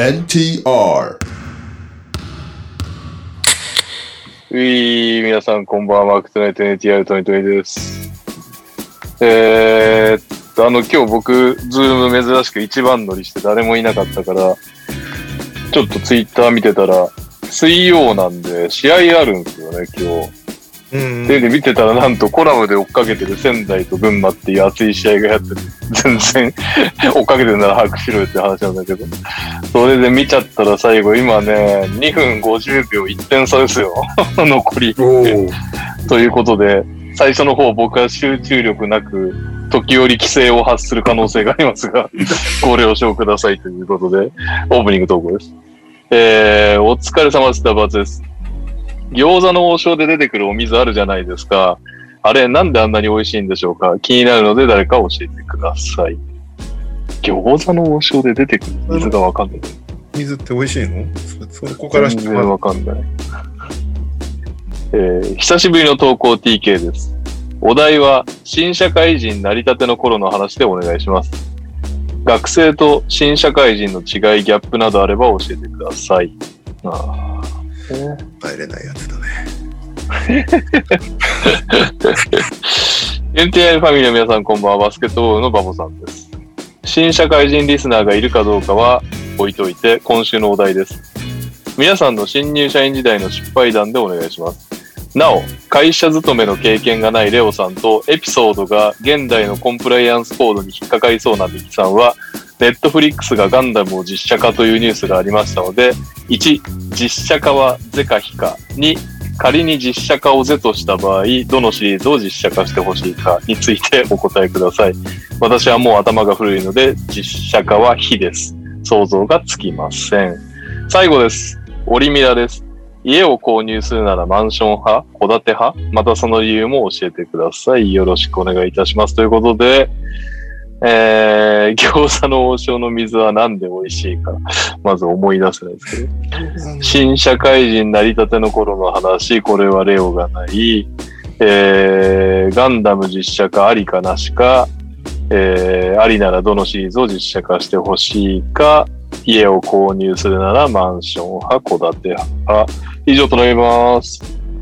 NTR。 皆さんこんばんは。マークトナイト NTR トニトニです。今日僕、ズーム珍しく一番乗りして誰もいなかったから、ちょっとツイッター見てたら、水曜なんで試合あるんですよね、今日。で見てたらなんとコラムで追っかけてる仙台と群馬っていう熱い試合がやってる。全然追っかけてるなら早くしろよって話なんだけど。それで見ちゃったら最後今ね、2分50秒1点差ですよ。残り。ということで、最初の方僕は集中力なく、時折規制を発する可能性がありますが、ご了承くださいということで、オープニング投稿です。お疲れ様です。ダバツです。餃子の王将で出てくるお水あるじゃないですか。あれなんであんなに美味しいんでしょうか。気になるので誰か教えてください。餃子の王将で出てくる水がわかんない。 水って美味しいの？そこから全然わかんない。久しぶりの投稿 TK です。お題は新社会人成り立ての頃の話でお願いします。学生と新社会人の違い、ギャップなどあれば教えてください。 入れないやつだね。 NTR ファミリーの皆さんこんばんは。バスケットボールのバボさんです。新社会人リスナーがいるかどうかは置いといて、今週のお題です。皆さんの新入社員時代の失敗談でお願いします。なお、会社勤めの経験がないレオさんとエピソードが現代のコンプライアンスコードに引っかかりそうなミキさんは、ネットフリックスがガンダムを実写化というニュースがありましたので、1、実写化は是か非か。2、仮に実写化を是とした場合、どのシリーズを実写化してほしいかについてお答えください。私はもう頭が古いので、実写化は非です。想像がつきません。最後です。オリミラです。家を購入するならマンション派、戸建て派、またその理由も教えてください。よろしくお願いいたします。ということで、餃子の王将の水はなんで美味しいか、まず思い出せないですけど。新社会人成り立ての頃の話、これはレオがない。ガンダム実写化ありかなしか、ありならどのシリーズを実写化してほしいか、家を購入するならマンション派、戸建て派。以上となります。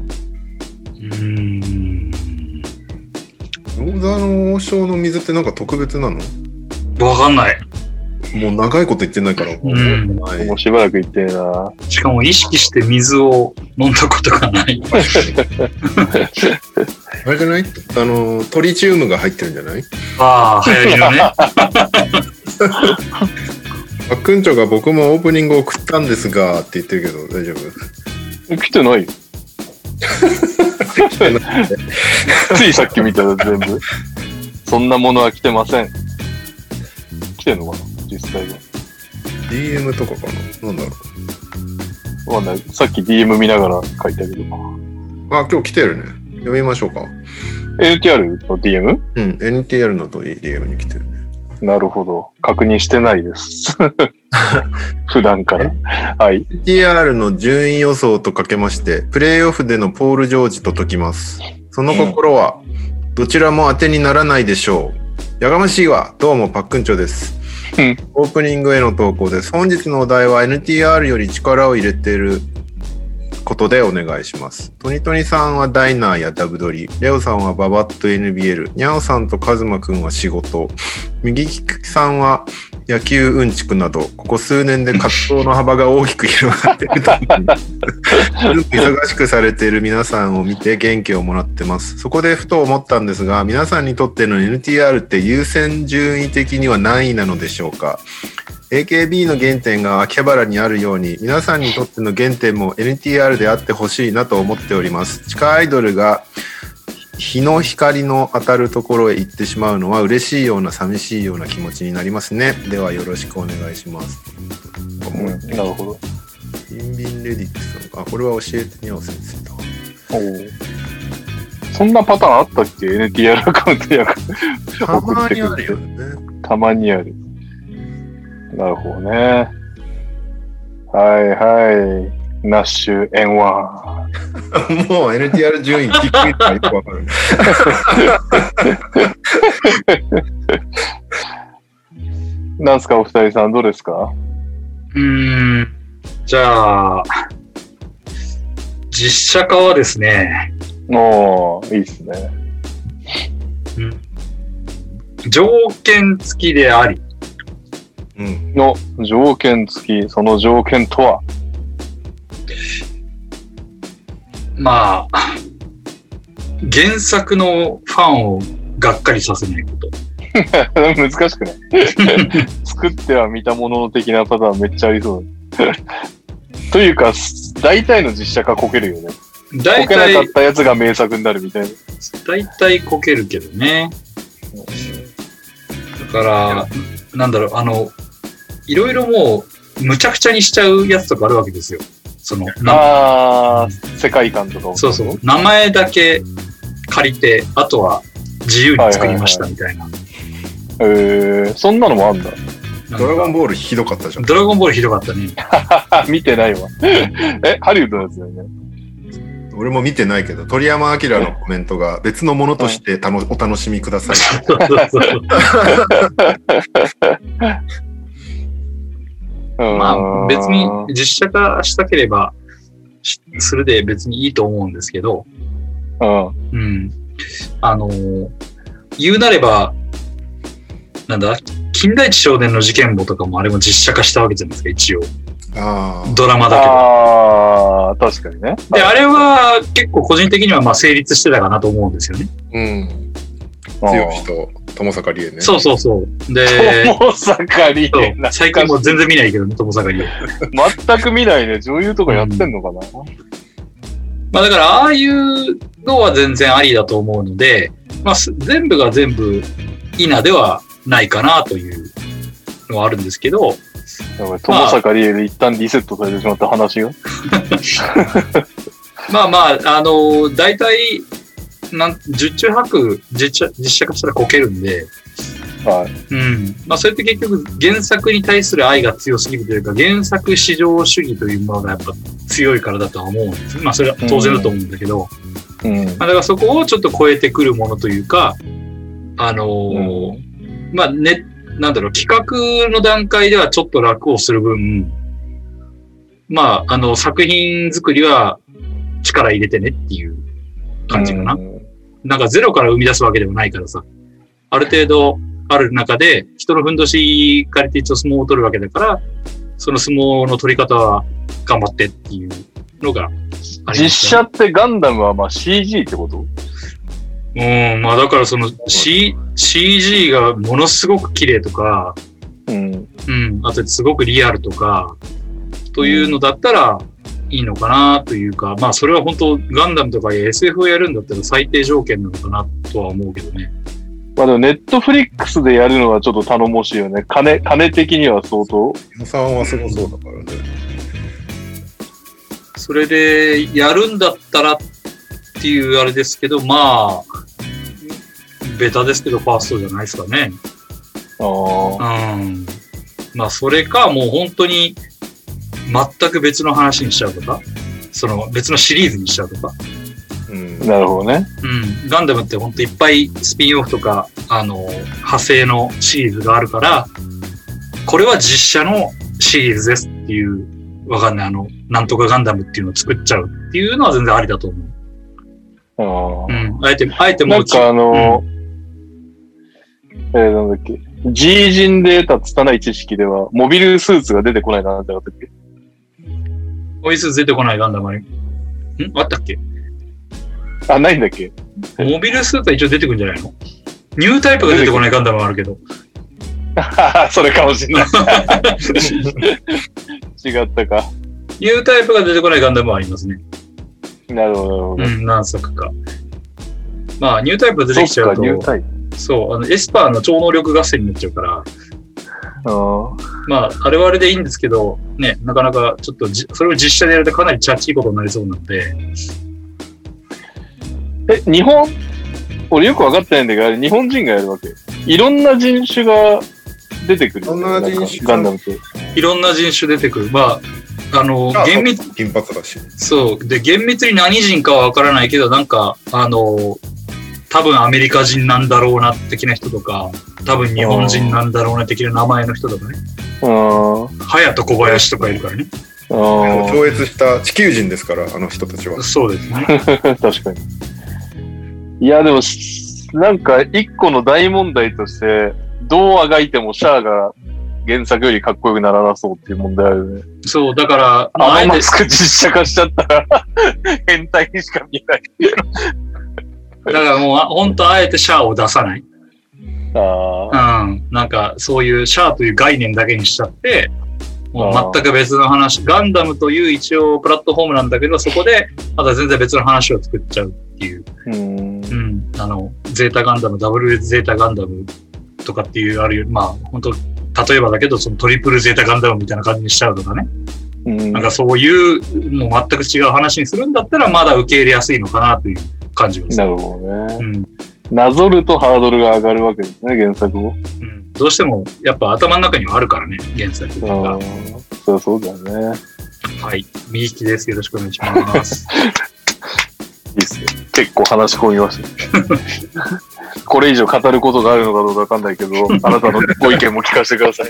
餃子の王将の水ってなんか特別なの？ わかんない。 もう長いこと言ってないから。 もうしばらく言ってな。 しかも意識して水を飲んだことがない。 あれじゃない？トリチウムが入ってるんじゃない？ ああ、流行りのね。 あっくんちょが僕もオープニング送ったんですがって言ってるけど大丈夫？ 来てないよ。ついさっき見たら全部。そんなものは来てません。来てんのかな実際は。 DM とかかな？なんだろう。わかんない。さっき DM 見ながら書いたけど。 あ、今日来てるね。読みましょうか。 NTR の DM？ うん、NTR のDM に来てるね。 なるほど。確認してないです。普段から。はい。 NTR の順位予想とかけまして、プレイオフでのポール・ジョージと解きます。その心は、どちらも当てにならないでしょう。やがましいわ。どうも、パックンチョです。オープニングへの投稿です。本日のお題は NTR より力を入れていることでお願いします。トニトニさんはダイナーやダブドリ、レオさんはババッと NBL、ニャオさんとカズマくんは仕事、右利きさんは野球うんちくなど、ここ数年で活動の幅が大きく広がっていると思います。忙しくされている皆さんを見て元気をもらってます。そこでふと思ったんですが、皆さんにとっての NTR って優先順位的には何位なのでしょうか。AKB の原点が秋葉原にあるように、皆さんにとっての原点も NTR であってほしいなと思っております。地下アイドルが日の光の当たるところへ行ってしまうのは嬉しいような寂しいような気持ちになりますね。ではよろしくお願いします。 なるほど。 インビンレディックさん、あ、これは教えてにゃお先生だ。 そんなパターンあったっけ ?NTR アカウントやたまにあるよね。 たまにある。なるほどね。はいはい。ナッシュ N1。 もう NTR 順位低いからよくわかる。 なんすかお二人さんどうですか？ じゃあ、実写化はですね。 いいっすね。 条件付きであり。 の条件付き、その条件とは？ まあ、原作のファンをがっかりさせないこと。 難しくない作っては見たものの的なパターンめっちゃありそうというか、大体の実写化こけるよね。こけなかったやつが名作になるみたいな。 大体こけるけどね。だから、なんだろう、いろいろもう、むちゃくちゃにしちゃうやつとかあるわけですよ。 世界観とか。 そうそう。名前だけ借りて、あとは自由に作りましたみたいな。 そんなのもあんだ。 ドラゴンボールひどかったじゃん。 ドラゴンボールひどかったね。 見てないわ。ハリウッドのやつだよね。 俺も見てないけど、鳥山明のコメントが別のものとしてお楽しみください。 まあ別に実写化したければするで別にいいと思うんですけど、言うなれば、なんだ、金田一少年の事件簿とかもあれも実写化したわけじゃないですか、一応。ドラマだけど。 確かにね。 で、あれは結構個人的にはまあ成立してたかなと思うんですよね。 剛と友坂理恵ね。 そうそうそう。で、 友坂理恵。 最近もう全然見ないけどね、友坂理恵。 全く見ないね。女優とかやってんのかな。 まあだから、ああいうのは全然ありだと思うので、まあ全部が全部いいなではないかなというのはあるんですけど、 友坂理恵で一旦リセットされてしまった話が。 まあまあ、大体、十中八九実写化したらこけるんで、まあそれって結局原作に対する愛が強すぎるというか、原作至上主義というものがやっぱ強いからだとは思うんです。まあそれは当然だと思うんだけど、まあだからそこをちょっと超えてくるものというか、まあね、なんだろう、企画の段階ではちょっと楽をする分、まあ作品作りは力入れてねっていう感じかな。なんかゼロから生み出すわけでもないからさ、ある程度ある中で人のふんどし借りて一応相撲を取るわけだから、その相撲の取り方は頑張ってっていうのがありますね。 実写ってガンダムはまあ CG ってこと？ まあだからその、CG がものすごく綺麗とか、あとすごくリアルとか、というのだったらいいのかなというか、まあそれは本当ガンダムとか SF をやるんだったら最低条件なのかなとは思うけどね。 まあでもネットフリックスでやるのはちょっと頼もしいよね。金的には相当。 予算はすごそうだからね。 それでやるんだったらっていうあれですけど、まあ、ベタですけどファーストじゃないですかね。まあそれかもう本当に全く別の話にしちゃうとか、その別のシリーズにしちゃうとか。 なるほどね。 ガンダムって本当いっぱいスピンオフとか、派生のシリーズがあるから、これは実写のシリーズですっていう、わかんない、なんとかガンダムっていうのを作っちゃうっていうのは全然ありだと思う。あえてもなんかなんだっけ。G 人で得た拙い知識では、モビルスーツが出てこないなってなったっけ？ モビルスーツ出てこないガンダムあったっけ？ ないんだっけ？ モビルスーツは一応出てくるんじゃないの？ニュータイプが出てこないガンダムはあるけど。 それかもしれない。違ったか。 ニュータイプが出てこないガンダムはありますね。 なるほど。 何作か。まあ、ニュータイプが出てきちゃうと、そう、エスパーの超能力合戦になっちゃうから、まあ、あれはあれでいいんですけど、ね、なかなかちょっとそれを実写でやるとかなりチャッチいことになりそうなので。 日本、俺よく分かってないんだけど、日本人がやるわけ？いろんな人種が出てくる。 いろんな人種ガンダムって。 いろんな人種出てくる。まあ、厳密、 金髪だし。 そう。で、厳密に何人かは分からないけど、なんか、多分アメリカ人なんだろうな的な人とか、多分日本人なんだろうな的な名前の人とかね。 隼人小林とかいるからね。 超越した地球人ですから、あの人たちは。 そうですね。 確かに。いや、でも、なんか一個の大問題として、どうあがいてもシャアが原作よりかっこよくならなそうっていう問題あるよね。 そう、だから、 あのマスク実写化しちゃったら、変態にしか見えない。 だからもう、本当あえてシャアを出さない。なんか、そういうシャアという概念だけにしちゃって、もう全く別の話。ガンダムという一応プラットフォームなんだけど、そこでまた全然別の話を作っちゃうっていう。ゼータガンダム、ダブルゼータガンダムとかっていう、あるより、まあ、本当例えばだけど、そのトリプルゼータガンダムみたいな感じにしちゃうとかね。なんかそういう、もう全く違う話にするんだったら、まだ受け入れやすいのかなという感じです。 なるほどね。なぞるとハードルが上がるわけですね、原作を。 どうしても、やっぱ頭の中にはあるからね、原作が。 そうだよね。 はい。右利きです。よろしくお願いします。 いいっすね。結構話し込みました。これ以上語ることがあるのかどうかわかんないけど、あなたのご意見も聞かせてください。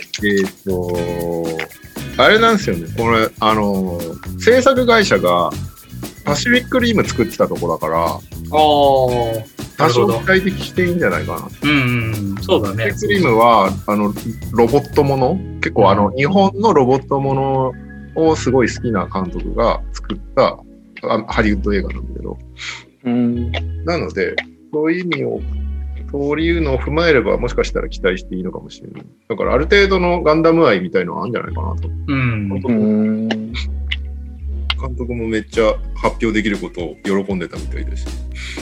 あれなんですよね。これ、制作会社がパシフィックリム作ってたところだから、多少期待的していいんじゃないかな。 そうだね。 パシフィックリムは、ロボットもの、結構日本のロボットものをすごい好きな監督が作ったハリウッド映画なんだけど、なので、そういう意味を、そういうのを踏まえれば、もしかしたら期待していいのかもしれない。だから、ある程度のガンダム愛みたいのはあるんじゃないかなと。監督もめっちゃ発表できることを喜んでたみたいだし。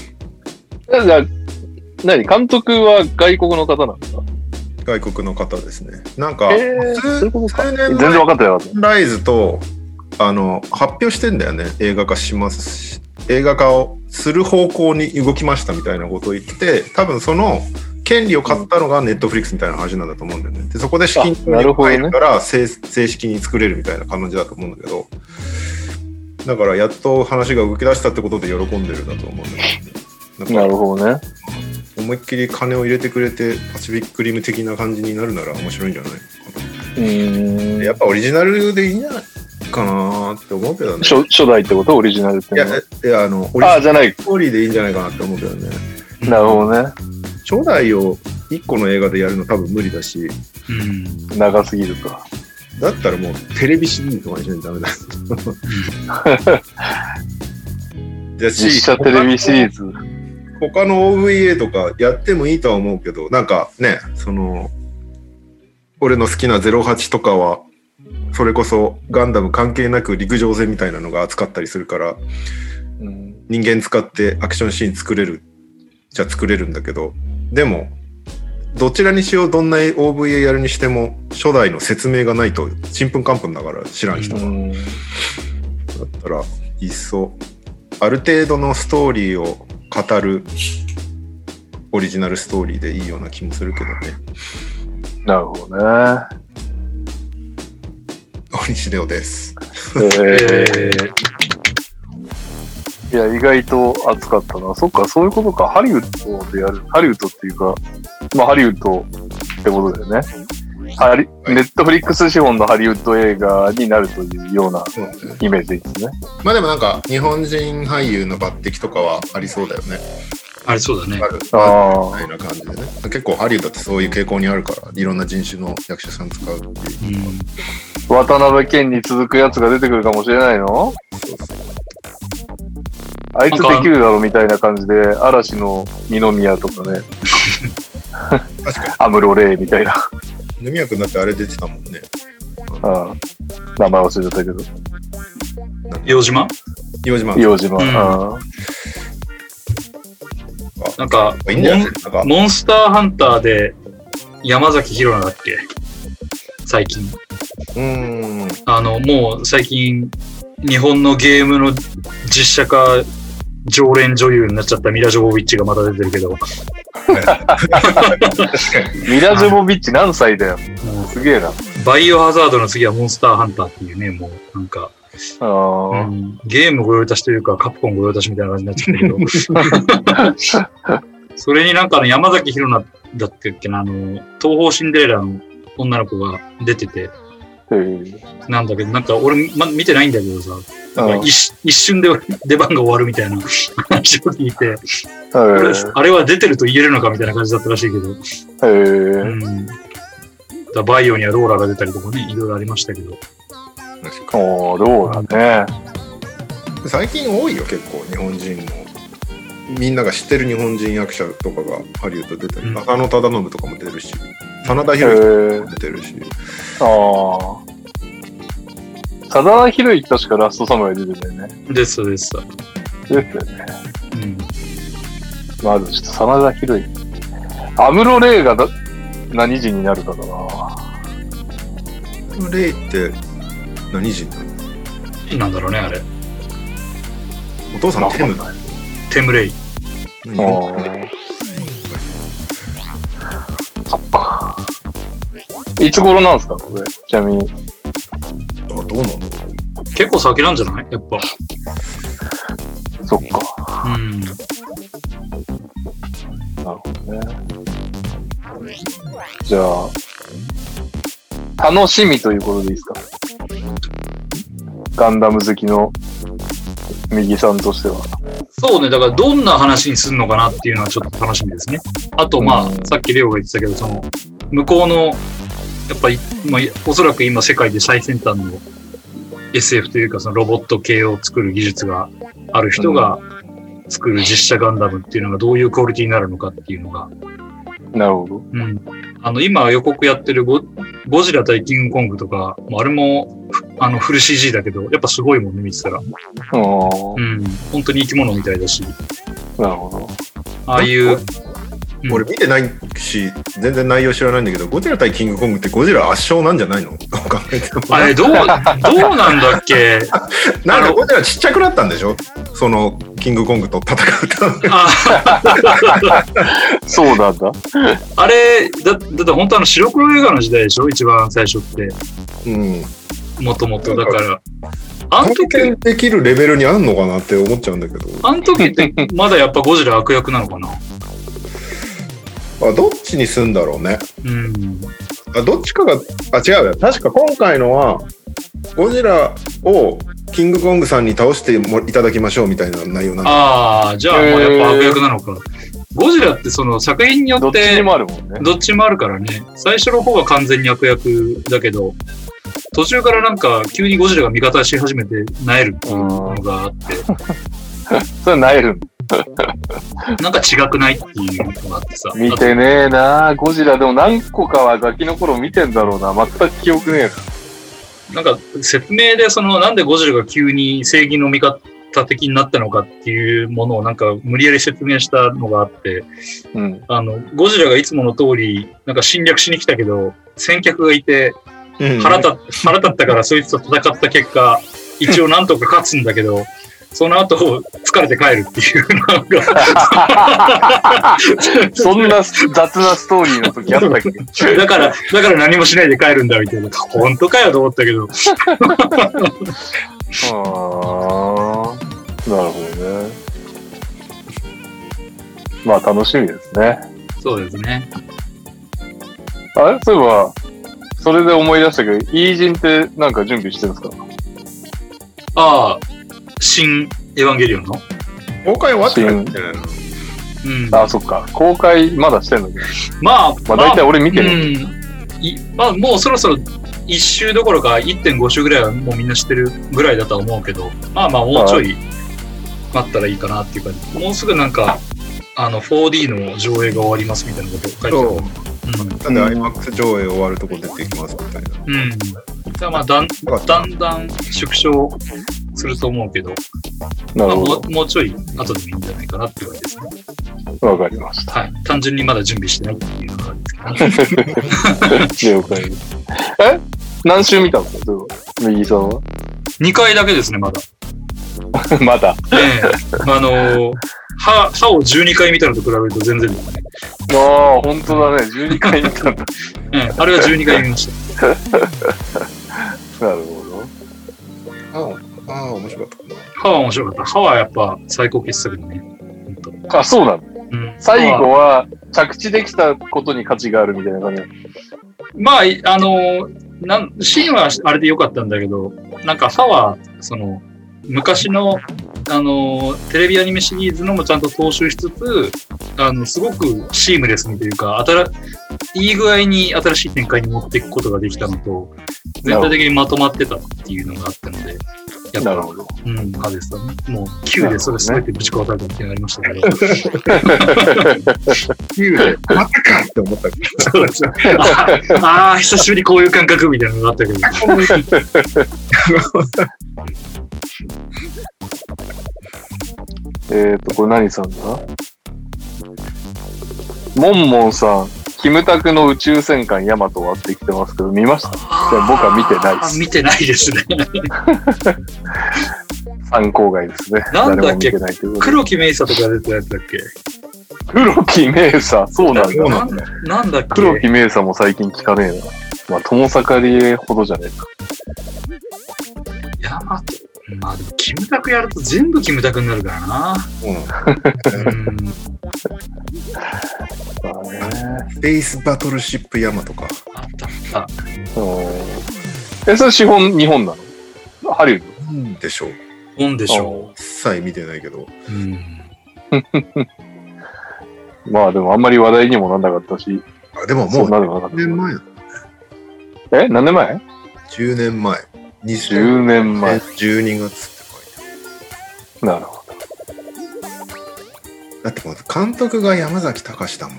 監督は外国の方なんですか？ 外国の方ですね。なんか、 数年前にライズと発表してんだよね。映画化しますし、映画化をする方向に動きましたみたいなことを言ってて、多分その権利を買ったのがネットフリックスみたいな話なんだと思うんだよね。でそこで資金が入るから正式に作れるみたいな感じだと思うんだけど、だからやっと話が動き出したってことで喜んでるんだと思うんだけど、 なるほどね。 思いっきり金を入れてくれてパシフィックリム的な感じになるなら面白いんじゃないかな。やっぱオリジナルでいいんじゃないかなって思うけどね。 初代ってこと？オリジナルって。 いやオリジナルじゃない。 ストーリーでいいんじゃないかなって思うけどね。 なるほどね。 初代を1個の映画でやるの多分無理だし、 長すぎるか。 だったらもうテレビシリーズとかにしないとダメだ。 実写テレビシリーズ。 他の OVA とかやってもいいとは思うけど、なんかね、俺の好きな08とかは、それこそガンダム関係なく陸上戦みたいなのが扱ったりするから、人間使ってアクションシーン作れるじゃ作れるんだけど、でもどちらにしよう、どんな OVA やるにしても初代の説明がないとちんぷんかんぷんだから知らん人が、だったらいっそある程度のストーリーを語るオリジナルストーリーでいいような気もするけどね。 なるほどね。 大西レオです。 いや、意外と熱かったな。そっか、そういうことか。ハリウッドでやる。ハリウッドっていうか、まあハリウッドってことだよね。ネットフリックス資本のハリウッド映画になるというようなイメージですね。 まあでもなんか日本人俳優の抜擢とかはありそうだよね。 ありそうだね。 みたいな感じでね。結構ハリウッドってそういう傾向にあるから、いろんな人種の役者さん使うっていう。 渡辺謙に続くやつが出てくるかもしれないの？あいつできるだろみたいな感じで、嵐の二宮とかね。 確かに。 アムロレイみたいな。 二宮君だってあれ出てたもんね。 名前忘れちゃったけど。 洋島。なんかモンスターハンターで山崎紘菜だっけ？最近。もう最近日本のゲームの実写化常連女優になっちゃったミラ・ジョボビッチがまた出てるけど。 ミラ・ジョボビッチ何歳だよ。すげえな。 バイオハザードの次はモンスターハンターっていうね、もうなんか。ゲーム御用達というかカプコン御用達みたいな感じになってきたけどそれになんか山崎紘菜だったっけな、東宝シンデレラの女の子が出てて、 なんだけど、なんか俺、見てないんだけどさ、一瞬で出番が終わるみたいな話を聞いて、あれは出てると言えるのかみたいな感じだったらしいけど。バイオにはローラが出たりとかね、いろいろありましたけど。 ローラね。 最近多いよ、結構、日本人の。みんなが知ってる日本人役者とかがハリウッド出たり、浅野忠信とかも出るし、真田広之も出てるし。 真田広之確かラストサムライ出てたよね。 です。出てたよね。まずちょっと真田広之。安室レイが何時になるかだな。 レイって何時になるの？なんだろうね、あれ。 お父さんテムレイ。 そっか。いつ頃なんですか、これ。ちなみに。 どうなの？ 結構先なんじゃない？やっぱ。 そっか。なるほどね。じゃあ、楽しみということでいいですか？ガンダム好きの右さんとしては。 そうね、だからどんな話にするのかなっていうのはちょっと楽しみですね。あと、さっきレオが言ってたけど、その、向こうの、やっぱり、おそらく今世界で最先端の SF というか、そのロボット系を作る技術がある人が作る実写ガンダムっていうのがどういうクオリティになるのかっていうのが。 なるほど。 今予告やってるゴジラ対キングコングとか、あれも、フル CG だけど、やっぱすごいもんね、見てたら。本当に生き物みたいだし。 なるほど。 ああいう。 俺見てないし、全然内容知らないんだけど、ゴジラ対キングコングってゴジラ圧勝なんじゃないの？ あれ、どうなんだっけ？ なんかゴジラちっちゃくなったんでしょ？その、キングコングと戦うと。 そうなんだ。 あれ、だって本当白黒映画の時代でしょ？一番最初って。もともとだから。 あの時できるレベルにあんのかなって思っちゃうんだけど。 あの時ってまだやっぱゴジラ悪役なのかな？ どっちにすんだろうね。どっちかが、違うよ。確か今回のは、ゴジラをキングコングさんに倒していただきましょうみたいな内容なんだ。 じゃあもうやっぱ悪役なのか。ゴジラってその作品によって、 どっちにもあるもんね。 どっちもあるからね。最初の方は完全に悪役だけど、途中からなんか急にゴジラが味方し始めて、萎えるっていうのがあって。 それ萎えるなんか違くないっていうのがあってさ。 見てねえなゴジラ。でも何個かはガキの頃見てんだろうな。全く記憶ねえな。なんか説明でなんでゴジラが急に正義の味方的になったのかっていうものをなんか無理やり説明したのがあって、ゴジラがいつもの通りなんか侵略しに来たけど、先客がいて腹立ったからそいつと戦った結果、一応なんとか勝つんだけど、その後疲れて帰るっていうなんかそんな雑なストーリーの時あったっけ？ だから何もしないで帰るんだみたいな。本当かよと思ったけど。 なるほどね。まあ楽しみですね。 そうですね。 あれそういえば、それで思い出したけど、イージンってなんか準備してるんですか？ 新エヴァンゲリオンの公開終わってないんだよね。そっか。公開まだしてんのけど。 まあ大体俺見てる。 もうそろそろ1週どころか 1.5 週ぐらいはもうみんな知ってるぐらいだとは思うけど、もうちょい待ったらいいかなっていう感じ。もうすぐなんか、4D の上映が終わりますみたいなこと書いてある。 なんで IMAX 上映終わるとこ出てきますみたいな。 じゃあだんだん縮小すると思うけど、もうちょい後でもいいんじゃないかなっていう感じですね。 わかりました。 はい。単純にまだ準備してないっていうのがあるんですけど。 了解です。何週見たの？右さんは 2回だけですね、まだ。 まだ。 歯を12回見たのと比べると全然ですね。 本当だね。12回見たんだ。 あれは12回見ました。 なるほど。面白かった。 歯は面白かった。歯はやっぱ最高傑作だね。 そうなの？最後は着地できたことに価値があるみたいな感じ。 シーンはあれで良かったんだけど、なんか歯は、昔の、テレビアニメシリーズのもちゃんと踏襲しつつ、すごくシームレスにというか、いい具合に新しい展開に持っていくことができたのと、全体的にまとまってたっていうのがあったので、やっぱ、歯でしたね。もう、9でそれ全てぶち壊されたってなりましたけど。 9で、またかって思ったけど。 そうですよ。ああ、久しぶりこういう感覚みたいなのがあったけど。 これ何さんだ？モンモンさん、キムタクの宇宙戦艦ヤマトはってきてますけど、見ました？僕は見てないです。 見てないですね。 参考外ですね。 なんだっけ？黒木メイサとか出たやつだっけ？ 黒木メイサ、そうなんだ。 なんだっけ？ 黒木メイサも最近聞かねえな。まあ、友坂理恵ほどじゃねえか。 ヤマト。まあでも、キムタクやると全部キムタクになるからな。 スペースバトルシップヤマとか。 あったあった。 それ資本日本なの？ハリウッド？ なんでしょう。 なんでしょう。一切見てないけど。 まあでもあんまり話題にもなんなかったし。 でももう何年前だ。 何年前？ 10年前。 10年前。 12月って書いてある。なるほど。 だってもう監督が山崎隆だもん。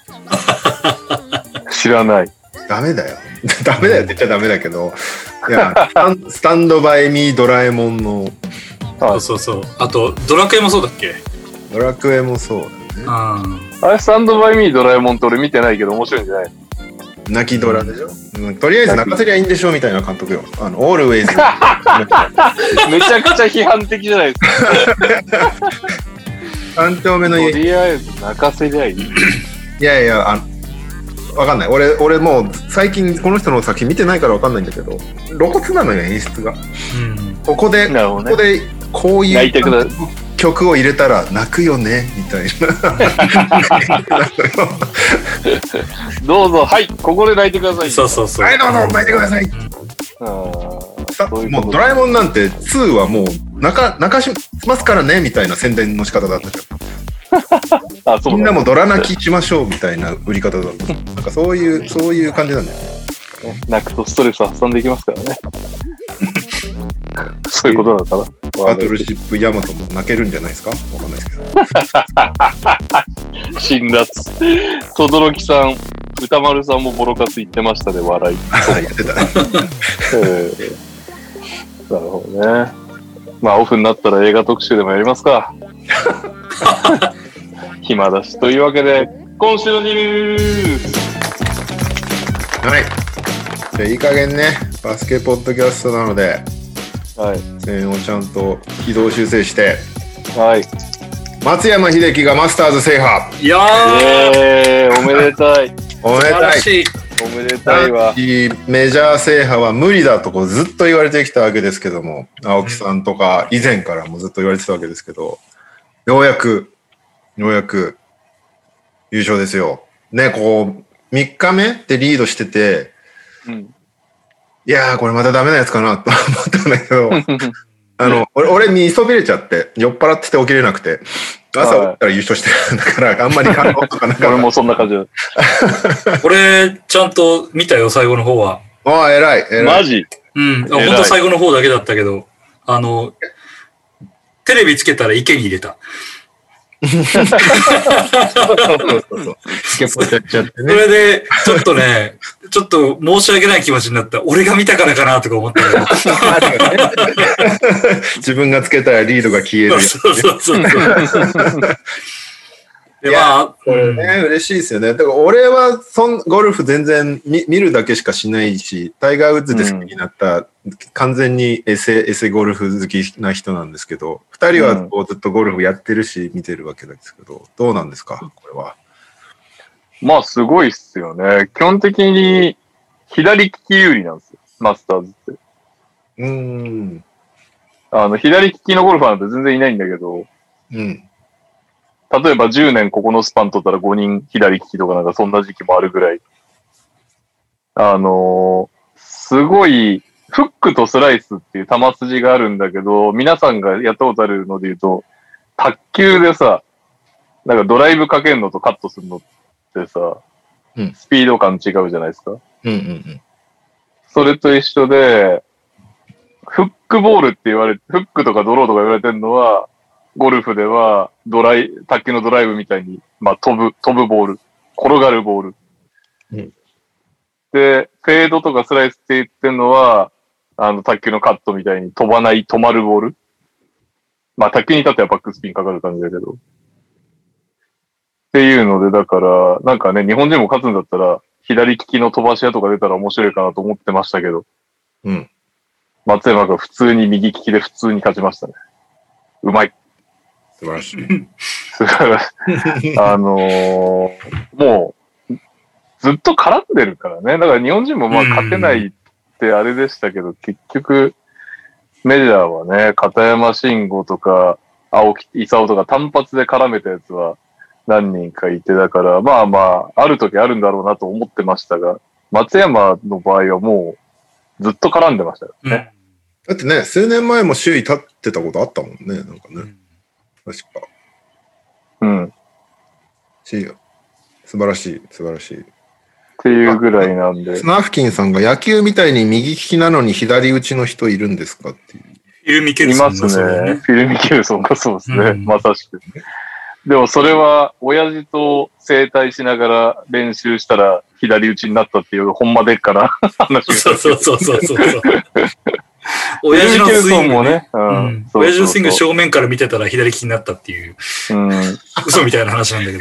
知らない。 ダメだよ。ダメだよって言っちゃダメだけど。いや、スタンドバイミードラえもんの。 そう。あと、ドラクエもそうだっけ？ ドラクエもそうだね。 あれ、スタンドバイミードラえもんって俺見てないけど面白いんじゃない？ 泣きドラでしょ、とりあえず泣かせりゃいいんでしょみたいな監督よ。オールウェイズ。 めちゃくちゃ批判的じゃないですか。 3丁目の家。 とりあえず泣かせりゃいい。 いやいや、わかんない。俺もう最近この人の作品見てないからわかんないんだけど、露骨なのよ、演出が。ここで、こういう曲を入れたら泣くよねみたいな。 どうぞ、はい、ここで泣いてください。 そう。 はい、どうぞ泣いてください。もうドラえもんなんて2はもう泣かしますからねみたいな宣伝の仕方だったじゃん。みんなもドラ泣きしましょうみたいな売り方だった。なんかそういう感じなんだよね。 泣くとストレス発散できますからね。そういうことなのかな。 バトルシップヤマトも泣けるんじゃないですか？わかんないですけど。辛辣。轟さん、歌丸さんもボロカス言ってましたで、笑い。 言ってた。 なるほどね。まあオフになったら映画特集でもやりますか。暇だし。というわけで、今週のニュース。 はい。じゃあいい加減ね、バスケポッドキャストなので、 はい。 線をちゃんと軌道修正して、 はい。 松山英樹がマスターズ制覇。 いやー、 おめでたい。 おめでたい。 おめでたいわ。 メジャー制覇は無理だとこうずっと言われてきたわけですけども、青木さんとか以前からもずっと言われてたわけですけど、ようやく優勝ですよ。ね、こう、3日目でリードしてて、いやー、これまたダメなやつかなと思ったんだけど、俺見そびれちゃって、酔っ払ってて起きれなくて、朝起きたら優勝してるんだから、あんまり感動とかなかった。 俺もそんな感じだ。 俺、ちゃんと見たよ、最後の方は。 ああ、偉い。 マジ？ 本当最後の方だけだったけど、テレビつけたら池に入れた。 そう。それで、ちょっとね、ちょっと申し訳ない気持ちになった。俺が見たからかなとか思ったけど。 自分がつけたらリードが消える。 そう。 いや、これね、嬉しいですよね。だから俺はゴルフ全然見るだけしかしないし、タイガー・ウッズで好きになった、完全にエセゴルフ好きな人なんですけど、二人はこうずっとゴルフやってるし、見てるわけですけど、どうなんですか、これは。 まあ、すごいっすよね。基本的に左利き有利なんですよ、マスターズって。左利きのゴルファーなんて全然いないんだけど、例えば10年ここのスパン取ったら5人左利きとかなんかそんな時期もあるぐらい。 すごい、フックとスライスっていう球筋があるんだけど、皆さんがやったことあるので言うと、卓球でさ、なんかドライブかけるのとカットするのってさ、スピード感違うじゃないですか。それと一緒で、フックボールって言われて、フックとかドローとか言われてるのは、ゴルフでは卓球のドライブみたいに、まあ飛ぶボール、転がるボール。で、フェードとかスライスって言ってるのは、卓球のカットみたいに飛ばない、止まるボール。まあ、卓球に至ってはバックスピンかかる感じだけど。っていうので、だから、なんかね、日本人も勝つんだったら、左利きの飛ばし屋とか出たら面白いかなと思ってましたけど。松山が普通に右利きで普通に勝ちましたね。うまい。 素晴らしい。 素晴らしい。もう、ずっと絡んでるからね。だから日本人もまあ勝てないってあれでしたけど、結局、メジャーはね、片山晋吾とか、青木功とか単発で絡めたやつは何人かいて、だからまあまあ、ある時あるんだろうなと思ってましたが、松山の場合はもうずっと絡んでましたよね。 だってね、数年前も首位立ってたことあったもんね、なんかね。確か。素晴らしい、素晴らしい。 っていうぐらいなんで。 スナフキンさんが野球みたいに右利きなのに左打ちの人いるんですかっていう。 フィル・ミケルソンいますね。フィル・ミケルソンがそうですね。まさしく。でもそれは、親父と整体しながら練習したら左打ちになったっていう、ほんまでっかな話。 そう。親父のスイングね。親父のスイング正面から見てたら左利きになったっていう、嘘みたいな話なんだけ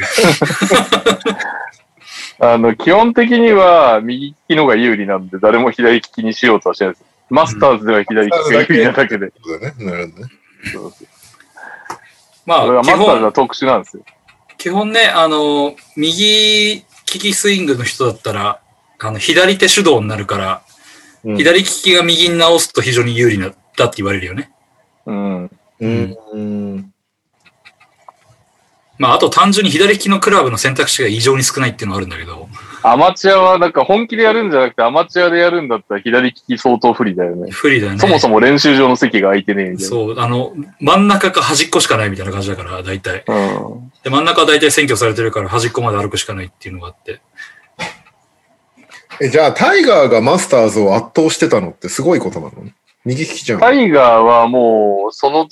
ど。基本的には右利きの方が有利なんで、誰も左利きにしようとはしないです。マスターズでは左利きが有利なだけで。まあ、マスターズは特殊なんですよ。 基本ね、右利きスイングの人だったら、左手主導になるから、左利きが右に直すと非常に有利だって言われるよね。まあ、あと単純に左利きのクラブの選択肢が異常に少ないっていうのはあるんだけど。 アマチュアはなんか本気でやるんじゃなくてアマチュアでやるんだったら左利き相当不利だよね。 不利だよね。 そもそも練習場の席が空いてねえみたいな。 そう、真ん中か端っこしかないみたいな感じだから、大体。で、真ん中は大体占拠されてるから端っこまで歩くしかないっていうのがあって。 じゃあ、タイガーがマスターズを圧倒してたのってすごいことなの？右利きじゃん。 タイガーはもう、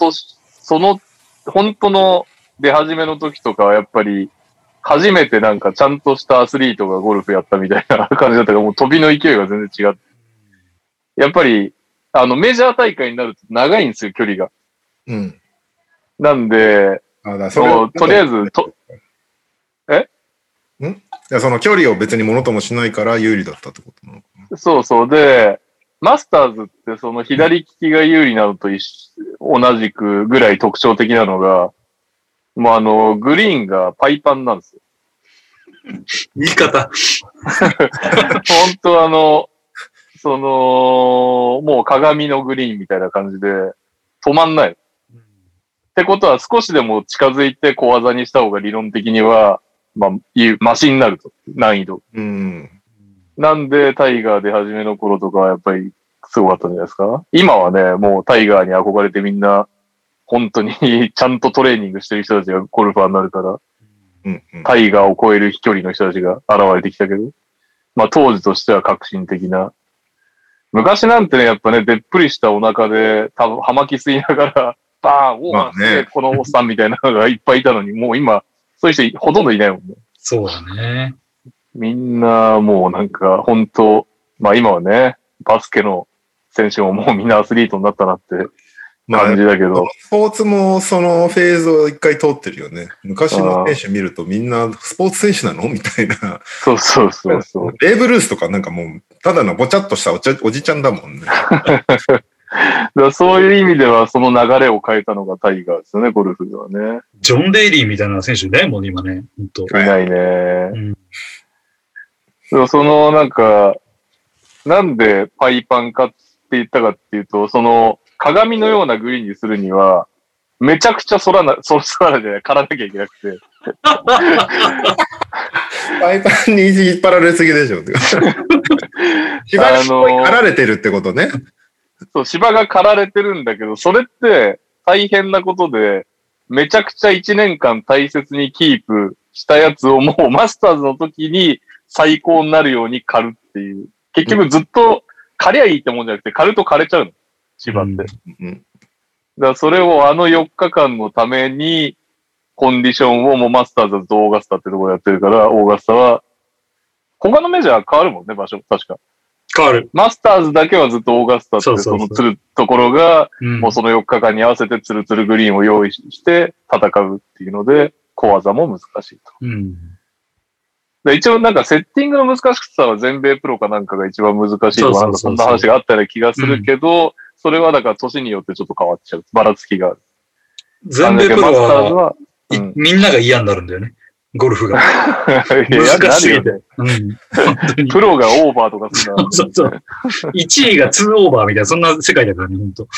本当の出始めの時とかはやっぱり、初めてなんかちゃんとしたアスリートがゴルフやったみたいな感じだったから、もう飛びの勢いが全然違って。やっぱり、メジャー大会になると長いんですよ、距離が。なんで、とりあえず、 その距離を別にものともしないから有利だったってことなのかな。 そう。で、マスターズってその左利きが有利なのと同じくぐらい特徴的なのが、もうグリーンがパイパンなんですよ。 言い方。 本当もう鏡のグリーンみたいな感じで止まんない。ってことは少しでも近づいて小技にした方が理論的には、マシになると。難易度。なんでタイガーで初めの頃とかはやっぱりすごかったんじゃないですか。今はね、もうタイガーに憧れてみんな、本当にちゃんとトレーニングしてる人たちがゴルファーになるから、タイガーを超える飛距離の人たちが現れてきたけど、当時としては革新的な。昔なんてね、やっぱね、でっぷりしたお腹で、葉巻吸いながら、バーン、このおっさんみたいなのがいっぱいいたのに、もう今、そういう人ほとんどいないもんね。 そうだね。 みんなもうなんか、本当今はね、バスケの選手ももうみんなアスリートになったなって感じだけど。 スポーツもそのフェーズを一回通ってるよね。昔の選手見るとみんなスポーツ選手なのみたいな。 そう。 ベーブ・ルースとかなんかもう、ただのぼちゃっとしたおじちゃんだもんね。 そういう意味ではその流れを変えたのがタイガーですよね、ゴルフではね。 ジョン・デイリーみたいな選手いないもんね、今ね。本当いないね。なんか、なんでパイパンかって言ったかっていうと、鏡のようなグリーンにするには、めちゃくちゃからなきゃいけなくて。 パイパンに引っ張られすぎでしょ。 芝がすごい刈られてるってことね。 そう、芝が刈られてるんだけど、それって大変なことで、めちゃくちゃ1年間大切にキープしたやつをもうマスターズの時に最高になるように刈るっていう。結局ずっと刈りゃいいってもんじゃなくて、刈ると枯れちゃうの。芝って。だからそれをあの4日間のために、コンディションをもうマスターズとオーガスタってところやってるから、オーガスタは、他のメジャー変わるもんね、場所。確か。 変わる。 マスターズだけはずっとオーガスタってその釣るところが、もうその4日間に合わせてツルツルグリーンを用意して戦うっていうので、小技も難しいと。で一応なんかセッティングの難しさは全米プロかなんかが一番難しいとか、なんかそんな話があったような気がするけど、それはだから年によってちょっと変わっちゃう。ばらつきがある。 全米プロは、みんなが嫌になるんだよね。ゴルフが。難しすぎて。 プロがオーバーとかするな。 そうそう。1位が2オーバーみたいな、そんな世界だからね、ほんと。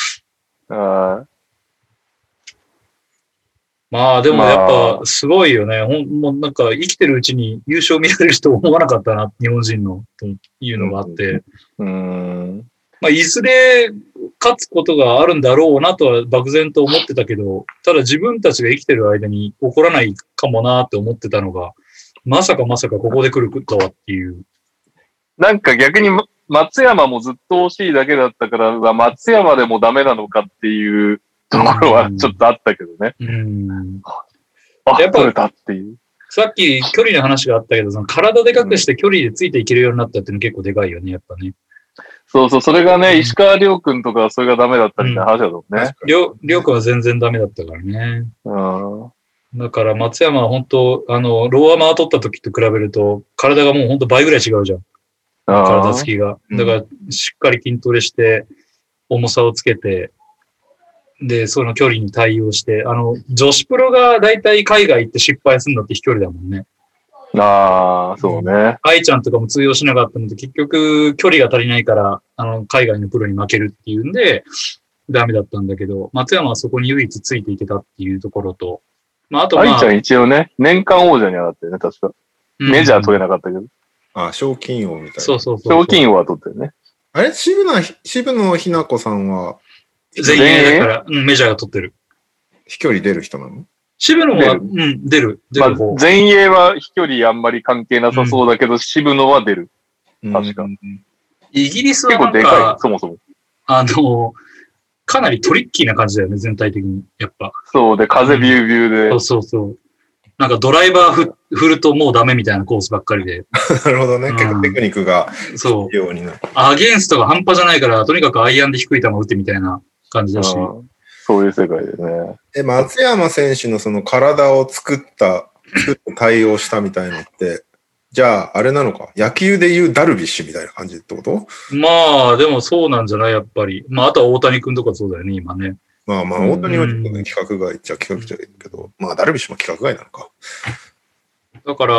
まあでもやっぱすごいよね。もうなんか生きてるうちに優勝見られる人思わなかったな、日本人の、というのがあって。まあいずれ勝つことがあるんだろうなとは漠然と思ってたけど、ただ自分たちが生きてる間に起こらないかもなって思ってたのが、まさかここで来るとはっていう。 なんか逆に松山もずっと惜しいだけだったから、松山でもダメなのかっていうところはちょっとあったけどね。やっぱりっていう。 さっき距離の話があったけど、その体でかくして距離でついていけるようになったっていうの結構でかいよね、やっぱね。 そうそう、それがね、石川遼君とかそれがダメだったみたいな話だとね。 遼君は全然ダメだったからね。だから松山は本当、ローアマー取った時と比べると、体がもう本当倍ぐらい違うじゃん。体つきが。だから、しっかり筋トレして、重さをつけて、で、その距離に対応して、女子プロが大体海外行って失敗するのって飛距離だもんね。 そうね。 愛ちゃんとかも通用しなかったので、結局距離が足りないから、海外のプロに負けるっていうんで、ダメだったんだけど、松山はそこに唯一ついていけたっていうところと、あと愛ちゃん一応ね、年間王者に上がってるね、確か。メジャー取れなかったけど。 賞金王みたいな。 そう。 賞金王は取ってるね。 あれ渋野日向子さんは全英だから、メジャーが取ってる。 飛距離出る人なの？ 渋野は、出る。 全英は飛距離あんまり関係なさそうだけど、渋野は出る。確か。 イギリスは結構でかい、そもそも。 かなりトリッキーな感じだよね、全体的に。やっぱ。 そうで、風ビュービューで。 そう。なんかドライバー振るともうダメみたいなコースばっかりで。 なるほどね。結構テクニックが必要になる。 アゲンストが半端じゃないから、とにかくアイアンで低い球を打ってみたいな感じだし。 そういう世界でね。 松山選手のその体を作対応したみたいのって、じゃあ、あれなのか。野球でいうダルビッシュみたいな感じってこと？ まあ、でもそうなんじゃないやっぱり。あとは大谷君とかそうだよね、今ね。 大谷はちょっとね、規格外っちゃ規格外だけど、ダルビッシュも規格外なのか。 だから、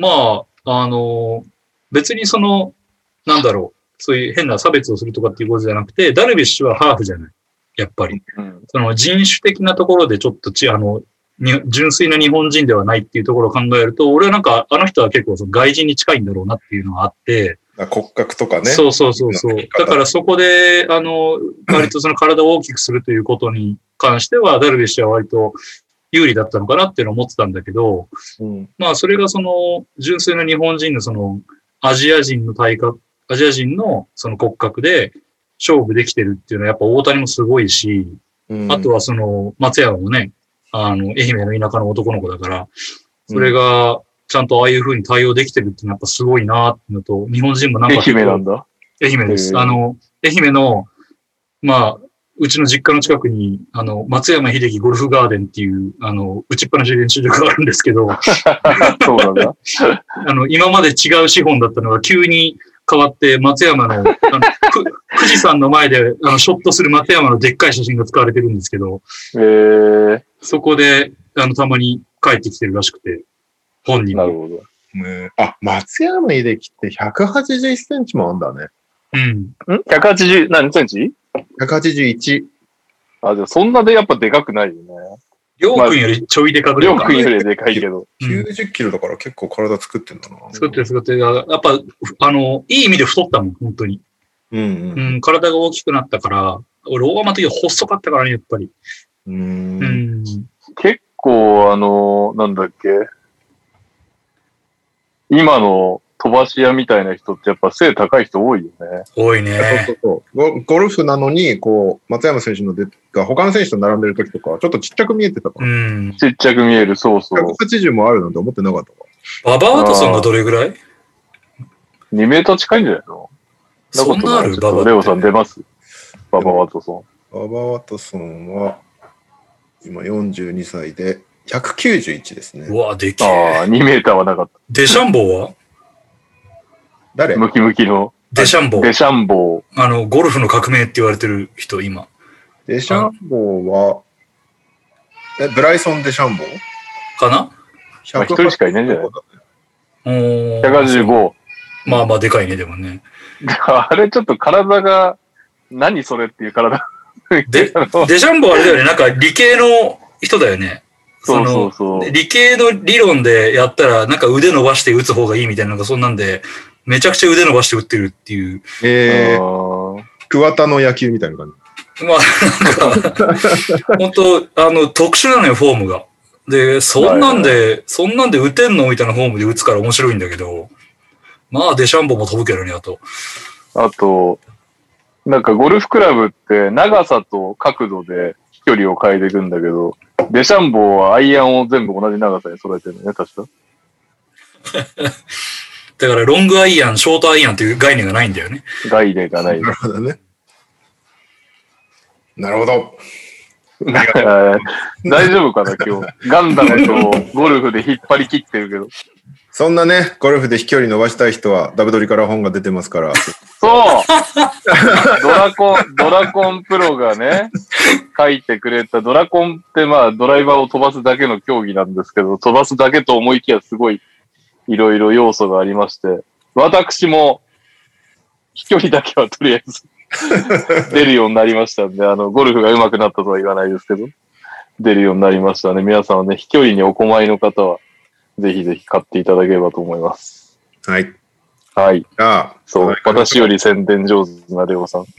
別にそういう変な差別をするとかっていうことじゃなくて、ダルビッシュはハーフじゃない。やっぱり。その人種的なところでちょっと純粋な日本人ではないっていうところを考えると、俺はなんか、あの人は結構その外人に近いんだろうなっていうのがあって、 骨格とかね。 そう。だからそこで、割とその体を大きくするということに関しては、ダルビッシュは割と有利だったのかなっていうのを思ってたんだけど、それがその、純粋な日本人のその、アジア人のその骨格で勝負できてるっていうのはやっぱ大谷もすごいし、あとはその、松山もね、愛媛の田舎の男の子だから、それが、ちゃんとああいう風に対応できてるってのはやっぱすごいなってのと、日本人もなんか。 愛媛なんだ。 愛媛です。愛媛の、うちの実家の近くに、松山秀樹ゴルフガーデンっていう、打ちっぱなし練習場があるんですけど、 そうなんだ。 今まで違う資本だったのが急に変わって、松山の、富士山の前で、ショットする松山のでっかい写真が使われてるんですけど、そこで、たまに帰ってきてるらしくて、本人。 なるほど。 松山秀樹って181センチもあんだね。 180、何センチ？ 181。 じゃあそんなでやっぱでかくないよね。 りょうくんよりちょいでかくりょうくんよりでかいけど。 90キロだから結構体作ってんだな。 作ってる。やっぱ、いい意味で太ったもん、本当に。体が大きくなったから、俺、大釜の時は細かったからね、やっぱり。 結構、なんだっけ。今の飛ばし屋みたいな人ってやっぱ背高い人多いよね。 多いね。 そうゴルフなのに、松山選手が他の選手と並んでる時とか、ちょっとちっちゃく見えてたから。 ちっちゃく見える、そうそう。 180もあるなんて思ってなかったわ。ババ・ワトソンがどれぐらい ?2 メーター近いんじゃないの？ そんなある？ ババ。レオさん出ます？ババ・ワトソン。ババ・ワトソンは、今42歳で、191ですね。 うわ、でけえ。 2メーターはなかった。 デシャンボーは誰？ ムキムキの。 デシャンボー。 デシャンボー。ゴルフの革命って言われてる人、今。 デシャンボーは、ブライソン・デシャンボーかな？ 一人しかいないんじゃない？ 185。 まあ、でかいね、でもね。 あれちょっと体が、何それっていう体。 デシャンボーあれだよね、なんか理系の人だよね。 そう理系の理論でやったら、なんか腕伸ばして打つ方がいいみたいなのがそんなんで、めちゃくちゃ腕伸ばして打ってるっていう。 桑田の野球みたいな感じ。まあ、なんか、本当特殊なのよ、フォームが。で、そんなんで打てんのみたいなフォームで打つから面白いんだけど、まあ、デシャンボも飛ぶけどね、あと、なんかゴルフクラブって長さと角度で飛距離を変えていくんだけど、デシャンボーはアイアンを全部同じ長さに揃えてるのね、確か。 だからロングアイアン、ショートアイアンっていう概念がないんだよね。 概念がない。 なるほどね。なるほど。 大丈夫かな、今日。ガンダムとゴルフで引っ張り切ってるけど。 そんなね、ゴルフで飛距離伸ばしたい人は、ダブドリから本が出てますから。 そうドラコンプロがね、書いてくれた、ドラコンってまあドライバーを飛ばすだけの競技なんですけど、飛ばすだけと思いきやすごいいろいろ要素がありまして、私も飛距離だけはとりあえず出るようになりましたんで、ゴルフが上手くなったとは言わないですけど、出るようになりましたね。皆さんはね、飛距離にお困りの方は、ぜひぜひ買っていただければと思います。 はい。 はい。そう、私より宣伝上手なレオさん。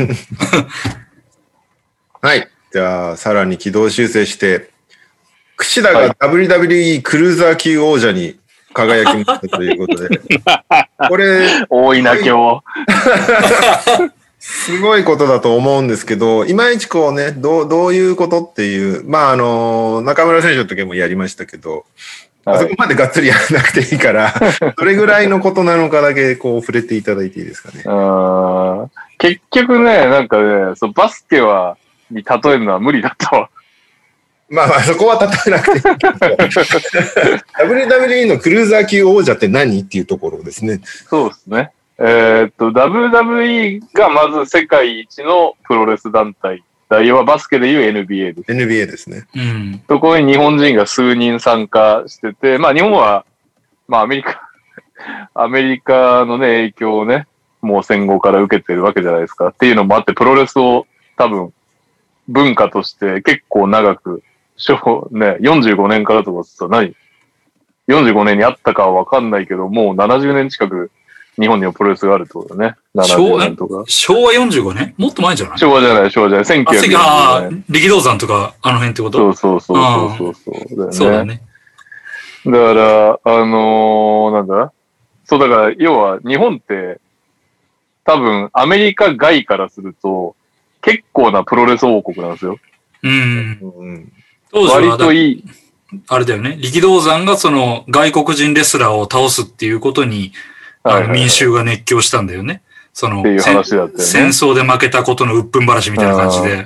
はい。じゃあ、さらに軌道修正して、櫛田が WWE クルーザー級王者に輝きましたということで。これ、 多いな、今日。 すごいことだと思うんですけど、いまいちどういうことっていう、まあ、中村選手の時もやりましたけど、あそこまでがっつりやらなくていいから、どれぐらいのことなのかだけ触れていただいていいですかね。 結局ね、なんかね、バスケに例えるのは無理だったわ。 まあまあ、そこは例えなくていいけど。WWE のクルーザー級王者って何っていうところですね。 そうですね。WWE がまず世界一のプロレス団体。要はバスケでいう NBA です。 NBA ですね。 そこに日本人が数人参加してて、まあ日本は、まあアメリカのね、影響をね、もう戦後から受けてるわけじゃないですか。っていうのもあって、プロレスを多分、文化として結構長く、ね、45年からとかさ、45年にあったかはわかんないけど、もう70年近く日本にはプロレスがあるってことだね。70年とか。 昭和45年もっと前じゃない？ 昭和じゃない。1945 年。力道山とか、あの辺ってこと？ そう。 そうだね。 だから、なんだそう、だから、要は、日本って、多分、アメリカ外からすると、結構なプロレス王国なんですよ。 当時は割といい。 あれだよね。力道山がその、外国人レスラーを倒すっていうことに、民衆が熱狂したんだよね。その、 っていう話だったよね。 戦争で負けたことの鬱憤話みたいな感じで。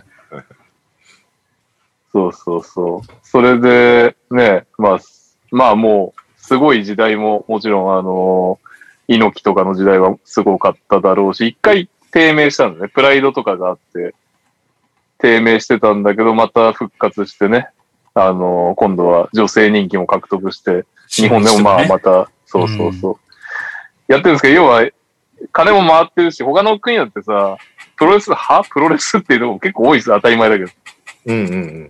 そう。それで、ね、まあもう、すごい時代も、もちろん猪木とかの時代はすごかっただろうし、一回低迷したんだね。プライドとかがあって、低迷してたんだけど、また復活してね、今度は女性人気も獲得して、日本でもまた、そう。やってるんですけど、要は、金も回ってるし、他の国だってさ、プロレスっていうのも結構多いです。当たり前だけど。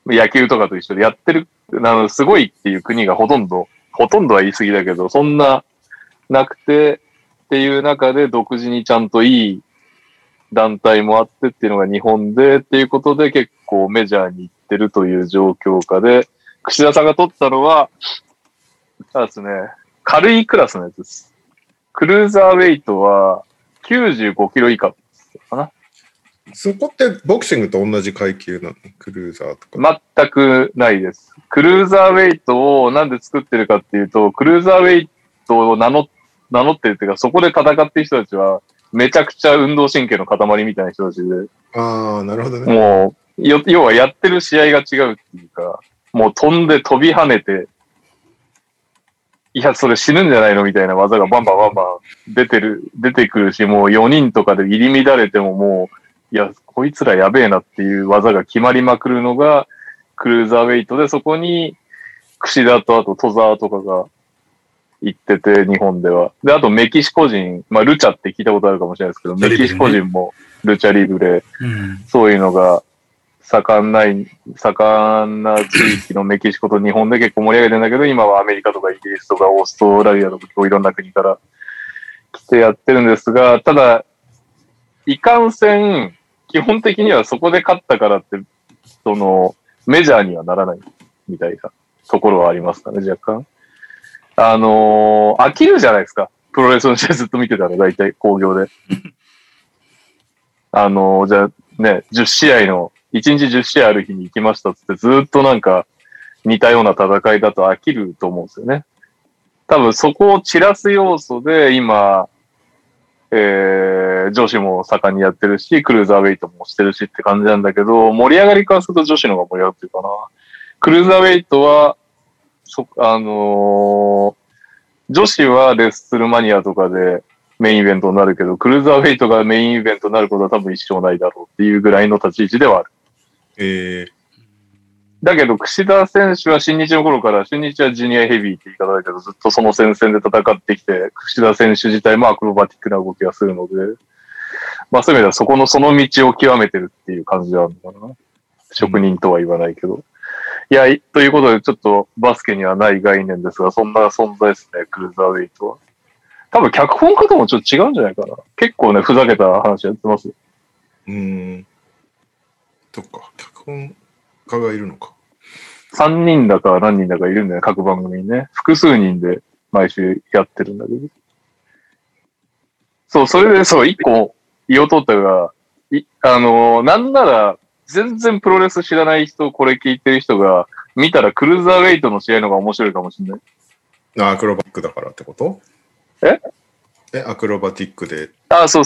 野球とかと一緒でやってる、すごいっていう国がほとんどは言い過ぎだけど、そんななくてっていう中で独自にちゃんといい団体もあってっていうのが日本でっていうことで結構メジャーに行ってるという状況下で、櫛田さんが取ったのは、そうですね、軽いクラスのやつです。クルーザーウェイトは95キロ以下かな。 そこってボクシングと同じ階級なの？クルーザーとか。 全くないです。クルーザーウェイトをなんで作ってるかっていうと、クルーザーウェイトを名乗ってるっていうか、そこで戦ってる人たちは、めちゃくちゃ運動神経の塊みたいな人たちで。 ああ、なるほどね。 もう、要はやってる試合が違うっていうか、もう飛んで飛び跳ねて、いや、それ死ぬんじゃないのみたいな技がバンバン出てくるし、もう4人とかで入り乱れてももう、いや、こいつらやべえなっていう技が決まりまくるのが、クルーザーウェイトで、そこに、櫛田とあと戸沢とかが行ってて、日本では。で、あとメキシコ人、まあ、ルチャって聞いたことあるかもしれないですけど、メキシコ人もルチャリブレ、そういうのが盛んな地域のメキシコと日本で結構盛り上げてんだけど、今はアメリカとかイギリスとかオーストラリアとかいろんな国から来てやってるんですが、ただ、いかんせん、基本的にはそこで勝ったからって、メジャーにはならないみたいなところはありますかね、若干。飽きるじゃないですか。プロレスの試合ずっと見てたら、大体興行で。じゃあね、10試合の、1日10試合ある日に行きましたっつって、ずっとなんか似たような戦いだと飽きると思うんですよね。多分そこを散らす要素で、今、女子も盛んにやってるし、クルーザーウェイトもしてるしって感じなんだけど、盛り上がりからすると女子の方が盛り上がってるかな。クルーザーウェイトは、女子はレッスルマニアとかでメインイベントになるけど、クルーザーウェイトがメインイベントになることは多分一生ないだろうっていうぐらいの立ち位置ではある。だけど、櫛田選手は新日の頃から、新日はジュニアヘビーって言い方だけど、ずっとその戦線で戦ってきて、櫛田選手自体もアクロバティックな動きがするので、まあそういう意味ではその道を極めてるっていう感じなのかな。職人とは言わないけど。いや、ということでちょっとバスケにはない概念ですが、そんな存在ですね、クルーザーウェイトは。多分脚本家ともちょっと違うんじゃないかな。結構ね、ふざけた話やってます。 そっか、脚本家がいるのか。 3人だか何人だかいるんだよね、各番組にね。複数人で毎週やってるんだけど。そう、それで一個言おうとったが、なんなら、全然プロレス知らない人、これ聞いてる人が、見たらクルーザーウェイトの試合の方が面白いかもしれない。 アクロバティックだからってこと？アクロバティックで。 そう。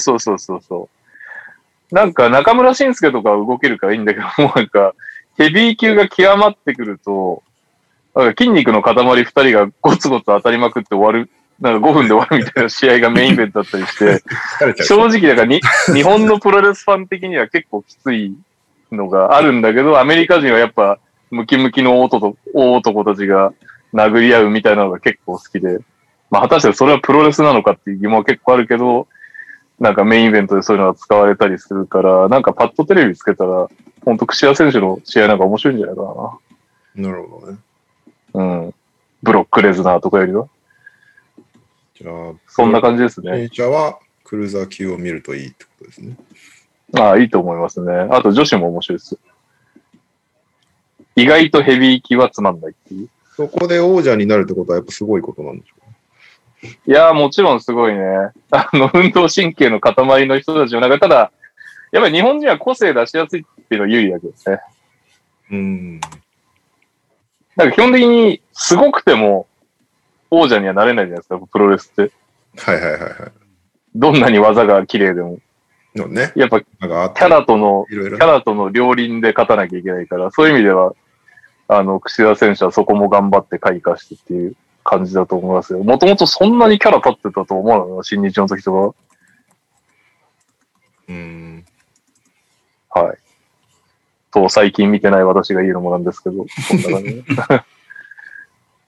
なんか中村慎介とか動けるからいいんだけども、なんか、ヘビー級が極まってくると、なんか筋肉の塊2人がゴツゴツ当たりまくって終わる、なんか5分で終わるみたいな試合がメインイベントだったりして、正直だから日本のプロレスファン的には結構きついのがあるんだけど、アメリカ人はやっぱムキムキの大男たちが殴り合うみたいなのが結構好きで、まあ果たしてそれはプロレスなのかっていう疑問は結構あるけど、なんかメインイベントでそういうのが使われたりするから、なんかパッとテレビつけたら、ほんと櫛田選手の試合なんか面白いんじゃないかな。なるほどね。 うん。ブロックレズナーとかよりは。 じゃあ、 そんな感じですね。 じゃあ、クルーザー級を見るといいってことですね。 いいと思いますね。あと女子も面白いです。意外とヘビー級はつまんないっていう。 そこで王者になるってことはやっぱすごいことなんでしょうか？ いやーもちろんすごいね。運動神経の塊の人たちの中、ただ、やっぱり日本人は個性出しやすいっていうのは有利だけどね。なんか基本的にすごくても王者にはなれないじゃないですか、プロレスって。 はい。 どんなに技が綺麗でも。 ね、 やっぱキャラとの両輪で勝たなきゃいけないから、そういう意味では、櫛田選手はそこも頑張って開花してっていう感じだと思いますよ。もともとそんなにキャラ立ってたと思うのよ、新日の時とか。はい。と、最近見てない私が言うのもなんですけど、こんな感じ。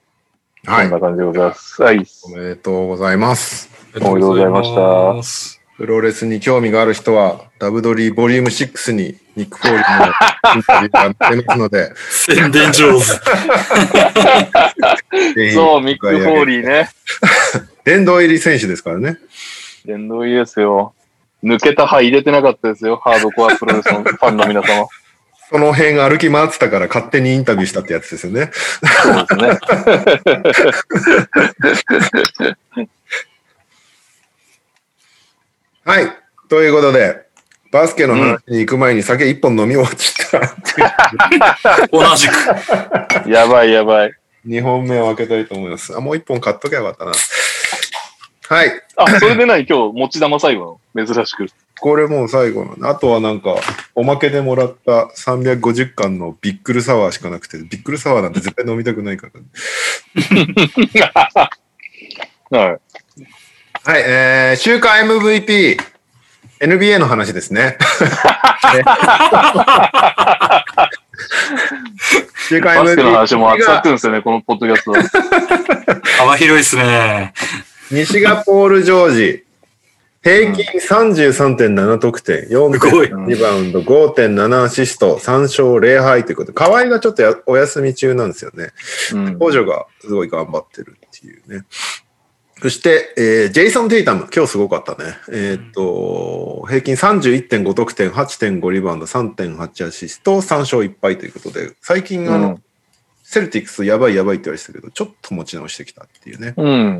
はい。 こんな感じでございます。はい。 おめでとうございます。 おめでとうございました。 プロレスに興味がある人は、ダブドリーボリューム6にニック・フォーリーのインタビューが出ますので。 宣伝上手。 そう、ミック・フォーリーね。 殿堂入り選手ですからね。 殿堂入りですよ。抜けた歯入れてなかったですよ。ハードコアプロレスのファンの皆様。 その辺歩き回ってたから勝手にインタビューしたってやつですよね。 そうですね。 はい。ということで、バスケの話に行く前に酒一本飲み終わっちゃった。 同じく。 やばいやばい。 2本目を開けたいと思います。もう1本買っときゃよかったな。はい。 それで今日持ち玉最後の珍しく。 これもう最後の。あとはなんか、おまけでもらった350巻のビックルサワーしかなくて、ビックルサワーなんて絶対飲みたくないから。はい。はい、週間 MVP、NBA の話ですね。 週間 MVP。バスケの話も扱ってるんですよね、このポッドキャストは。 幅広いですね。 西がポール・ジョージ。平均 33.7 得点、4.2 リバウンド、5.7 アシスト、3勝0敗ということで、河合がちょっとお休み中なんですよね。補助がすごい頑張ってるっていうね。そして、ジェイソン・テイタム、今日すごかったね。平均 31.5 得点、8.5 リバウンド、3.8 アシスト、3勝1敗ということで、最近セルティックスやばいって言われてたけど、ちょっと持ち直してきたっていうね。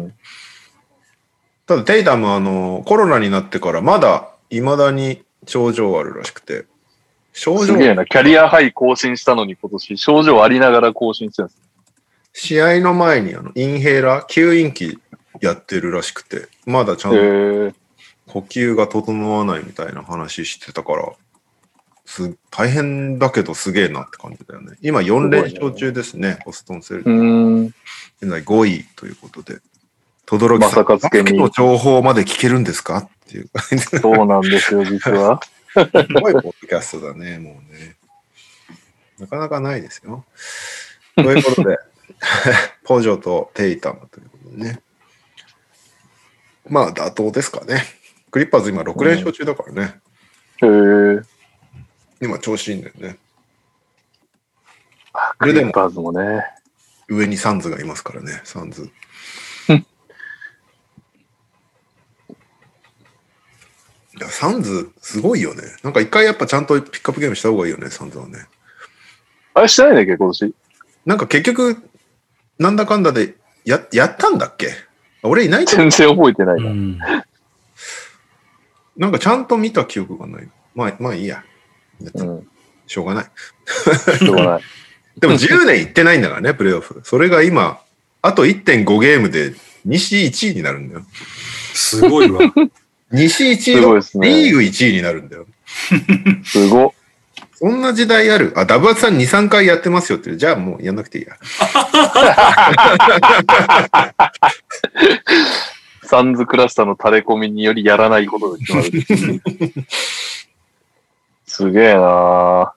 ただ、テイタムはコロナになってからまだ未だに症状あるらしくて。 すげえな。キャリアハイ更新したのに今年、症状ありながら更新してるんです。 試合の前にインヘーラー、吸引器やってるらしくて、まだちゃんと呼吸が整わないみたいな話してたから、大変だけどすげえなって感じだよね。今4連勝中ですね、ボストンセルティック。現在5位ということで。轟さん、バスケの情報まで聞けるんですかっていう感じ。 そうなんですよ、実は。 すごいポッドキャストだね、もうね。なかなかないですよ。ということで、ポジョとテイタムということでね。まあ、妥当ですかね。クリッパーズ今6連勝中だからね。今調子いいんだよね。 クリッパーズもね。 上にサンズがいますからね、サンズ。いや、サンズすごいよね。なんか一回やっぱちゃんとピックアップゲームした方がいいよね、サンズはね。 あれしてないんだっけ、今年。 なんか結局、なんだかんだでやったんだっけ？俺いないと全然覚えてないな。 なんかちゃんと見た記憶がない。まあいいや。しょうがない。 しょうがない。 でも10年行ってないんだからね、プレーオフ。それが今、あと 1.5 ゲームで西1位になるんだよ。 すごいわ。 西1位のリーグ1位になるんだよ。 すごっ。 そんな時代ある。ダブアツさん2、3回やってますよって。じゃあもうやんなくていいや。 サンズクラスターの垂れ込みによりやらないことが決まる。すげえな。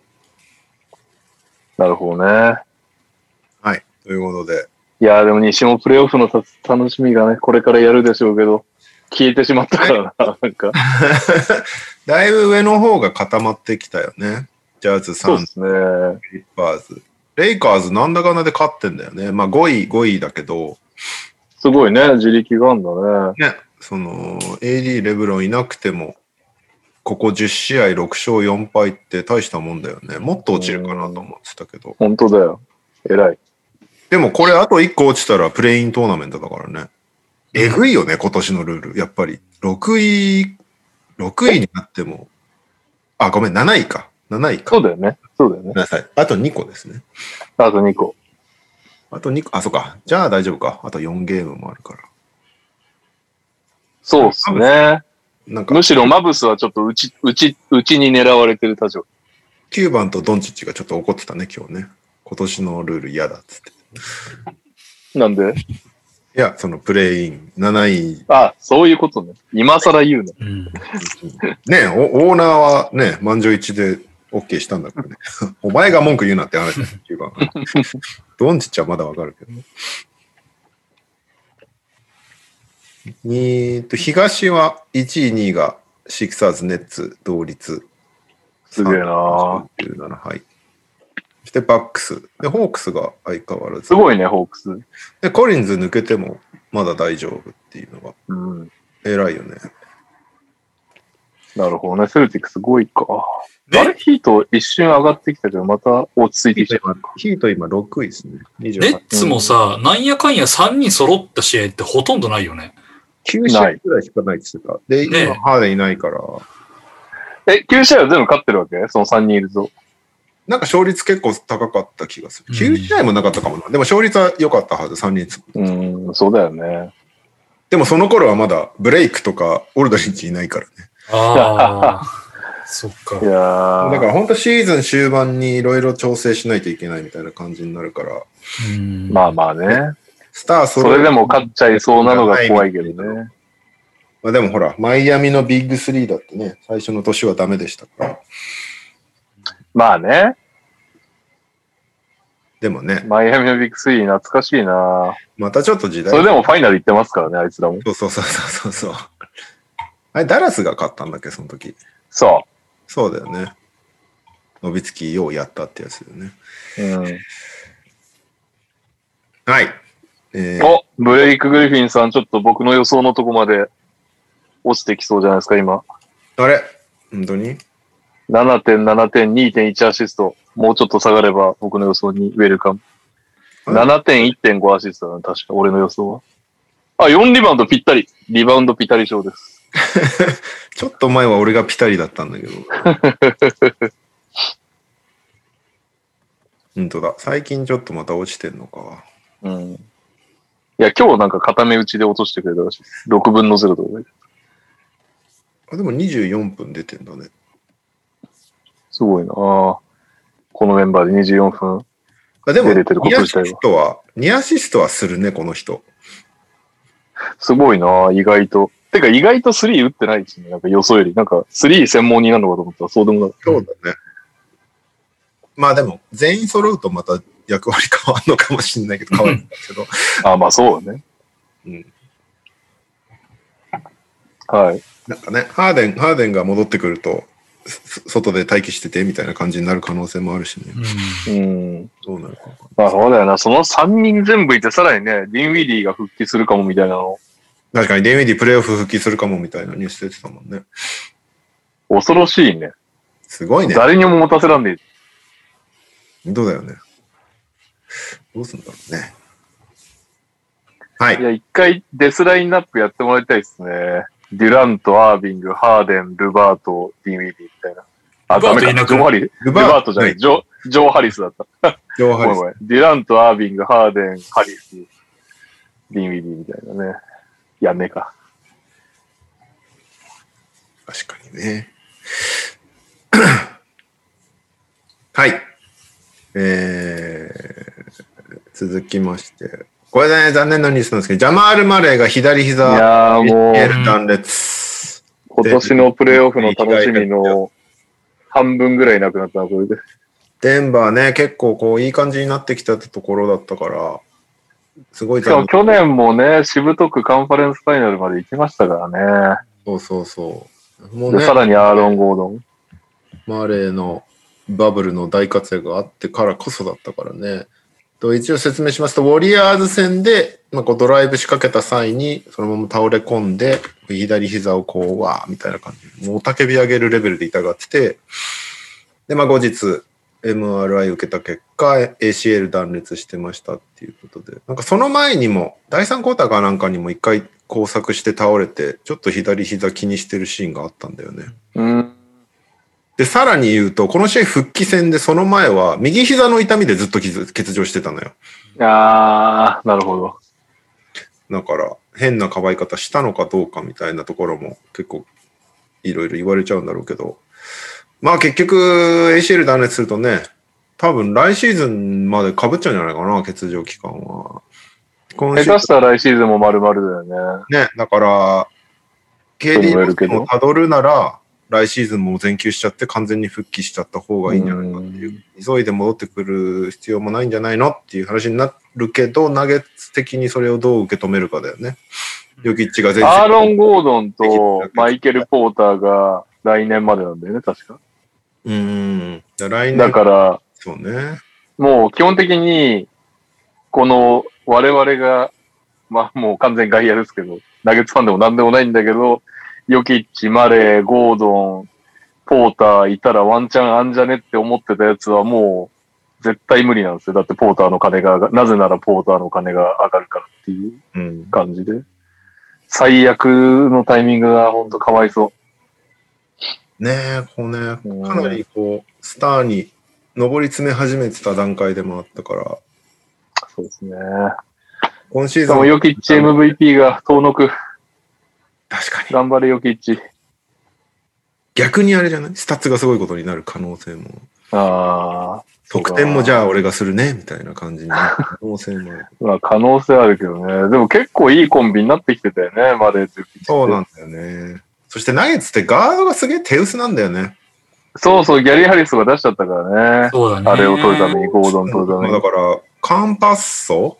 なるほどね。 はい。ということで。 いやーでも西もプレイオフの楽しみがね、これからやるでしょうけど、消えてしまったからな、なんか。 だいぶ上の方が固まってきたよね。ジャズ、サンズ、 そうですね、 リッパーズ。レイカーズなんだかんだで勝ってんだよね。まあ5位だけど。 すごいね、自力があるんだね。 ね、AD レブロンいなくても、ここ10試合6勝4敗って大したもんだよね。もっと落ちるかなと思ってたけど。 本当だよ。偉い。 でもこれあと1個落ちたらプレイントーナメントだからね。えぐいよね、今年のルール。やっぱり。6位になっても。ごめん、7位か。7位か。 そうだよね。そうだよね。 ごめんなさい。あと2個ですね。 あと2個。 あと2個。そうか。じゃあ大丈夫か。あと4ゲームもあるから。 そうっすね。むしろマブスはちょっとうちに狙われてる立場。 9番とドンチッチがちょっと怒ってたね、今日ね。今年のルール嫌だっつって。 なんで？ いや、プレイン、7位。 そういうことね。今更言うの。 ねオーナーはね、満場一致で OK したんだからね。お前が文句言うなって話だ、9番。ドンチッチはまだわかるけどね。 東は1位、2位がシクサーズ、ネッツ、同率。 すげえなぁ。 17、はい。そしてバックス。で、ホークスが相変わらず。 すごいね、ホークス。 で、コリンズ抜けてもまだ大丈夫っていうのが。 うん。 偉いよね。 なるほどね。セルティックすごいか。あれヒート一瞬上がってきたけど、また落ち着いてきた。 ヒート今6位ですね。 ネッツもさ、なんやかんや3人揃った試合ってほとんどないよね。 9試合くらいしかないって言ってた。で、今ハーデンいないから。 9試合は全部勝ってるわけその3人いると。 なんか勝率結構高かった気がする。9試合もなかったかもな。でも勝率は良かったはず、3人。 そうだよね。 でもその頃はまだブレイクとかオルドリッチいないからね。 ああ。そっか。 いやだから本当シーズン終盤にいろいろ調整しないといけないみたいな感じになるから。 まあまあね。 スターそれでも勝っちゃいそうなのが怖いけどね。 まあでもほら、マイアミのビッグ3だってね、最初の年はダメでしたから。 まあね。 でもね。 マイアミのビッグ3懐かしいな。 またちょっと時代。 それでもファイナル行ってますからね、あいつらも。 そう。あれ、ダラスが勝ったんだっけ、その時。そうだよね。ノビツキようやったってやつだよね。はい。 ブレイク・グリフィンさん、ちょっと僕の予想のとこまで落ちてきそうじゃないですか、今。 あれ本当に ?7 点、2.1 アシスト。もうちょっと下がれば僕の予想にウェルカム。7点、1.5 アシストだね、確か、俺の予想は。4リバウンドぴったり。リバウンドぴったり賞です。 ちょっと前は俺がピタリだったんだけど。本当だ。最近ちょっとまた落ちてんのか。 いや、今日なんか固め打ちで落としてくれたらしいです。6分の0とかで。 でも24分出てんだね。 すごいなこのメンバーで24分出れてること自体は。 2アシストはするね、この人。 すごいな意外と。てか意外と3打ってないですね。なんか予想より。なんか3専門になるのかと思ったらそうでもない。 そうだね。まあでも、全員揃うとまた役割変わるのかもしれないけど、変わるんだけど。 まあそうだね。はい。 なんかね、ハーデンが戻ってくると、外で待機しててみたいな感じになる可能性もあるしね。どうなるか。 まあそうだよな。その3人全部いて、さらにね、ディンウィディが復帰するかもみたいなの。 確かにディンウィディプレーオフ復帰するかもみたいなニュース出てたもんね。 恐ろしいね。 すごいね。 誰にも持たせらんねえ。どうだよね。どうすんだろうね。はい。 いや、一回デスラインナップやってもらいたいですね。デュラント、アービング、ハーデン、ルバート、ディンウィディみたいな。ダメか。ルバートじゃない。ジョー・ハリスだった。 ジョー・ハリス。 デュラント、アービング、ハーデン、ハリス、ディンウィディみたいなね。やんねえか。 確かにね。はい。続きまして。これね、残念なニュースなんですけど、ジャマール・マレーが左膝、 いやもう、 断裂。 今年のプレーオフの楽しみの半分ぐらいなくなったな、これで。 デンバーね、結構こう、いい感じになってきたところだったから、すごい。 しかも去年もね、しぶとくカンファレンスファイナルまで行きましたからね。そう。 もうね、でさらにアーロン・ゴードン。 マレーのバブルの大活躍があってからこそだったからね。一応説明しますと、ウォリアーズ戦で、こうドライブ仕掛けた際に、そのまま倒れ込んで、左膝をこう、わーみたいな感じで、もう雄たけび上げるレベルで痛がってて、で、後日、MRI 受けた結果、ACL 断裂してましたっていうことで、なんかその前にも、第3クォーターかなんかにも一回交錯して倒れて、ちょっと左膝気にしてるシーンがあったんだよね。で、さらに言うと、この試合復帰戦でその前は、右膝の痛みでずっと欠場してたのよ。 なるほど。 だから、変なかばい方したのかどうかみたいなところも結構いろいろ言われちゃうんだろうけど、まあ結局 ACL 断裂するとね、多分来シーズンまで被っちゃうんじゃないかな、欠場期間は。 下手したら来シーズンも丸々だよね。 ね、だから、KD をたどるなら、来シーズンも全休しちゃって完全に復帰しちゃった方がいいんじゃないかっていう。急いで戻ってくる必要もないんじゃないのっていう話になるけど、ナゲッツ的にそれをどう受け止めるかだよね。 ヨキッチがアーロン・ゴードンとマイケル・ポーターが来年までなんだよね、確か。 来年。 だから、 そうね。 もう基本的に、この我々が、まあもう完全外野ですけど、ナゲッツファンでもなんでもないんだけど、ヨキッチ、マレー、ゴードン、ポーターいたらワンチャンあんじゃねって思ってたやつはもう絶対無理なんですよ。だってポーターの金が、なぜならポーターの金が上がるからっていう感じで。最悪のタイミングが本当かわいそう。 ねえ、こうね、かなりこう、スターに上り詰め始めてた段階でもあったから。 そうですね。 今シーズン。 でもヨキッチ MVP が遠のく。 確かに。 頑張れヨキッチ。 逆にあれじゃないスタッツがすごいことになる可能性も。 ああ。 得点もじゃあ俺がするねみたいな感じになる可能性もある。 まあ可能性あるけどね。でも結構いいコンビになってきてたよね、マレーとヨキッチ。 そうなんだよね。そしてナゲッツってガードがすげえ手薄なんだよね。 そうそう、ギャリー・ハリスが出しちゃったからね。 そうだね。 あれを取るために、ゴードン取るために。 だから、カンパッソ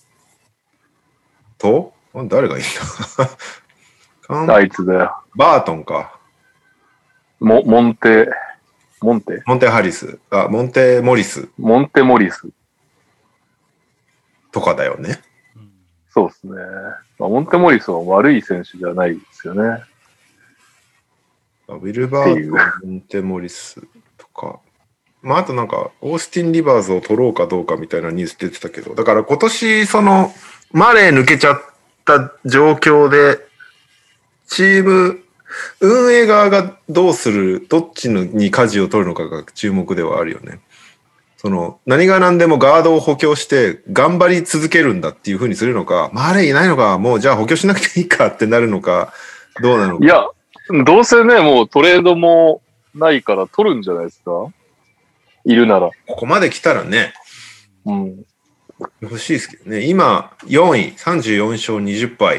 と誰がいいんだあいつだよ。 バートンか。 モンテハリス。モンテモリス。 モンテモリス。 とかだよね。 そうですね。まあ、モンテモリスは悪い選手じゃないですよね。 ウィルバート、モンテモリスとか。まあ、あとなんか、オースティン・リバーズを取ろうかどうかみたいなニュース出てたけど、だから今年、マレー抜けちゃった状況で、チーム、運営側がどっちに舵を取るのかが注目ではあるよね。何が何でもガードを補強して頑張り続けるんだっていう風にするのか、マレーいないのか、もうじゃあ補強しなくていいかってなるのか、どうなのか。 いや、どうせね、もうトレードもないから取るんじゃないですか？いるなら。 ここまで来たらね。 うん。 欲しいですけどね。今、4位、34勝20敗。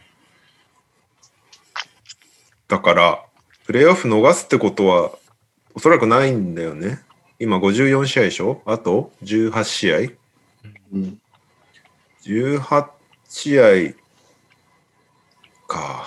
だから、プレイオフ逃すってことは、おそらくないんだよね。今54試合でしょ？あと18試合、18試合か。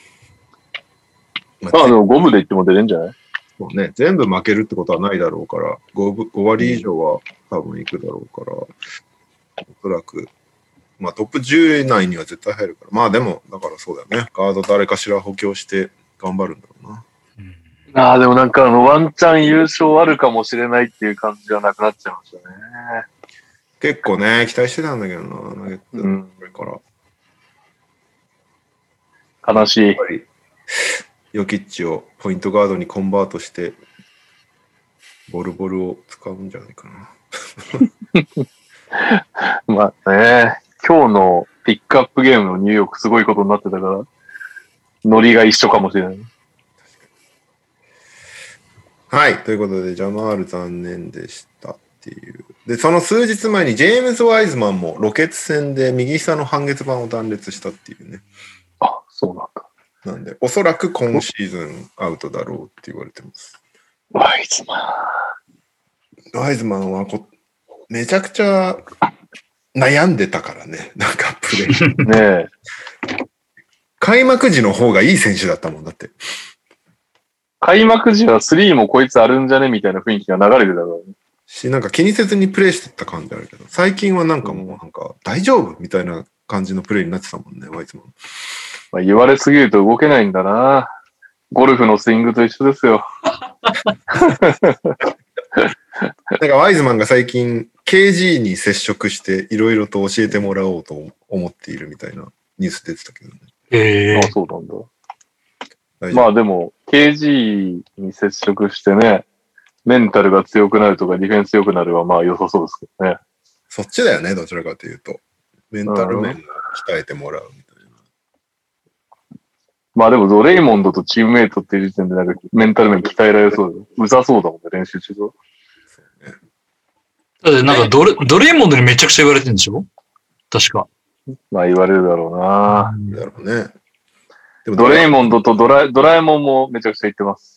まあでも5分で言っても出れんじゃない？ そうね。全部負けるってことはないだろうから、5割以上は多分いくだろうから、おそらく、まあトップ10以内には絶対入るから。まあでも、だからそうだよね。ガード誰かしら補強して頑張るんだろうな。 ああ、でもなんかワンチャン優勝あるかもしれないっていう感じはなくなっちゃいましたね。 結構ね、期待してたんだけどな、これから。 悲しい。 ヨキッチをポイントガードにコンバートして、ボルを使うんじゃないかな。まあね、今日のピックアップゲームのニューヨークすごいことになってたから、ノリが一緒かもしれない。 はい。ということで、ジャマール残念でしたっていう。で、その数日前にジェームズ・ワイズマンもロケッツ戦で右下の半月板を断裂したっていうね。 あ、そうなんだ。 なんで、おそらく今シーズンアウトだろうって言われてます。 ワイズマンはめちゃくちゃ悩んでたからね。なんかプレイ。 ねえ。 開幕時の方がいい選手だったもんだって。 開幕時は3もこいつあるんじゃねみたいな雰囲気が流れてたからね。 なんか気にせずにプレイしてた感じあるけど、最近はなんかもうなんか大丈夫みたいな感じのプレイになってたもんね、ワイズマン。 まあ、言われすぎると動けないんだな。ゴルフのスイングと一緒ですよ。 なんかワイズマンが最近 KG に接触していろいろと教えてもらおうと思っているみたいなニュース出てたけどね。 あ、そうなんだ。まあでも、KG に接触してね、メンタルが強くなるとかディフェンス強くなるはまあ良さそうですけどね。 そっちだよね、どちらかというと。メンタル面を鍛えてもらうみたいな。 まあでもドレイモンドとチームメイトっていう時点でなんかメンタル面鍛えられそうで、うざそうだもんね、練習中と。 だってなんかドレイモンドにめちゃくちゃ言われてるんでしょ？確か。 まあ言われるだろうな。 だろうね。 でもドレイモンドとドラえもんもめちゃくちゃ言ってます。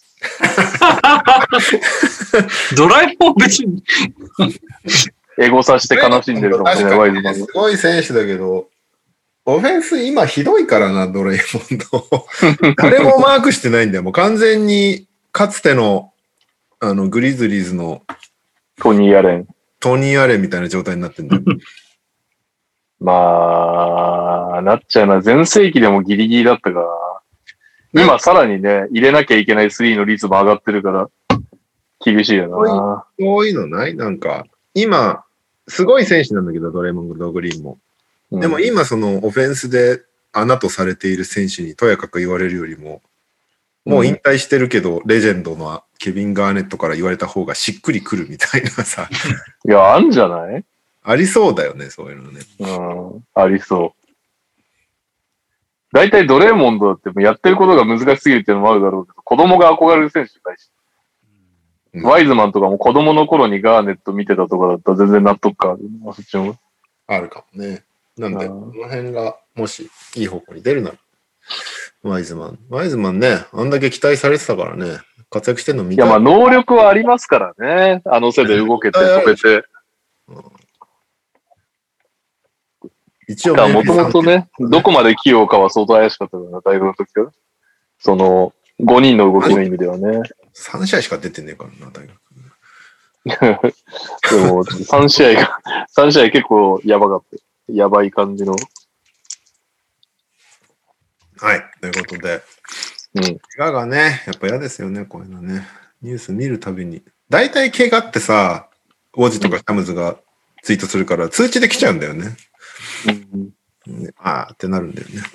ドラえもん別にエゴさして悲しんでるかもしれない、ワイズマン。 すごい選手だけど、 オフェンス今ひどいからな、ドレイモンド。誰もマークしてないんだよ。もう完全にかつてのグリズリーズのトニー・アレンみたいな状態になってんだよ。 まあ、なっちゃうな。前世紀でもギリギリだったから。今さらにね、入れなきゃいけない3の率も上がってるから、厳しいよな。 そういうのないなんか、今、すごい選手なんだけど、ドレイモンド・グリーンも。でも今そのオフェンスで穴とされている選手にとやかく言われるよりも、もう引退してるけど、レジェンドのケビン・ガーネットから言われた方がしっくりくるみたいなさ。 いや、あんじゃない？ ありそうだよね、そういうのね。 ありそう。大体ドレーモンドだってもやってることが難しすぎるっていうのもあるだろうけど、子供が憧れる選手じゃないし。ワイズマンとかも子供の頃にガーネット見てたとかだったら全然納得感ある。そっちも。 あるかもね。なんで、この辺がもしいい方向に出るなら、ワイズマンね、あんだけ期待されてたからね、活躍してるの見たい。 いや、まあ能力はありますからね。あの背で動けて飛べて。 一応もともとね、どこまで器用かは相当怪しかったからな、大学の時から。その、5人の動きの意味ではね。 3試合しか出てねえからな、大学。 でも、3試合結構やばかった。やばい感じの。 はい、ということで。怪我がね、やっぱ嫌ですよね、こういうのね。ニュース見るたびに。大体怪我ってさ、ウォジとかシャムズがツイートするから通知で来ちゃうんだよね。あーってなるんだよね。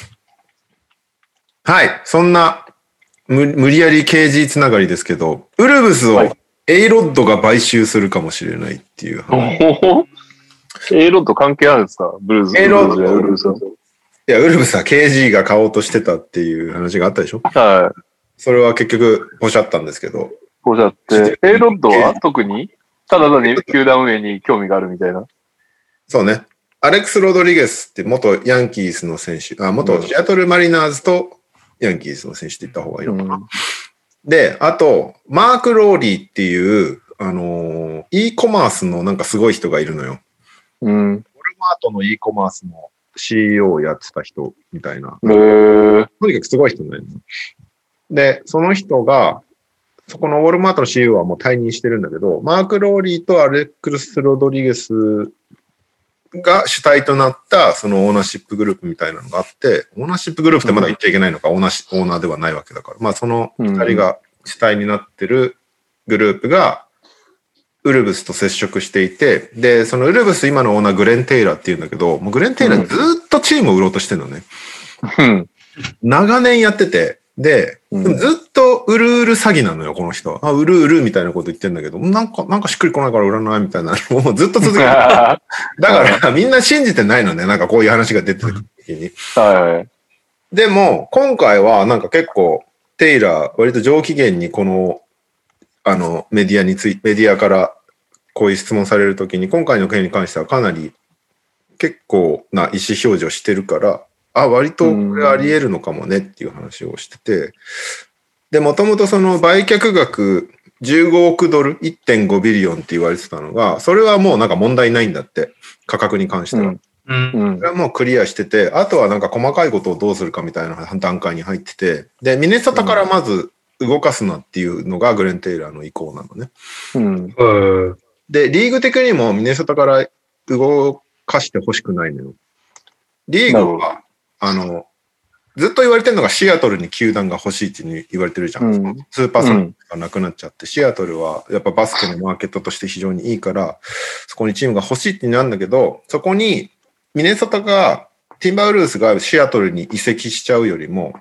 はい、そんな無理やり KG つながりですけど、ウルブスをエイロッドが買収するかもしれないっていう話。 エイロッド関係あるんですか？ブルーズ。 エイロッド。ウルブスは。いや、ウルブスは KG が買おうとしてたっていう話があったでしょ？ はい。 それは結局、ポシャったんですけど。 ポシャって、エイロッドは特にただ単に球団運営に興味があるみたいな。 そうね。アレックス・ロドリゲスって元ヤンキースの選手、元シアトル・マリナーズとヤンキースの選手って言った方がいいのかな。で、あと、マーク・ローリーっていう、e コマースのなんかすごい人がいるのよ。ウォルマートの e コマースの CEO をやってた人みたいな。とにかくすごい人なんだよね。で、その人が、そこのウォルマートの CEO はもう退任してるんだけど、マーク・ローリーとアレックス・ロドリゲスが主体となったそのオーナーシップグループみたいなのがあって、オーナーシップグループってまだ言っちゃいけないのか、オーナーではないわけだから、まあその二人が主体になってるグループがウルブスと接触していて、で、そのウルブス今のオーナーグレン・テイラーっていうんだけど、もうグレン・テイラーずっとチームを売ろうとしてるのね。長年やってて、で、ずっと売る詐欺なのよ、この人は。売るみたいなこと言ってんだけど、なんかしっくりこないから売らないみたいなのをずっと続けてる。だからみんな信じてないのね、なんかこういう話が出てくる時に。でも、今回はなんか結構、テイラー、割と上機嫌にこの、メディアからこういう質問されるときに、今回の件に関してはかなり結構な意思表示をしてるから、割とこれあり得るのかもねっていう話をしてて、で、もともとその売却額15億ドル、1.5 ビリオンって言われてたのが、それはもうなんか問題ないんだって、価格に関しては。それはもうクリアしてて、あとはなんか細かいことをどうするかみたいな段階に入ってて、で、ミネソタからまず動かすなっていうのがグレン・テイラーの意向なのね。で、リーグ的にもミネソタから動かしてほしくないのよ。リーグは、ずっと言われてるのがシアトルに球団が欲しいって言われてるじゃん。スーパーソニックがなくなっちゃって、シアトルはやっぱバスケのマーケットとして非常にいいから、そこにチームが欲しいってなるんだけど、そこにミネソタが、ティンバーウルースがシアトルに移籍しちゃうよりも、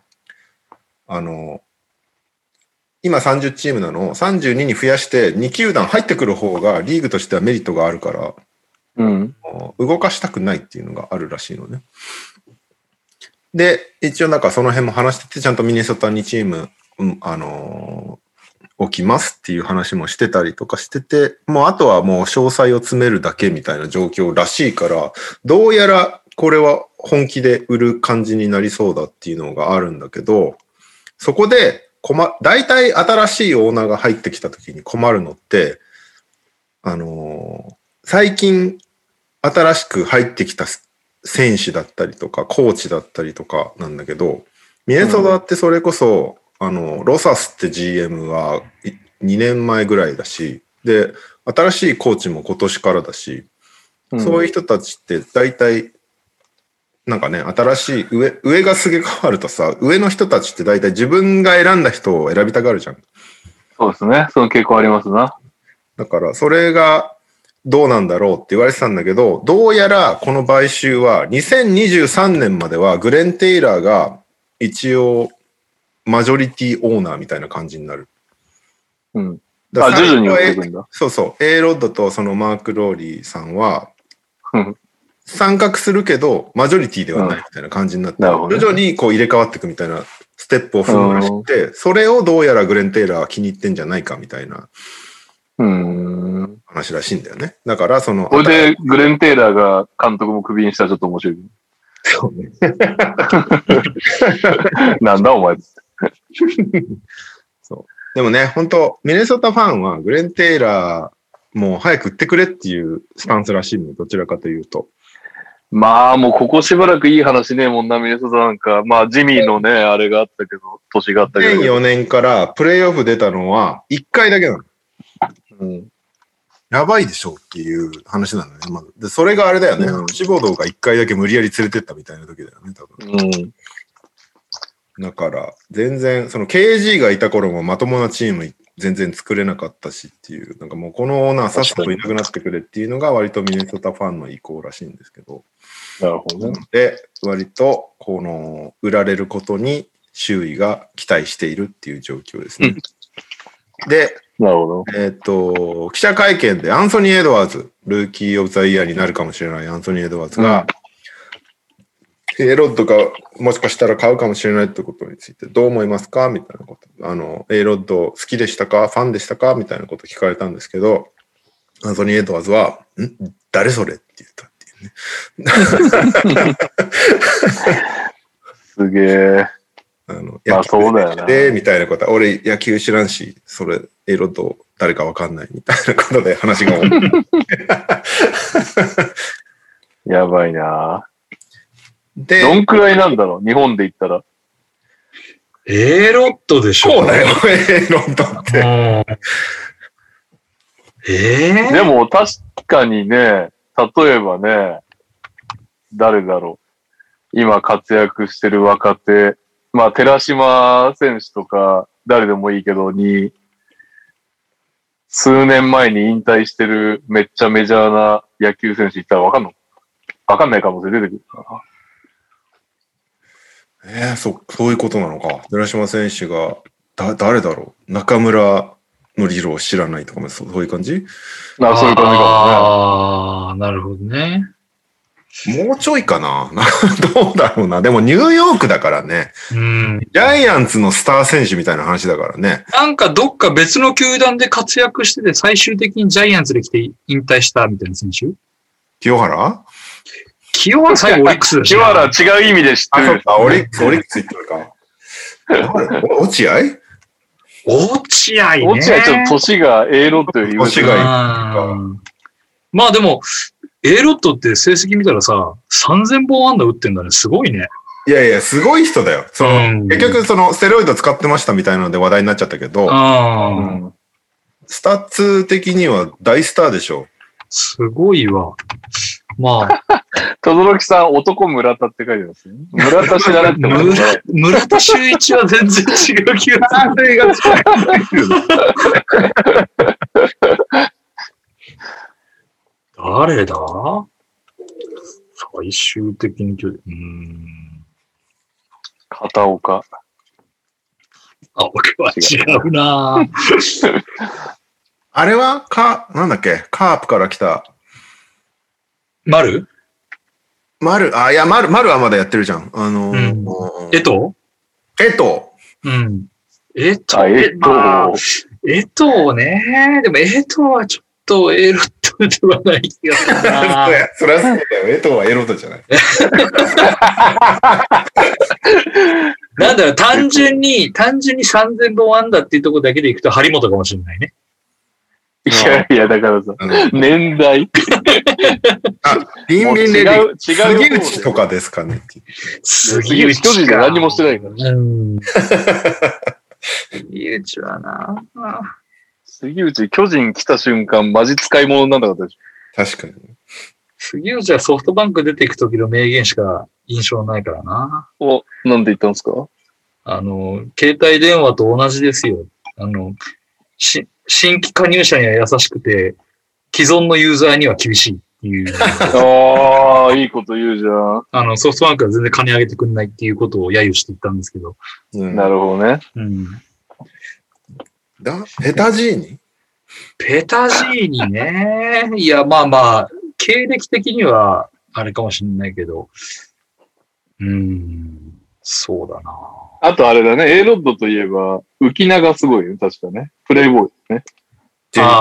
今30チームなのを32に増やして2球団入ってくる方がリーグとしてはメリットがあるから、動かしたくないっていうのがあるらしいのね。で、一応なんかその辺も話してて、ちゃんとミネソタにチーム、置きますっていう話もしてたりとかしてて、もうあとはもう詳細を詰めるだけみたいな状況らしいから、どうやらこれは本気で売る感じになりそうだっていうのがあるんだけど、そこで大体新しいオーナーが入ってきた時に困るのって、最近新しく入ってきた選手だったりとか、コーチだったりとかなんだけど、ミネソタってそれこそ、ロサスって GM は2年前ぐらいだし、で、新しいコーチも今年からだし、そういう人たちって大体、なんかね、新しい上がすげ変わるとさ、上の人たちって大体自分が選んだ人を選びたがるじゃん。 そうですね。その傾向ありますな。 だから、それがどうなんだろうって言われてたんだけど、どうやらこの買収は2023年まではグレン・テイラーが一応マジョリティオーナーみたいな感じになる。 うん。徐々に増えてくんだ。 そうそう。A ロッドとそのマーク・ローリーさんは、参画するけど、マジョリティではないみたいな感じになって、徐々にこう入れ替わっていくみたいなステップを踏むらしくて、それをどうやらグレン・テイラーは気に入ってんじゃないかみたいな話らしいんだよね。だからその。 これでグレン・テイラーが監督もクビにしたらちょっと面白い。 そうね。 なんだお前。 そう。でもね、本当ミネソタファンはグレン・テイラーもう早く売ってくれっていうスタンスらしいの、どちらかというと。 まあもうここしばらくいい話ねえもんな、ミネソタなんか。まあジミーのね、あれがあったけど、年があったけど。 2004年からプレイオフ出たのは1回だけなの。うん。やばいでしょっていう話なのね。まずで、それがあれだよね。志望道が1回だけ無理やり連れてったみたいな時だよね、多分。だから、全然、その KG がいた頃もまともなチーム全然作れなかったしっていう、なんかもうこのオーナーさっさといなくなってくれっていうのが割とミネソタファンの意向らしいんですけど。 なるほどね。 で、割と、この、売られることに周囲が期待しているっていう状況ですね。で、 なるほど。記者会見でアンソニー・エドワーズ、ルーキー・オブ・ザ・イヤーになるかもしれないアンソニー・エドワーズが、A ロッドがもしかしたら買うかもしれないってことについてどう思いますかみたいなこと。A ロッド好きでしたかファンでしたかみたいなこと聞かれたんですけど、アンソニー・エドワーズは、誰それって言ったっていうね。 すげえ。まあそうだよね。 みたいなこと。俺野球知らんし、それ、A ロッド誰かわかんないみたいなことで話が多い。 やばいな。で、どんくらいなんだろう日本で言ったら。 A ロッドでしょそうだよ、A ロッドって。 でも確かにね、例えばね、誰だろう今活躍してる若手、まあ、寺島選手とか、誰でもいいけど、数年前に引退してるめっちゃメジャーな野球選手いたらわかんない可能性出てくるかな。そういうことなのか。寺島選手が、誰だろう中村の理論を知らないとかも、そういう感じ？ そういう感じかもね。 ああ、なるほどね。 もうちょいかなどうだろうな。でもニューヨークだからね。ジャイアンツのスター選手みたいな話だからね。 なんかどっか別の球団で活躍してて最終的にジャイアンツで来て引退したみたいな選手？清原最後オリックスだし。 清原違う意味で知ってる。 オリックス言ってるか。落合ね。 落合ちょっと年が A ロッドより年がいい。 まあでも、A ロッドって成績見たらさ、3000本安打打ってんだね。すごいね。 いやいや、すごい人だよ。結局、ステロイド使ってましたみたいなので話題になっちゃったけど、スタッツ的には大スターでしょ。 すごいわ。まあ。 轟さん、男村田って書いてますね。村田知らなくても、ね。 村田修一は全然違う気がする。誰だ最終的に片岡。 僕は違うなあれはなんだっけカープから来た。 丸いや、丸はまだやってるじゃん。 江藤ね。でも江藤はちょっとエロットではない気がするな。 そりゃそうだよ。江藤はエロットじゃない。 なんだろう、単純に3000本安打っていうところだけでいくと張本かもしれないね。 いや、だからさ、年代ビンビンレディ。杉違う。 内とかですかね。 杉内巨人で何もしてないから。 杉内はな。 杉内、巨人来た瞬間、マジ使い物にならなかったでしょ。確かに。 杉内はソフトバンク出ていく時の名言しか印象ないからな。 なんで言ったんですか？ 携帯電話と同じですよ。新規加入者には優しくて、既存のユーザーには厳しいっていう。 ああ、いいこと言うじゃん。ソフトバンクは全然金上げてくんないっていうことを揶揄して言ったんですけど。 なるほどね。 ペタジーニ？ ペタジーニね。いや、まあ、経歴的にはあれかもしれないけど。そうだな。 あとあれだね、A ロッドといえば、浮名がすごいよね、確かね。プレイボーイですね。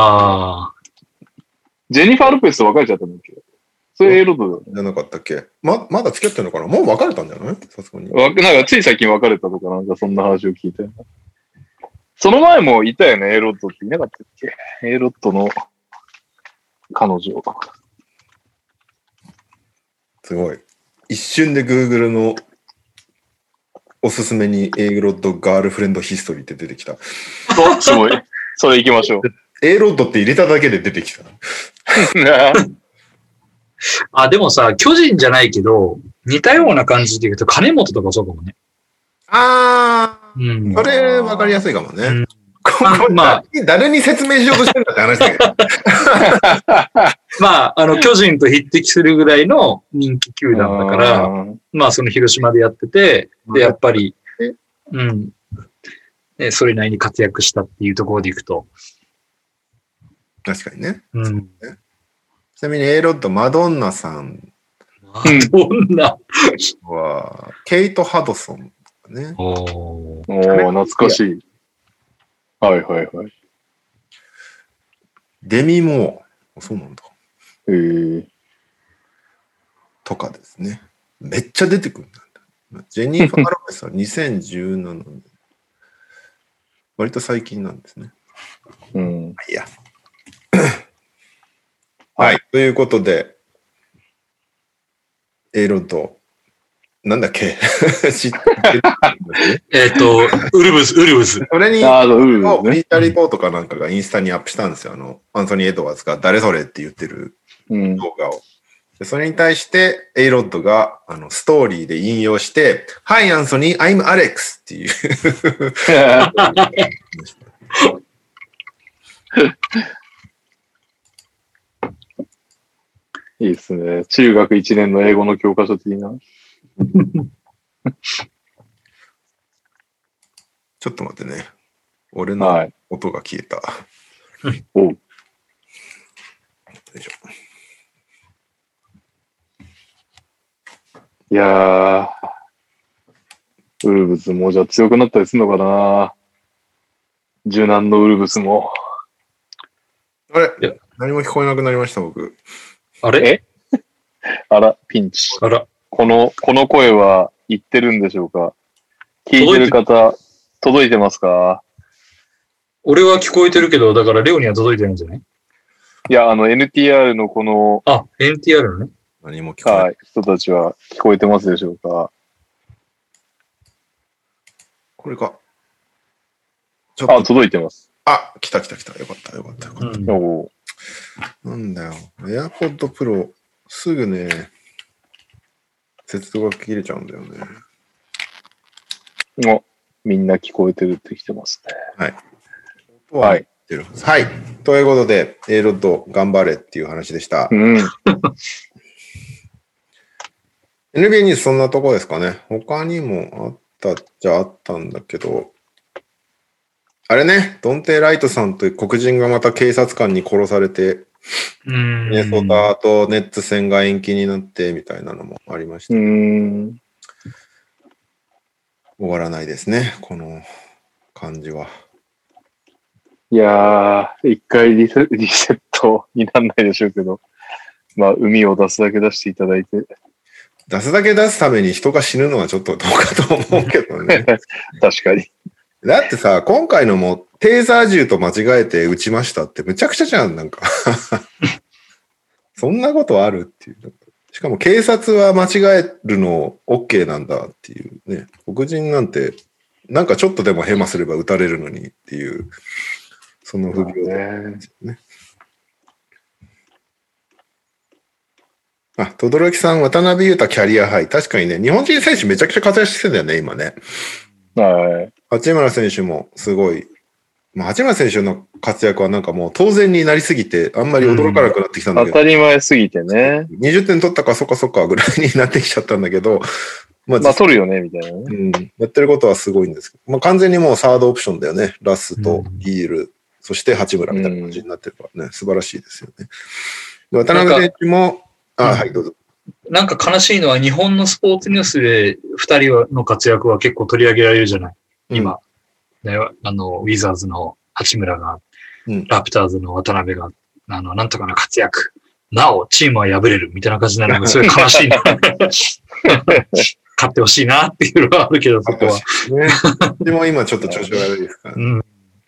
ジェニファー・ロペスと別れちゃったんだっけ？それ A ロッドだよね。 じゃなかったっけ？まだ付き合ってるのかな？もう別れたんじゃない？さすがに。 なんかつい最近別れたとか、なんかそんな話を聞いたよ。その前もいたよね、A ロッドっていなかったっけ？ A ロッドの彼女。 すごい。一瞬で Google のおすすめに A ロッドガールフレンドヒストリーって出てきた。 すごい。それ行きましょう。 A ロッドって入れただけで出てきた。 でもさ、巨人じゃないけど、似たような感じで言うと、金本とかそうかもね。 それ分かりやすいかもね。 まあ、 誰に説明しようとしてるんだって話だけど。 まあ、巨人と匹敵するぐらいの人気球団だから、まあ、その広島でやってて、で、やっぱり、それなりに活躍したっていうところでいくと。 確かにね。ちなみに A ロッド、マドンナさん。 マドンナは、ケイト・ハドソン。ね。 懐かしい。はいはいはい。 デミモー。そうなんだ。とかですね。めっちゃ出てくるんだ。ジェニファー・ロペスは2017年。割と最近なんですね。いや。はい。ということで、A ロッド、なんだっけ知ってるウルブス。 それに、リータリポートかなんかがインスタにアップしたんですよ。アンソニー・エドワーズが誰それって言ってる動画を。でそれに対して、A ロッドがストーリーで引用して、Hi, Anthony, I'm Alex っていう。 いいですね。中学1年の英語の教科書的な。 ちょっと待ってね。俺の音が消えた。 おう。 よいしょ。 いやー、ウルブスもじゃあ強くなったりするのかな。柔軟のウルブスも。 あれ何も聞こえなくなりました、僕。 あれあら、ピンチ。この声は言ってるんでしょうか？聞いてる方、届いてますか？ 俺は聞こえてるけど、だからレオには届いてないんじゃない？ いや、NTR のこの、 NTR のね。 何も聞こえない。 人たちは聞こえてますでしょうか？ これか。 届いてます。 来た。よかった。なんだよ。AirPod Pro、すぐね、接続が切れちゃうんだよね。 みんな聞こえてるってきてますね。 はい。はい。ということで、A ロッド頑張れっていう話でした。NBA ニュースそんなとこですかね。他にもあったっちゃあったんだけど、あれね、ドンテイ・ライトさんという黒人がまた警察官に殺されて、ミネソタとネッツ戦が延期になってみたいなのもありました。終わらないですね、この感じは。 いやー、一回リセットにならないでしょうけど、まあ、海を出すだけ出していただいて。 出すだけ出すために人が死ぬのはちょっとどうかと思うけどね。 確かに。 だってさ、今回のもテーザー銃と間違えて撃ちましたってむちゃくちゃじゃん、なんか。そんなことあるっていう。しかも警察は間違えるの OK なんだっていうね。黒人なんて、なんかちょっとでもヘマすれば撃たれるのにっていう、その不病ですよね。あ、轟さん、渡辺裕太キャリアハイ。確かにね、日本人選手めちゃくちゃ活躍してんだよね、今ね。 はい。 八村選手もすごい。まあ、八村選手の活躍はなんかもう当然になりすぎて、あんまり驚かなくなってきたんだけど。 当たり前すぎてね。 20点取ったかそっかそっかぐらいになってきちゃったんだけど。 まあ取るよね、みたいなね。 うん。やってることはすごいんですけど。まあ完全にもうサードオプションだよね。ラスとヒール、そして八村みたいな感じになってるからね。素晴らしいですよね。渡辺選手も、はい、どうぞ。 なんか悲しいのは日本のスポーツニュースで2人の活躍は結構取り上げられるじゃない。今。ね、ウィザーズの八村が、ラプターズの渡辺が、なんとかの活躍。なお、チームは敗れるみたいな感じになるのがすごい悲しいな。勝ってほしいなっていうのはあるけど、そこは。 ね、でも今ちょっと調子悪いですから、ね。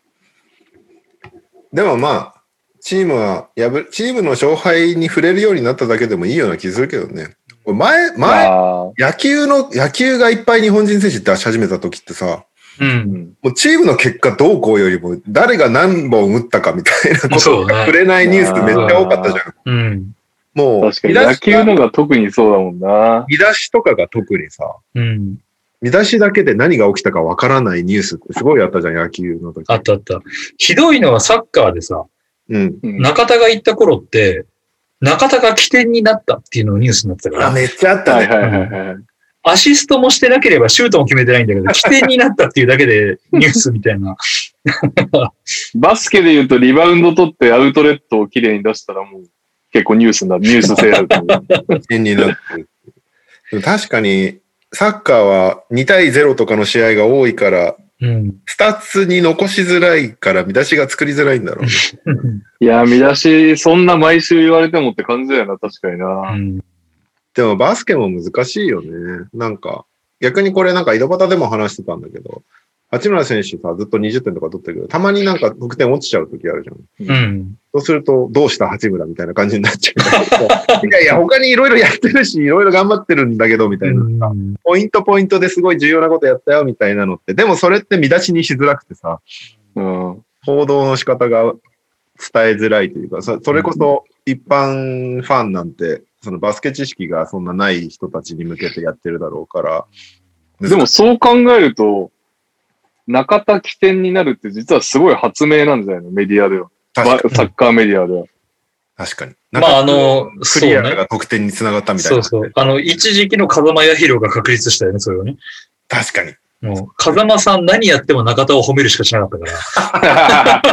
でもまあ、チームの勝敗に触れるようになっただけでもいいような気するけどね。前、野球がいっぱい日本人選手出し始めた時ってさ、もうチームの結果どうこうよりも誰が何本打ったかみたいなことが触れないニュースめっちゃ多かったじゃん。もう、 確かに野球のが特にそうだもんな。 見出しとかが特にさ、見出しだけで何が起きたかわからないニュースってすごいあったじゃん、野球の時。 あったあった。ひどいのはサッカーでさ、中田が行った頃って、中田が起点になったっていうのをニュースになってたから。 めっちゃあったね。 アシストもしてなければシュートも決めてないんだけど、起点になったっていうだけでニュースみたいな。 バスケで言うとリバウンド取ってアウトレットをきれいに出したらもう結構ニュース性ある。 起点になってる。確かにサッカーは2対0とかの試合が多いから、スタッツに残しづらいから見出しが作りづらいんだろうね。 いや、見出しそんな毎週言われてもって感じだよな、確かにな。 でもバスケも難しいよね。なんか、逆にこれなんか井戸端でも話してたんだけど、八村選手さ、ずっと20点とか取ってるけど、たまになんか得点落ちちゃう時あるじゃん。そうすると、どうした八村みたいな感じになっちゃう。いやいや、他にいろいろやってるし、いろいろ頑張ってるんだけど、みたいな。ポイントですごい重要なことやったよ、みたいなのって。でもそれって見出しにしづらくてさ、報道の仕方が伝えづらいというか、それこそ一般ファンなんて、そのバスケ知識がそんなない人たちに向けてやってるだろうから。 でもそう考えると、中田起点になるって実はすごい発明なんじゃないのメディアでは。サッカーメディアでは。 確かに。 まあクリアが得点につながったみたいな。 そう。一時期の風間彌弘が確立したよね、それをね。 確かに。 もう、風間さん何やっても中田を褒めるしかしなかったから。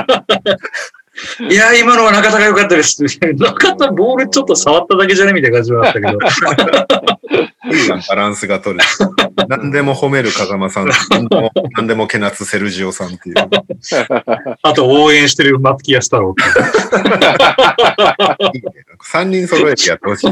いや、今のは中田が良かったです。中田ボールちょっと触っただけじゃねみたいな感じはあったけど。 いいじゃん、バランスが取れる。何でも褒める風間さん、何でもけなつセルジオさんっていう。 あと応援してる松木安太郎っていう。3人揃えてやってほしい。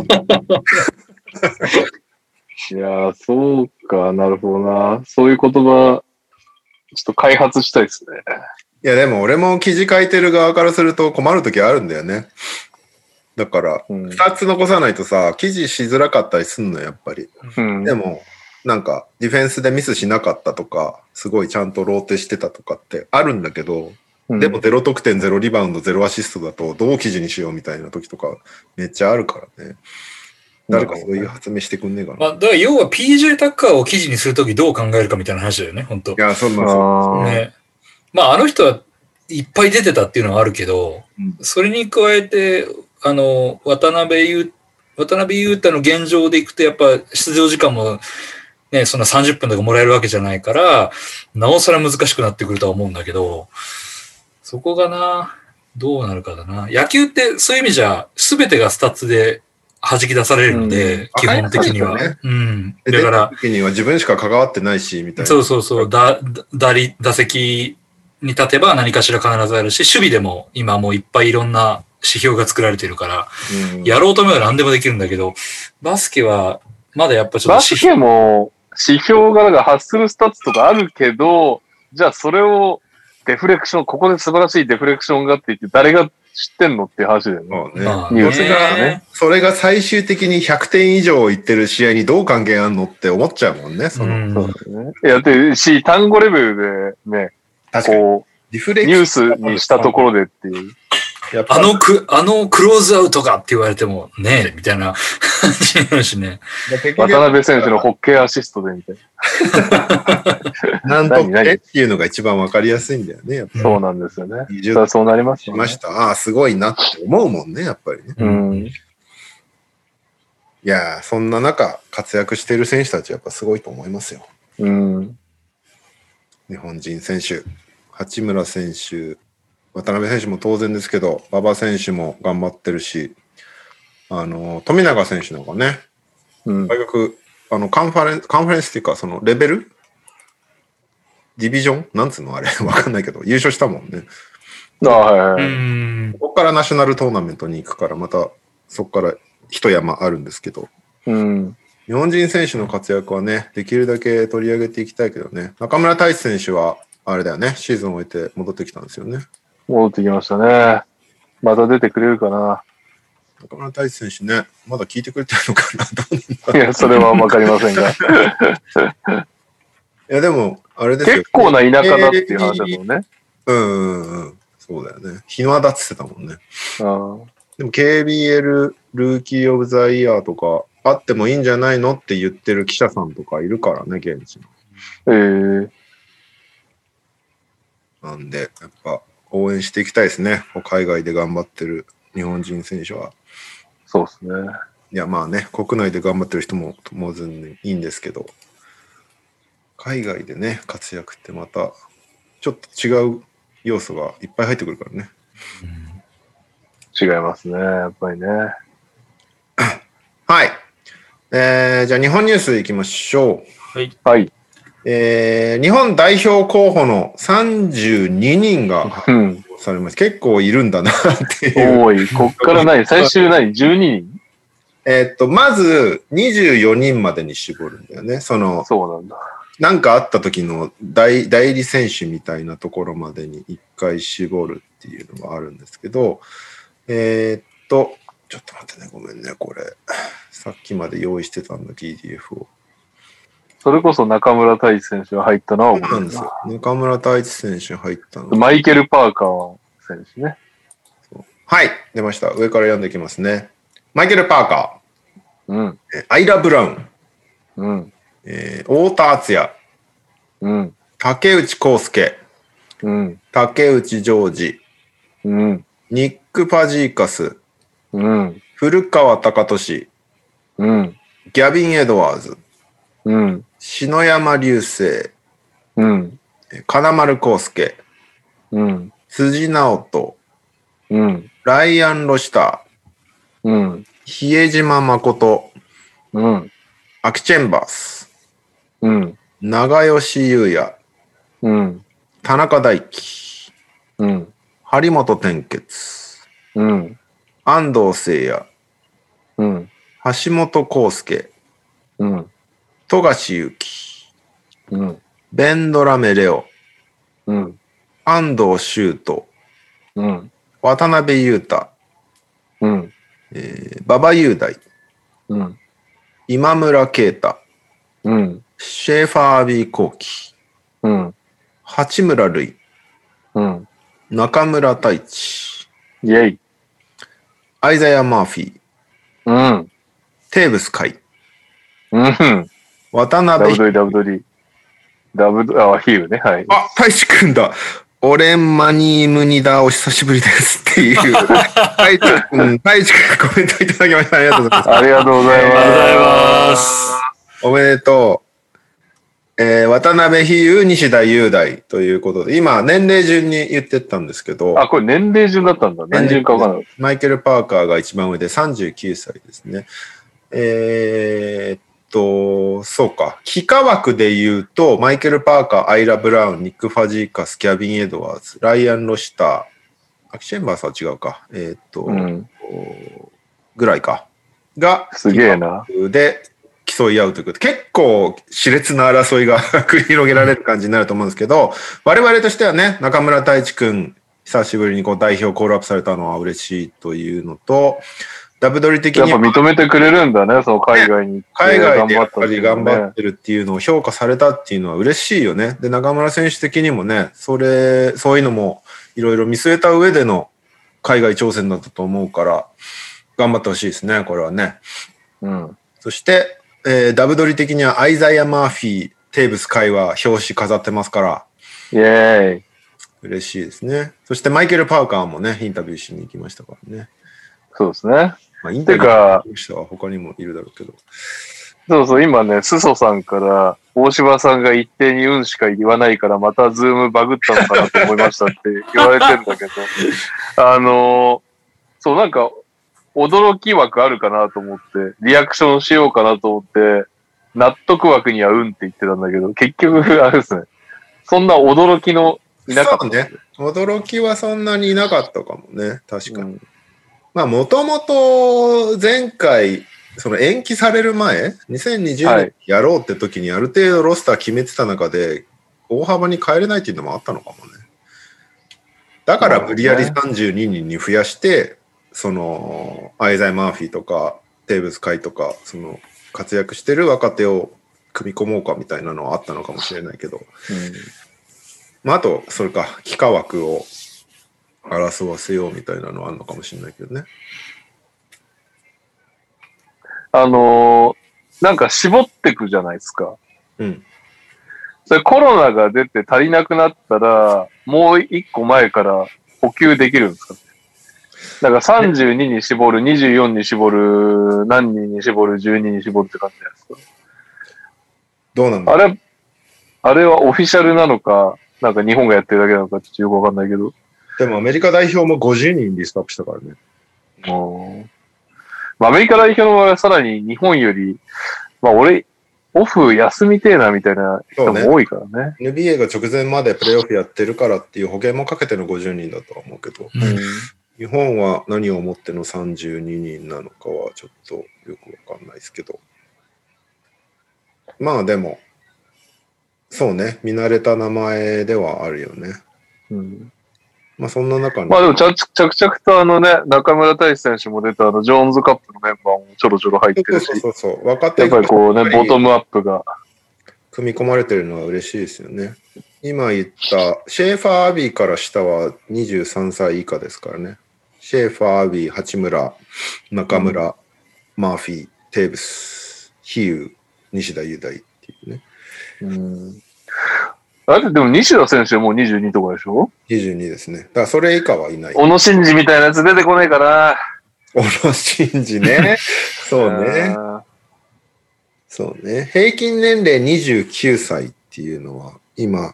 いやー、そうか、なるほどな。そういう言葉、ちょっと開発したいですね。 いや、でも俺も記事書いてる側からすると困るときあるんだよね。だから、2つ残さないとさ、記事しづらかったりすんの、やっぱり。でも、なんか、ディフェンスでミスしなかったとか、すごいちゃんとローテしてたとかってあるんだけど、でも0得点、0リバウンド、0アシストだと、どう記事にしようみたいな時とか、めっちゃあるからね。誰かそういう発明してくんねえかな。 まあ、だから要は PJ タッカーを記事にするときどう考えるかみたいな話だよね、本当。 いや、そんなそうね。まあ、あの人はいっぱい出てたっていうのはあるけど、それに加えて、渡辺裕太の現状でいくと、やっぱ出場時間もね、そんな30分とかもらえるわけじゃないから、なおさら難しくなってくるとは思うんだけど、そこがな、どうなるかだな。野球ってそういう意味じゃ、すべてがスタッツで弾き出されるので、基本的には。だから、時には自分しか関わってないし、みたいな。 そう。打席に立てば何かしら必ずあるし、守備でも今もういっぱいいろんな指標が作られてるから、やろうと思えば何でもできるんだけど、バスケはまだやっぱちょっとバスケも指標が発するスタッツとかあるけど、 じゃあそれをデフレクション、ここで素晴らしいデフレクションがって言って、誰が知ってんのっていう話だよね。ニュースがね。 それが最終的に100点以上いってる試合にどう関係あんのって思っちゃうもんね。 そうですね。いや、単語レベルでね、こう、ニュースにしたところでっていう。 あのクローズアウトかって言われてもね、みたいな感じになるしね。 渡辺選手のホッケーアシストでみたいな。なんとってっていうのが一番わかりやすいんだよね。やっぱそうなんですよね。そうなりますよね。 しました。ああ、すごいなって思うもんね、やっぱりね。いやー、そんな中、活躍している選手たちはやっぱすごいと思いますよ。日本人選手、八村選手、渡辺選手も当然ですけど、馬場選手も頑張ってるし、富永選手の方がね、大学、カンファレンスっていうか、そのレベルディビジョンなんつうのあれわかんないけど、優勝したもんね。ここからナショナルトーナメントに行くから、またそこから一山あるんですけど、日本人選手の活躍はね、できるだけ取り上げていきたいけどね、中村太一選手は、あれだよね、シーズンを終えて戻ってきたんですよね。 戻ってきましたね。また出てくれるかな。 中村太一選手ね、まだ聞いてくれてるのかな。 いや、それはわかりませんが。 いや、でも、あれですよ。 結構な田舎だっていう話だもんね。 そうだよね。日の出って言ってたもんね。でも KBL ルーキーオブザイヤーとかあってもいいんじゃないのって言ってる記者さんとかいるからね、現地の。なんで、やっぱ応援していきたいですね。海外で頑張ってる日本人選手は。 そうですね。 いや、まあね、国内で頑張ってる人も当然いいんですけど、海外でね、活躍ってまたちょっと違う要素がいっぱい入ってくるからね。 違いますね、やっぱりね。 はい。じゃあ日本ニュースいきましょう。はい。 はい。 日本代表候補の32人が発表されました。結構いるんだなっていう。 多い。こっから最終12人まず24人までに絞るんだよね。そうなんだ。 なんかあった時の代理選手みたいなところまでに1回絞るっていうのがあるんですけど、ちょっと待ってね、ごめんね、これ。さっきまで用意してたんだ、PDF を。 それこそ中村太一選手が入ったのはそうなんですよ。中村太一選手入ったの。 マイケル・パーカー選手ね。 はい、出ました。上から読んでいきますね。マイケル・パーカー。 アイラ・ブラウン。 太田敦也。竹内康介。竹内ジョージ。ニック・パジーカス。古川貴俊。ギャビン・エドワーズ。篠山流星。金丸康介。辻直人。ライアン・ロシター。比江島誠。アキチェンバース。長吉優也。田中大輝。張本天傑。安藤聖也。橋本康介。富樫勇樹。ベンドラメレオ。安藤修斗。渡辺裕太。馬場雄大。今村啓太。シェーファー・アビー・コーキ。八村塁。中村太一。 イェイ。 アイザヤ・マーフィー。テーブス海。渡辺。 WWD。ヒールね。はい。 あ、太一くんだ。オレンマニームニダお久しぶりですっていう。太一くんコメントいただきました。ありがとうございます。 ありがとうございます。 おめでとう。渡辺比喩、西田雄大ということで、今、年齢順に言ってったんですけど。 あ、これ年齢順だったんだ。年順かわかんない。 マイケル・パーカーが一番上で39歳ですね。そうか。幾何枠で言うと、マイケル・パーカー、アイラ・ブラウン、ニック・ファジーカス、ギャビン・エドワーズ、ライアン・ロシター、アキシェンバースは違うか。ぐらいか。が、 すげえな。 で競競い合うということで、結構熾烈な争いが繰り広げられる感じになると思うんですけど、我々としてはね、中村太一くん、久しぶりにこう代表コールアップされたのは嬉しいというのと、ダブドリ的にやっぱ認めてくれるんだね、その海外に行って。 海外でやっぱり頑張ってるっていうのを評価されたっていうのは嬉しいよね。で、中村選手的にもね、そういうのもいろいろ見据えた上での海外挑戦だったと思うから、頑張ってほしいですね、これはね。 うん。 そして、ダブドリ的にはアイザイア・マーフィー、テーブス海は表紙飾ってますから。 イェーイ。 嬉しいですね。そしてマイケル・パーカーもね、インタビューしに行きましたからね。 そうですね。 まあ、インタビューの人は他にもいるだろうけど。 そうそう、今ね、スソさんから、大柴さんが一定に運しか言わないから、またズームバグったのかなと思いましたって言われてんだけど、そう、なんか、驚き枠あるかなと思って、リアクションしようかなと思って、納得枠にはうんって言ってたんだけど、結局、あれですね、そんな驚きのいなかった。 そうね。驚きはそんなにいなかったかもね、確かに。まあ、もともと前回、その延期される前、2020年やろうって時にある程度ロスター決めてた中で、大幅に変えれないっていうのもあったのかもね。だから無理やり32人に増やして、その、アイザイ・マーフィーとか、テーブス海とか、その、活躍してる若手を組み込もうかみたいなのはあったのかもしれないけど、まあ、あと、それか、幾何枠を争わせようみたいなのはあるのかもしれないけどね。 なんか絞ってくじゃないですか。 うん。 それコロナが出て足りなくなったら、もう一個前から補給できるんですか？だから32に絞る、24に絞る、何人に絞る、12に絞るって感じじゃないですか。 どうなんだ？ あれはオフィシャルなのか、なんか日本がやってるだけなのかちょっとよくわかんないけど。 でもアメリカ代表も50人リストアップしたからね。 まあ、アメリカ代表の場合はさらに日本より、まあオフ休みてえなみたいな人も多いからね。 NBA が直前までプレーオフやってるからっていう保険もかけての50人だとは思うけど、日本は何をもっての32人なのかはちょっとよくわかんないですけど。まあでも、そうね、見慣れた名前ではあるよね。まあそんな中に。 まあでも着々と中村太一選手も出たジョーンズカップのメンバーもちょろちょろ入ってるし。 そう。分かってやっぱりこうね、ボトムアップが。 組み込まれてるのは嬉しいですよね。今言ったシェーファー・アビーから下は23歳以下ですからね。シェーファー・アビー、八村、中村、マーフィー、テーブス、ヒュー、西田優大っていうね。 あれでも西田選手はもう22とかでしょ？ 22 ですね。だからそれ以下はいない。 小野伸二みたいなやつ出てこないかな。 小野伸二ね。そうね。そうね。平均年齢29歳っていうのは、今、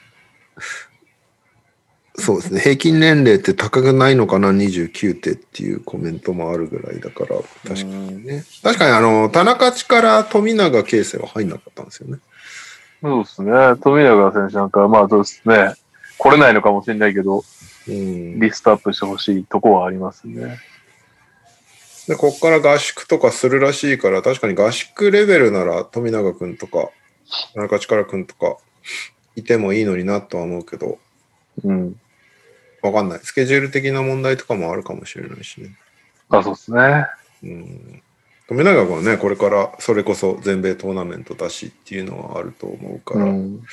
そうですね。平均年齢って高くないのかな、29っていうコメントもあるぐらいだから、確かにね。確かに田中力、富永啓生は入んなかったんですよね。 そうですね。富永選手なんか、まあそうですね。来れないのかもしれないけど、リストアップしてほしいとこはありますね。 で、こっから合宿とかするらしいから、確かに合宿レベルなら富永くんとか、田中力くんとかいてもいいのになとは思うけど、わかんない。スケジュール的な問題とかもあるかもしれないしね。 そうですね。 富永君はね、これからそれこそ全米トーナメントだしっていうのはあると思うから、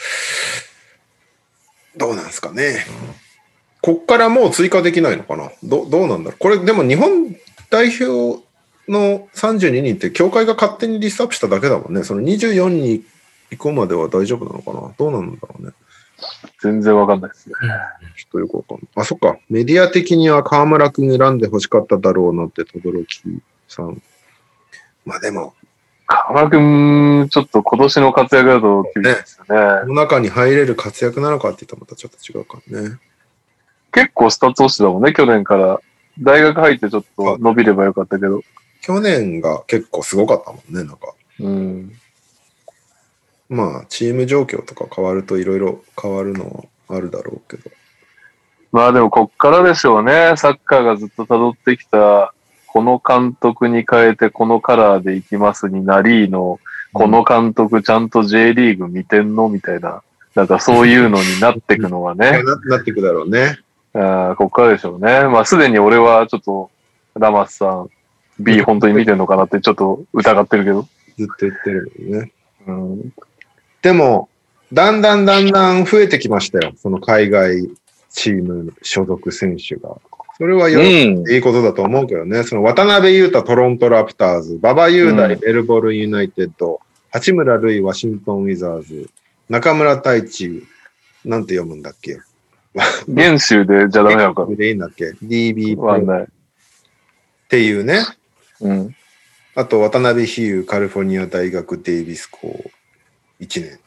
どうなんですかね。こっからもう追加できないのかな。どうなんだろう。これでも日本代表の32人って協会が勝手にリストアップしただけだもんね。その24に行くまでは大丈夫なのかな。どうなんだろうね。 全然わかんないですね。 ちょっとよくわかんない。あ、そっか。メディア的には河村くん選んで欲しかっただろうなって轟さん。まあでも。 河村くん、ちょっと今年の活躍だと厳しいですよね。 この中に入れる活躍なのかって言ったらまたちょっと違うからね。 結構スタッツ落ちてたもんね、去年から。大学入ってちょっと伸びればよかったけど。 去年が結構すごかったもんね、なんか。まあ、チーム状況とか変わるといろいろ変わるのはあるだろうけど。 まあでもこっからでしょうね。サッカーがずっと辿ってきた、この監督に変えてこのカラーでいきますになりの、 この監督ちゃんと J リーグ見てんのみたいな。なんかそういうのになってくのはね。 なってくだろうね。 こっからでしょうね。まあすでに俺はちょっと、ラマスさん、B 本当に見てんのかなってちょっと疑ってるけど。 ずっと言ってるよね。でも、だんだん増えてきましたよ。その海外チーム所属選手が。それはいいことだと思うけどね。その渡辺裕太トロントラプターズ、馬場雄大メルボルンユナイテッド、八村塁ワシントンウィザーズ、中村太一、なんて読むんだっけ？ 原州でじゃダメなのか。 でいいんだっけ？ DB わかんない。 っていうね。 うん。 あと、渡辺比喩、カリフォルニア大学デイビス校1年。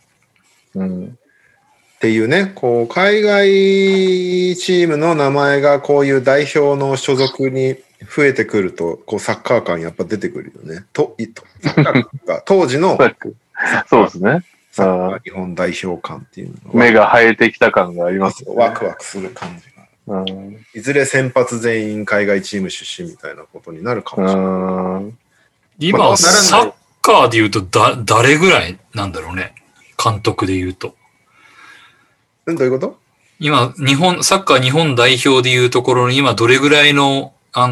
っていうね、こう、海外チームの名前がこういう代表の所属に増えてくると、こう、サッカー感やっぱ出てくるよね。当時の、 そうですね。 サッカー日本代表感っていうのは。目が生えてきた感がありますよね。 ワクワクする感じが。いずれ先発全員海外チーム出身みたいなことになるかもしれない。 今、サッカーで言うと誰ぐらいなんだろうね。監督で言うと。 どういうこと？ 今、サッカー日本代表で言うところに今どれぐらいの、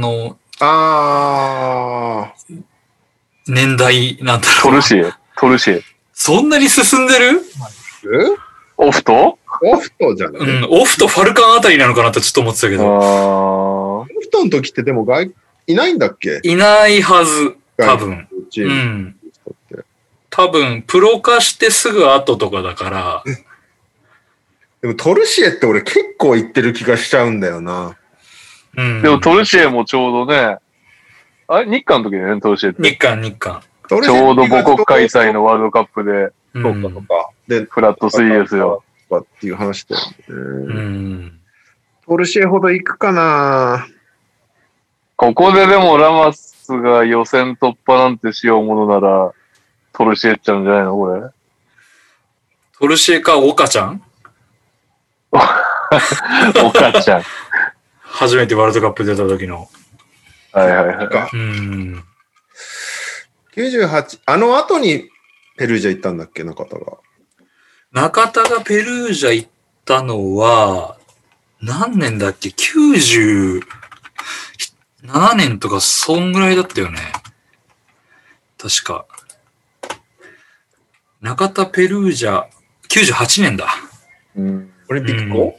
年代なんだろう。 トルシエ。 そんなに進んでる？ オフトじゃない？ オフとファルカンあたりなのかなとちょっと思ってたけど。 オフトの時ってでもいないんだっけ？ いないはず、多分。多分、プロ化してすぐ後とかだから。 でもトルシエって俺結構言ってる気がしちゃうんだよな。 でもトルシエもちょうどね、日韓の時だよね、トルシエって。 日韓。 ちょうど母国開催のワールドカップで、で、フラット3ですよ。 っていう話だよね。トルシエほど行くかな。 ここででもラマスが予選突破なんてしようものなら、トルシエっちゃうんじゃないのこれ。 トルシエか、オカちゃんオカちゃん。 初めてワールドカップ出た時の。 98、あの後にペルージャ行ったんだっけ、中田が。 中田がペルージャ行ったのは、何年だっけ ?97 年とか、そんぐらいだったよね。確か。中田ペルージャ、98年だ。 オリンピック後？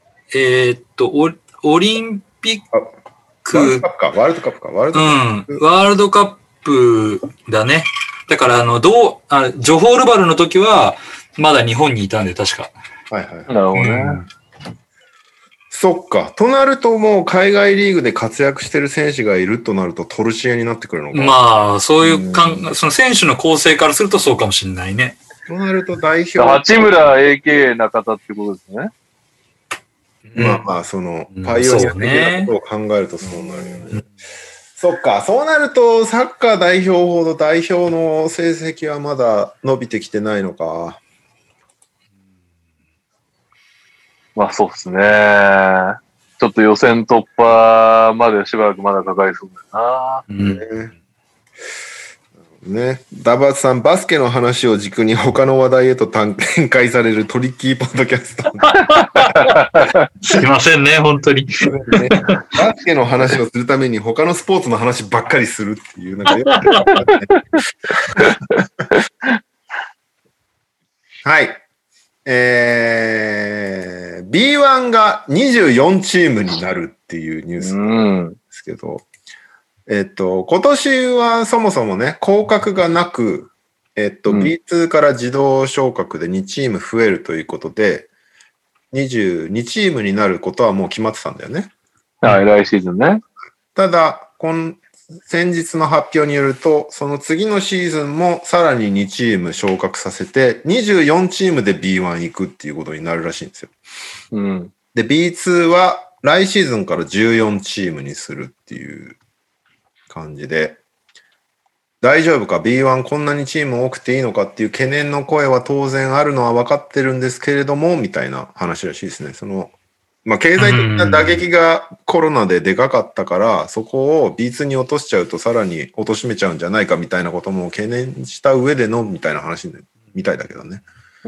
オリンピック。 ワールドカップか。ワールドカップだね。だから、ジョホールバルの時は、まだ日本にいたんで、確か。 なるほどね。 そっか。となるともう海外リーグで活躍してる選手がいるとなるとトルシエになってくるのか。 まあ、そういうその選手の構成からするとそうかもしれないね。 となると代表。 八村 AKA 中田ってことですね。 まあ、その、パイオニア的なことを考えるとそうなるよね。そっか。そうなると、サッカー代表ほど代表の成績はまだ伸びてきてないのか。 まあそうですね。ちょっと予選突破までしばらくまだかかりそうだな。 ね。ダバツさん、バスケの話を軸に他の話題へと展開されるトリッキーポッドキャスト。 すいませんね、本当に。 バスケの話をするために他のスポーツの話ばっかりするっていう、なんかはい。B1 が24チームになるっていうニュースなんですけど、今年はそもそもね、降格がなく、B2 から自動昇格で2チーム増えるということで、22チームになることはもう決まってたんだよね。 はい、来シーズンね。 ただ、先日の発表によると、その次のシーズンもさらに2チーム昇格させて、24チームで B1 行くっていうことになるらしいんですよ。で、B2 は来シーズンから14チームにするっていう感じで、大丈夫か ?B1 こんなにチーム多くていいのかっていう懸念の声は当然あるのは分かってるんですけれども、みたいな話らしいですね。そのまあ経済的な打撃がコロナででかかったから、そこを B2 に落としちゃうとさらに貶めちゃうんじゃないかみたいなことも懸念した上でのみたいな話みたいだけどね。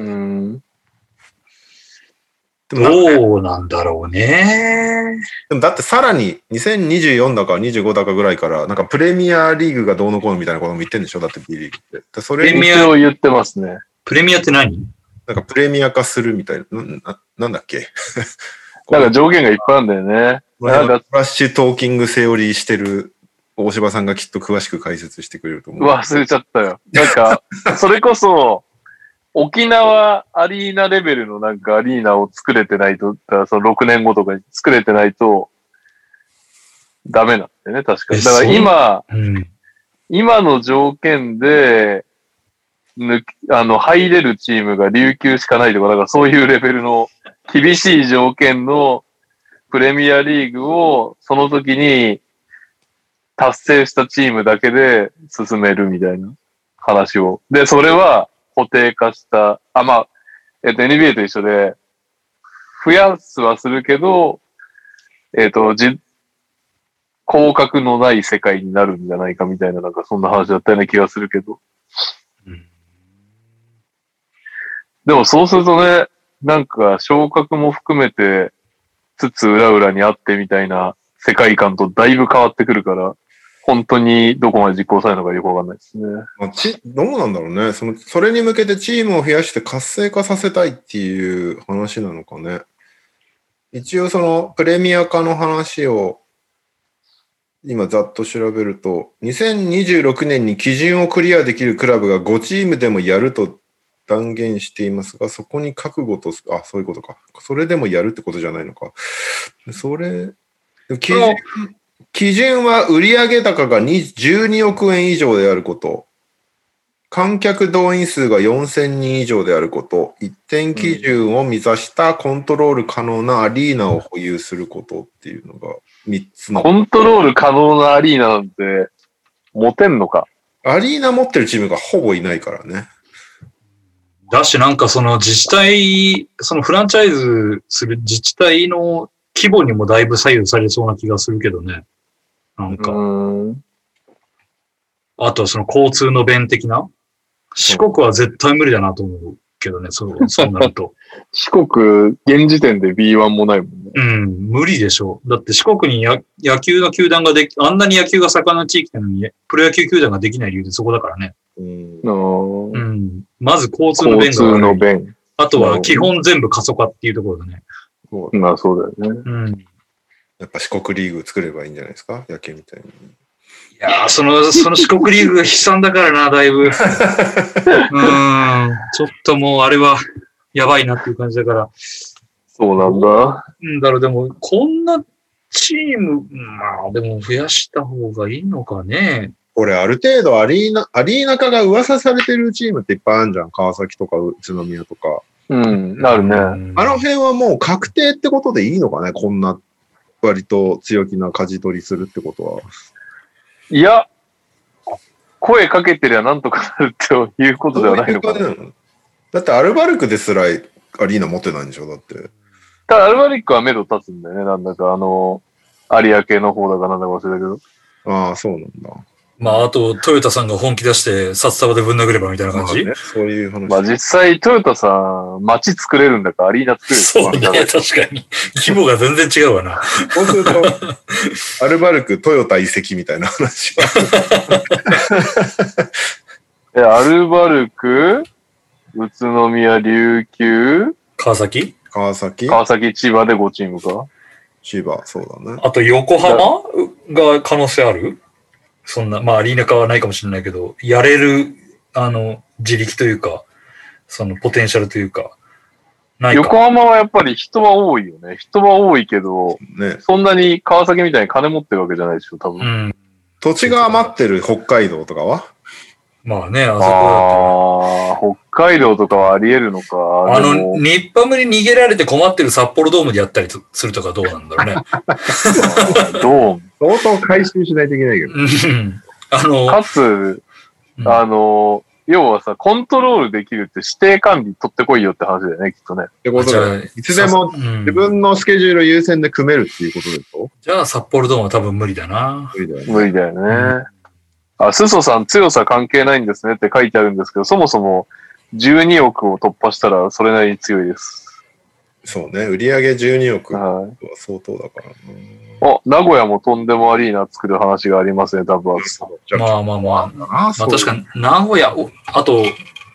どうなんだろうね。 でもだってさらに2024だか25だかぐらいからなんかプレミアリーグがどうのこうのみたいなことも言ってるんでしょ？だって B リーグって。それプレミアを言ってますね。 プレミアって何？ なんかプレミア化するみたいな。なんだっけなんか条件がいっぱいあるんだよね。 なんかフラッシュトーキングセオリーしてる大柴さんがきっと詳しく解説してくれると思う。 忘れちゃったよ。なんか、それこそ、沖縄アリーナレベルのなんかアリーナを作れてないと、その6年後とかに作れてないと、ダメなんだよね、確かに。だから今の条件で、入れるチームが琉球しかないとか、だからそういうレベルの厳しい条件のプレミアリーグをその時に達成したチームだけで進めるみたいな話を。で、それは固定化した、NBA と一緒で、増やすはするけど、降格のない世界になるんじゃないかみたいな、なんかそんな話だったような気がするけど。でもそうするとね、なんか昇格も含めて、つつ裏裏にあってみたいな世界観とだいぶ変わってくるから、本当にどこまで実行されるのかよくわかんないですね。 どうなんだろうね。それに向けてチームを増やして活性化させたいっていう話なのかね。一応そのプレミア化の話を今ざっと調べると、2026年に基準をクリアできるクラブが5チームでもやると断言していますが、そこに覚悟と、そういうことか。それでもやるってことじゃないのか。基準は売上高が12億円以上であること、観客動員数が4000人以上であること、一定基準を満たしたコントロール可能なアリーナを保有することっていうのが3つの。 コントロール可能なアリーナなんて持てんのか？ アリーナ持ってるチームがほぼいないからね。 だしなんかその自治体、そのフランチャイズする自治体の規模にもだいぶ左右されそうな気がするけどね。なんか。あとはその交通の便的な。四国は絶対無理だなと思うけどね、そうなると。 四国、現時点で B1 もないもんね。 無理でしょう。だって四国に野球の球団があんなに野球が盛んな地域なのに、プロ野球球団ができない理由ってそこだからね。まず交通の便が悪い。交通の便。あとは基本全部過疎化っていうところだね。 まあそうだよね。 やっぱ四国リーグ作ればいいんじゃないですか、野球みたいに。 いやー、その四国リーグが悲惨だからな、だいぶ。ちょっともうあれはやばいなっていう感じだから。 そうなんだ。 でも、こんなチーム、まあでも増やした方がいいのかね。 これある程度アリーナ化が噂されてるチームっていっぱいあるじゃん。川崎とか宇都宮とか。 なるね。あの辺はもう確定ってことでいいのかね、こんな割と強気な舵取りするってことは。 いや、声かけてりゃなんとかなるっていうことではないのかな。 だってアルバルクですらアリーナ持ってないんでしょ、だって。 ただアルバルクは目処立つんだよね、なんだか有明の方だかなんだか忘れたけど。 ああ、そうなんだ。 まあ、あと、トヨタさんが本気出して、札束でぶん殴ればみたいな感じ、 そういう話。 まあ実際、トヨタさん、街作れるんだか、アリーナ作れるそうね、確かに。規模が全然違うわな。 そうすると、アルバルク、トヨタ移籍みたいな話は。 アルバルク、宇都宮、琉球、 川崎、 千葉で5チームか。 千葉、そうだね。 あと、横浜が可能性ある？そんな、まあ、アリーナ化はないかもしれないけど、やれる、自力というか、その、ポテンシャルというか、ないか。 横浜はやっぱり人は多いよね。人は多いけど、ね、そんなに川崎みたいに金持ってるわけじゃないでしょ、多分。 土地が余ってる北海道とかは？ まあね、あそこだと。北海道とかはあり得るのか。 日ハムに逃げられて困ってる札幌ドームでやったりするとかどうなんだろうね。 ドーム相当回収しないといけないけど。 かつ、要要はさ、コントロールできるって指定管理取ってこいよって話だよね、きっとね。 ってことで、いつでも自分のスケジュール優先で組めるっていうことでしょ？ じゃあ札幌ドームは多分無理だな。 無理だよね。スソさん強さ関係ないんですねって書いてあるんですけど、そもそも12億を突破したらそれなりに強いです。 そうね、売上12億は相当だからな。名古屋もとんでもアリーナ作る話がありますね、ダブアツさん。 まあ確かに、名古屋、あと、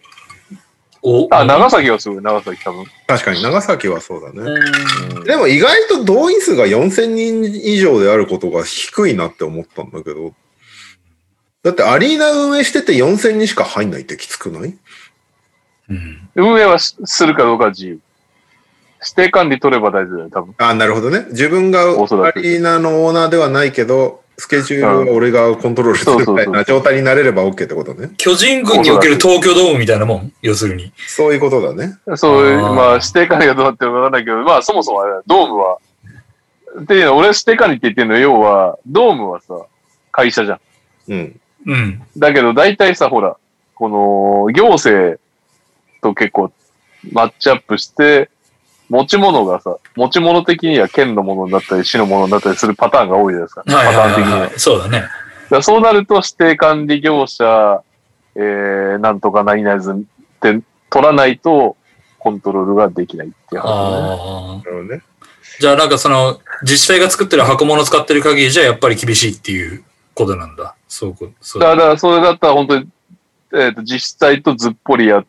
長崎はすごい、長崎多分。 確かに、長崎はそうだね。でも意外と動員数が4000人以上であることが低いなって思ったんだけど、だってアリーナ運営してて4000人しか入んないってきつくない？ 運営はするかどうかは自由。指定管理取れば大丈夫だよ、多分。 なるほどね。自分がアリーナのオーナーではないけど、スケジュールを俺がコントロールするみたいな状態になれれば OK ってことね。 巨人軍における東京ドームみたいなもん、要するに。 そういうことだね。 そういう、まあ指定管理がどうなってるかわからないけど、まあそもそもドームは、っていうのは俺指定管理って言ってるの要は、ドームはさ、会社じゃん。だけど大体さ、ほら、この行政と結構マッチアップして、持ち物がさ、持ち物的には県のものだったり市のものだったりするパターンが多いじゃないですか。パターン的には。 そうだね。 そうなると指定管理業者、なんとか何々ずって取らないとコントロールができないっていう話ね。 じゃあなんかその自治体が作ってる箱物を使ってる限りじゃやっぱり厳しいっていうことなんだ。そうだからそれだったら本当に、自治体とずっぽりやって、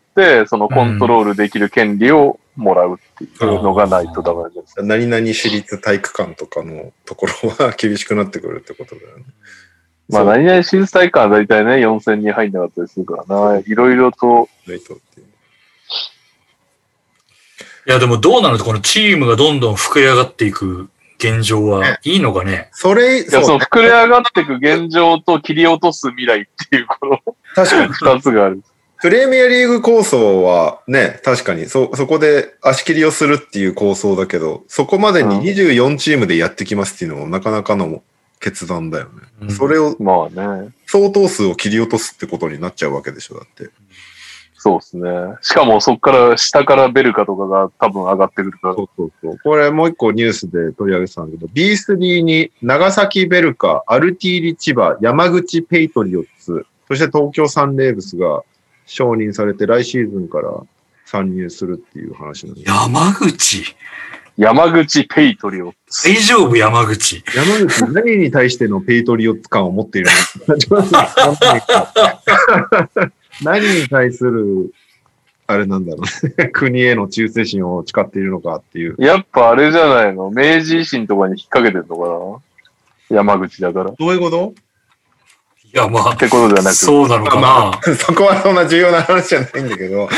そのコントロールできる権利をもらうっていうのがないとダメです。 何々私立体育館とかのところは厳しくなってくるってことだよね。 まあ何々私立体育館は大体ね、4000人入んなかったりするからな。いろいろと。 いやでもどうなるとこのチームがどんどん膨れ上がっていく現状はいいのかね。 その膨れ上がっていく現状と切り落とす未来っていうこの確かに 2つがある。 プレミアリーグ構想はね、確かにそこで足切りをするっていう構想だけど、そこまでに24チームでやってきますっていうのもなかなかの決断だよね。それを、 まあね、 相当数を切り落とすってことになっちゃうわけでしょ、だって。 そうですね。しかもそこから下からベルカとかが多分上がってくるから。 そう。これもう一個ニュースで取り上げてたんだけど、B3 に長崎ベルカ、アルティーリ千葉、山口ペイトリオッツ、そして東京サンレーブスが承認されて来シーズンから参入するっていう話なんです。 山口ペイトリオッツ。 大丈夫山口何に対してのペイトリオッツ感を持っているの何に対する、あれなんだろうね。国への忠誠心を誓っているのかっていう。 やっぱあれじゃないの？明治維新とかに引っ掛けてるのかな？山口だから。 どういうこと？ いや、まあ。 ってことではなく。 そうなのかな。 まあ、そこはそんな重要な話じゃないんだけど。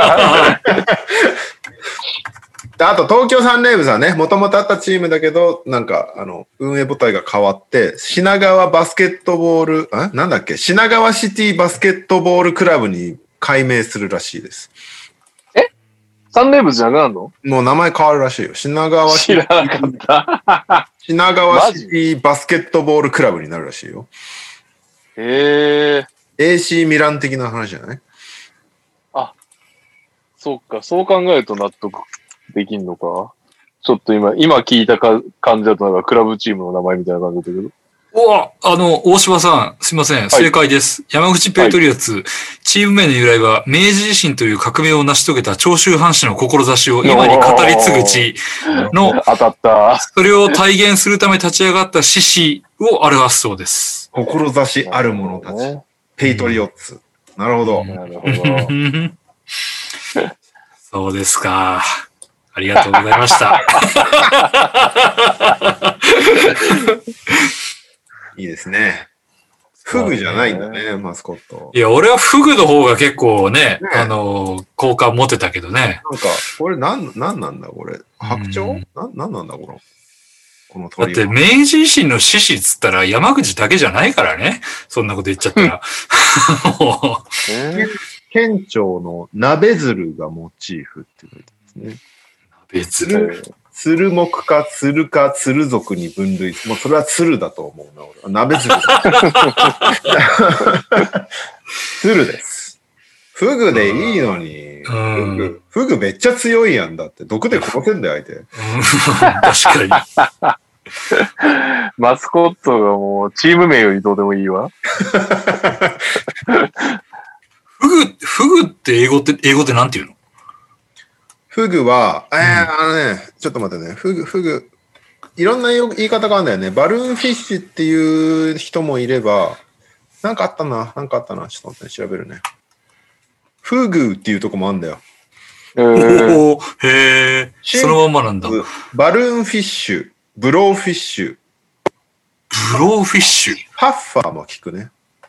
あと、東京サンレーブスはね、もともとあったチームだけど、なんか、運営母体が変わって、品川バスケットボール、なんだっけ、品川シティバスケットボールクラブに改名するらしいです。 サンレーブスじゃなくなるの？ もう名前変わるらしいよ。品川シティ。 知らなかった。 品川シティバスケットボールクラブになるらしいよ。AC ミラン的な話じゃない？ あ、そっか、そう考えると納得できんのか。ちょっと今聞いた感じだとなんかクラブチームの名前みたいな感じだったけど。 大柴さん、すいません、正解です。山口ペイトリオッツ、チーム名の由来は、明治維新という革命を成し遂げた長州藩士の志を今に語り継ぐ地の、 当たった。 それを体現するため立ち上がった志士を表すそうです。 志ある者たち。ペイトリオッツ。なるほど。 なるほど。 そうですか。ありがとうございました。 いいですね。フグじゃないんだね、マスコット。 いや、俺はフグの方が結構ね、好感持てたけどね。 なんか、これなんなんだ、これ。白鳥？なんなんだ、この鳥。 だって、明治維新の志士っつったら山口だけじゃないからね。そんなこと言っちゃったら。 県庁の鍋鶴がモチーフって言われてますね。 鍋鶴。 鶴目か鶴か鶴属に分類。もうそれは鶴だと思うな、俺。鍋鶴。鶴です。 フグでいいのに。フグめっちゃ強いやんだって。毒で殺せんだよ、相手。 確かに。マスコットがもうチーム名よりどうでもいいわ。 フグって英語ってなんて言うの？ フグは、ちょっと待ってね。フグ、いろんな言い方があるんだよね。バルーンフィッシュっていう人もいれば、なんかあったな。ちょっと待って、調べるね。フグっていうとこもあるんだよ。 へえ。そのまんまなんだ。 バルーンフィッシュ、ブローフィッシュ。 ブローフィッシュ。 ハッファーも聞くね。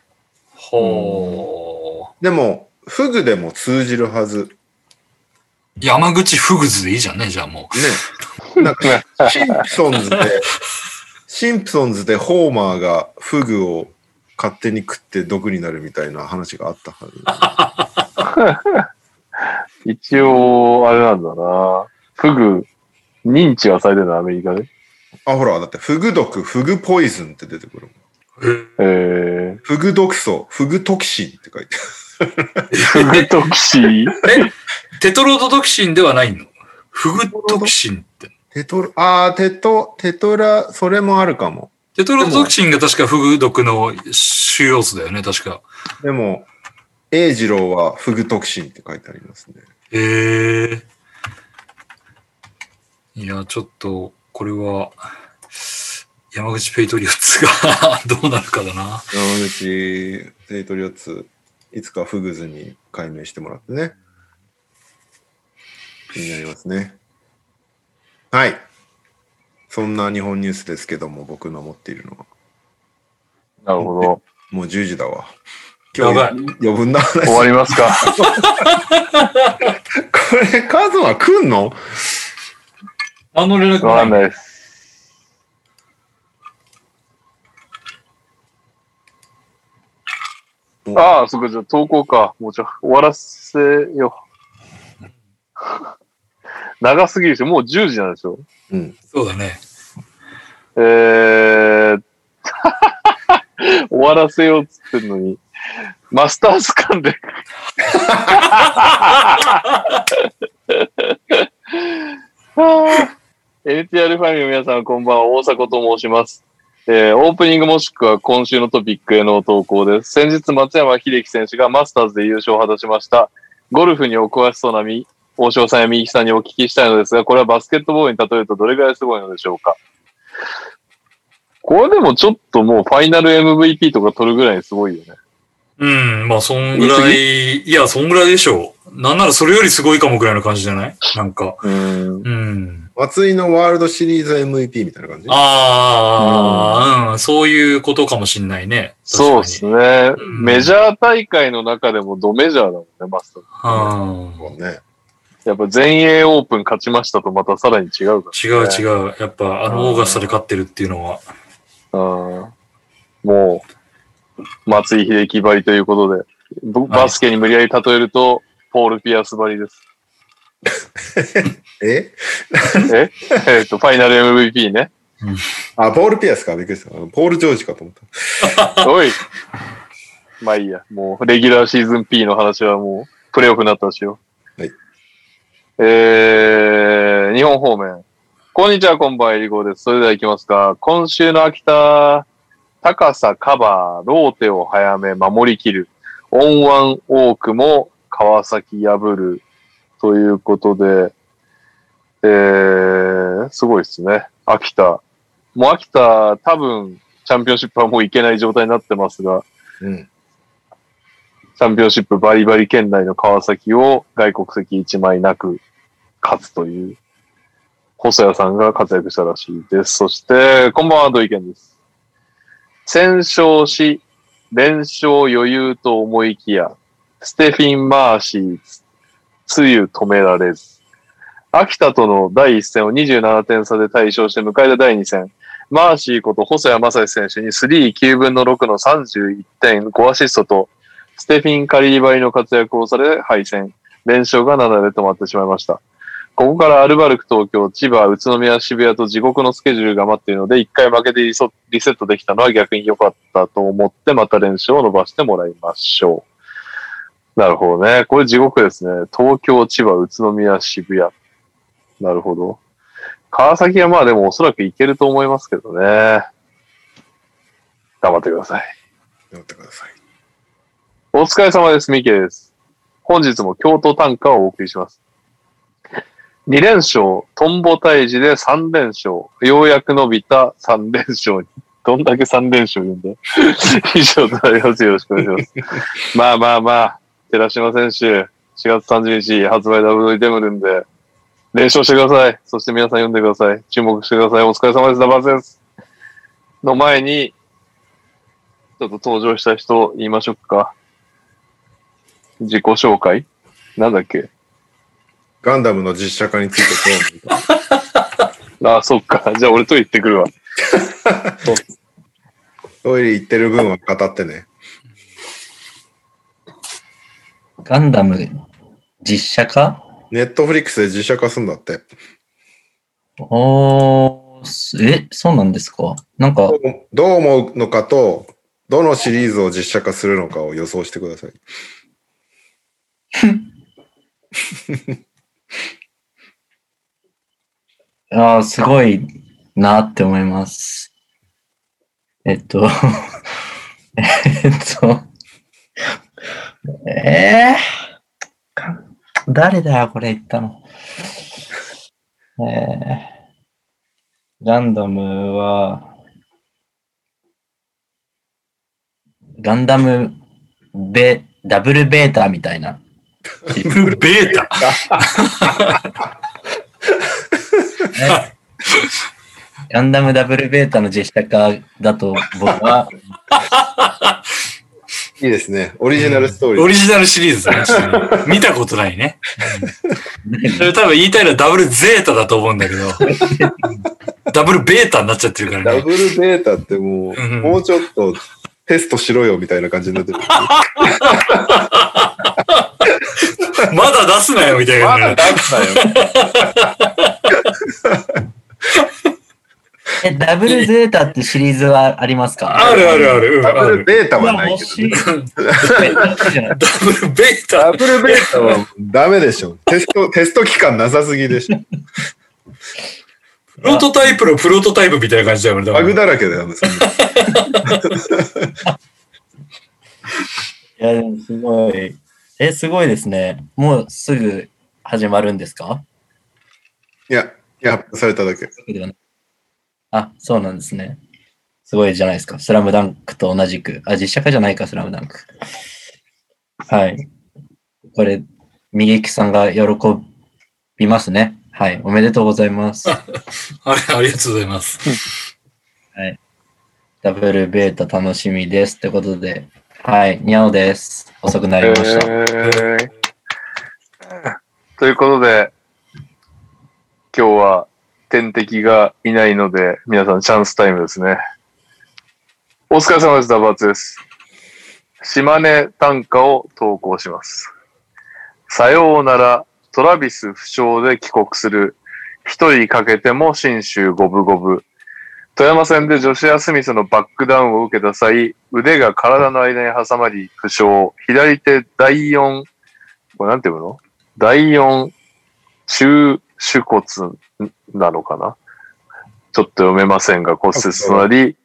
でも、フグでも通じるはず。 山口フグズでいいじゃんね、じゃあもう。ね。なんか、シンプソンズでホーマーがフグを勝手に食って毒になるみたいな話があったはず。一応、あれなんだな。フグ、認知はされてるの、アメリカで。 ほら、だってフグ毒、フグポイズンって出てくるもん。フグ毒素、フグトキシンって書いてある。 フグトキシンテトロドトキシンではないの？フグトキシンって。 テトラ、それもあるかも。 テトロドトキシンが確かフグ毒の主要素だよね、確か。 でも、英二郎はフグトキシンって書いてありますね。 いや、ちょっと、これは、山口ペイトリオッツがどうなるかだな。 山口ペイトリオッツ、いつかフグズに改名してもらってね。気になりますね。はい。そんな日本ニュースですけども、僕の持っているのは。 なるほど。 もう10時だわ。今日余分な話。 終わりますか。 これ、カズは来んの？ 連絡わかんないです。ああ、そこじゃ投稿か。もう終わらせよ。長すぎるし、もう10時なんでしょ？ うん。 そうだね。 終わらせようっつってんのに、マスターズ関連。NTR ファミリーの皆さん、こんばんは。大迫と申します。オープニングもしくは今週のトピックへの投稿です。先日、松山英樹選手がマスターズで優勝を果たしました。ゴルフにお詳しそうな大城さんやみゆきさんにお聞きしたいのですが、これはバスケットボールに例えるとどれぐらいすごいのでしょうか？これでもちょっともうファイナル MVP とか取るぐらいすごいよね。 まあそんぐらい、いや、そんぐらいでしょう。なんならそれよりすごいかもぐらいの感じじゃない？なんか。 松井のワールドシリーズ MVP みたいな感じ？ そういうことかもしんないね。 そうですね、メジャー大会の中でもドメジャーだもんね、マスターズ。 そうね。 やっぱ全英オープン勝ちましたとまたさらに違うから、 ね。違う。やっぱオーガスタで勝ってるっていうのは。 もう、松井秀喜ばりということで、バスケに無理やり例えると、ポール・ピアスばりです。 ファイナル MVP ね。 ポール・ピアスか、びっくりした。ポール・ジョージかと思った。 おい。まあいいや。もう、レギュラーシーズン P の話はもう、プレイオフになったしよう。 はい。 日本方面。こんにちは、こんばんは、えりごです。それでは行きますか。今週の秋田、高さ、カバー、ローテを早め、守りきる。オンワンオークも川崎破る。ということで、すごいですね。秋田。もう秋田、多分、チャンピオンシップはもういけない状態になってますが、チャンピオンシップバリバリ圏内の川崎を外国籍1枚なく勝つという、細谷さんが活躍したらしいです。そして、こんばんは、土井健です。先勝し、連勝余裕と思いきや、ステフィン・マーシー、つゆ止められず。秋田との第1戦を27点差で大勝して迎えた第2戦。マーシーこと細谷正史選手に3、9分の6の31点、5アシストと、ステフィン・カリーバリの活躍をされ敗戦。連勝が7で止まってしまいました。ここからアルバルク東京、千葉、宇都宮、渋谷と地獄のスケジュールが待っているので、1回負けてリセットできたのは逆に良かったと思って、また連勝を伸ばしてもらいましょう。 なるほどね。これ地獄ですね。東京、千葉、宇都宮、渋谷。なるほど。川崎はまあでもおそらく行けると思いますけどね。頑張ってください。 頑張ってください。 お疲れ様です。ミケです。本日も京都短歌をお送りします。2連勝、トンボ退治で3連勝。ようやく伸びた3連勝に。どんだけ3連勝言うんだ以上となります。よろしくお願いします。まあ、寺島選手、4月30日発売 WD デムルンで、連勝してください。そして皆さん読んでください。注目してください。お疲れ様です。ダバーです。の前に、ちょっと登場した人言いましょうか。自己紹介なんだっけガンダムの実写化についてどう思うあ、そっか。じゃあ俺と言ってくるわ。 トイレ行ってる分は語ってね。 ガンダム実写化？ ネットフリックスで実写化すんだって。 そうなんですか？なんかどう思うのかと、どのシリーズを実写化するのかを予想してください。 すごいなって思います。誰だよ、これ言ったの。ガンダムは、ガンダムダブルベータみたいな。 ダブルベータガンダムダブルベータの実写化だと僕は。 いいですね。オリジナルストーリー。 オリジナルシリーズだね。見たことないね。それ多分言いたいのはダブルゼータだと思うんだけど、ダブルベータになっちゃってるからね。 ダブルベータってもう、もうちょっとテストしろよみたいな感じになってる。 まだ出すなよみたいな。 まだ出すなよ。 ダブルゼータってシリーズはありますか？ ある。 ダブルベータはないけど、ね。 ダブルベータ。 ダブルベータはダメでしょ。テスト期間なさすぎでしょ。 プロトタイプのプロトタイプみたいな感じだよね。 バグだらけだよね。 いや、でもすごい。すごいですね。もうすぐ始まるんですか？ いや、発表されただけ。 あ、そうなんですね。すごいじゃないですか。スラムダンクと同じく。実写化じゃないか、スラムダンク。はい。これ、みげきさんが喜びますね。はい。おめでとうございます。 ありがとうございます。 はい。ダブルベータ楽しみです。ってことで、はい。にゃおです。遅くなりました。 ということで、今日は天敵がいないので、皆さんチャンスタイムですね。お疲れ様です。ダバーツです。島根短歌を投稿します。さようなら、トラビス負傷で帰国する。一人かけても信州五分五分。富山戦でジョシュア・スミスのバックダウンを受けた際、腕が体の間に挟まり負傷。左手第4、これなんていうの？第4中手骨なのかな？ちょっと読めませんが骨折となり、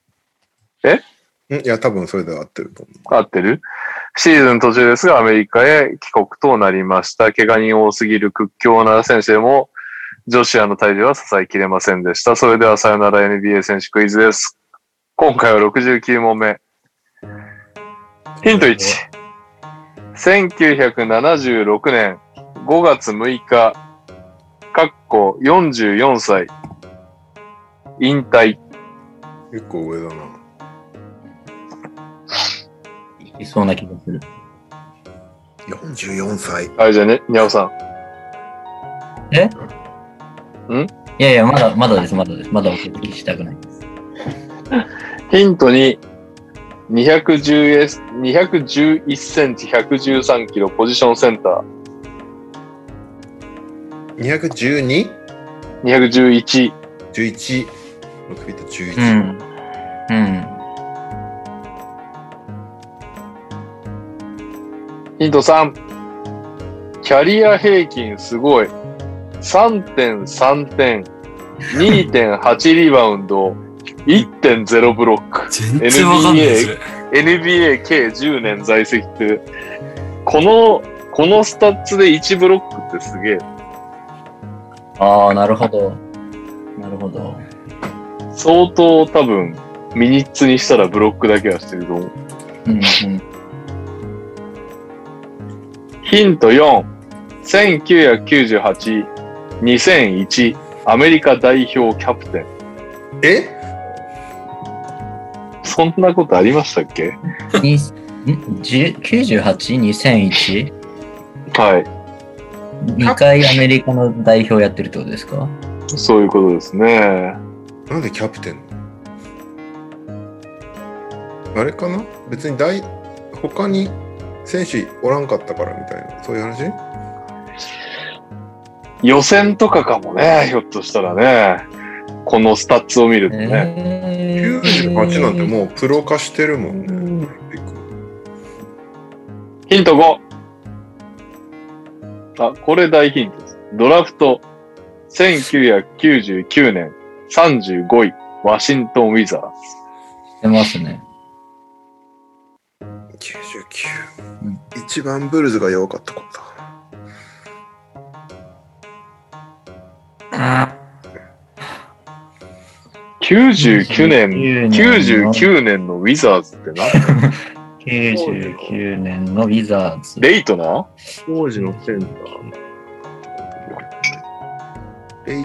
いや、多分それでは合ってると思う。合ってる？シーズン途中ですがアメリカへ帰国となりました。怪我人多すぎる屈強な選手でも、ジョシュアの体重は支えきれませんでした。それではさよなら NBA 選手クイズです。今回は69問目。ヒント1。1976年5月6日、44歳、引退。 結構上だな。 いそうな気がする。 44歳。 あれじゃね、にゃおさん。 いやいや、まだです。まだお聞きしたくないです。 ヒントに、211センチ、113キロ、ポジションセンター。 212? 211。 11。6フィート11。 ヒント3。キャリア平均すごい。3.3 点、2.8 リバウンド、1.0 ブロック。 全然わかんないですね。 NBA 計10年在籍って、このスタッツで1ブロックってすげえ。 ああ、なるほど。なるほど。 相当多分、ミニッツにしたらブロックだけはしてると思う。 うんうん、 ヒント4。1998、2001、アメリカ代表キャプテン。そんなことありましたっけ？ 98?2001? はい。 2回アメリカの代表やってるってことですか？ そういうことですね。 なんでキャプテンあれかな、別に他に選手おらんかったからみたいな、そういう話？ 予選とかかもね、ひょっとしたらね。このスタッツを見るとね。 98なんてもうプロ化してるもんね。 ヒント5。あ、これ大ヒントです。ドラフト1999年35位、ワシントンウィザーズ。 出ますね。 99、一番ブルーズが弱かったことだ。 99年のウィザーズって何？ 99年のウィザーズ。 レイトナー？ 当時のセンター。レイ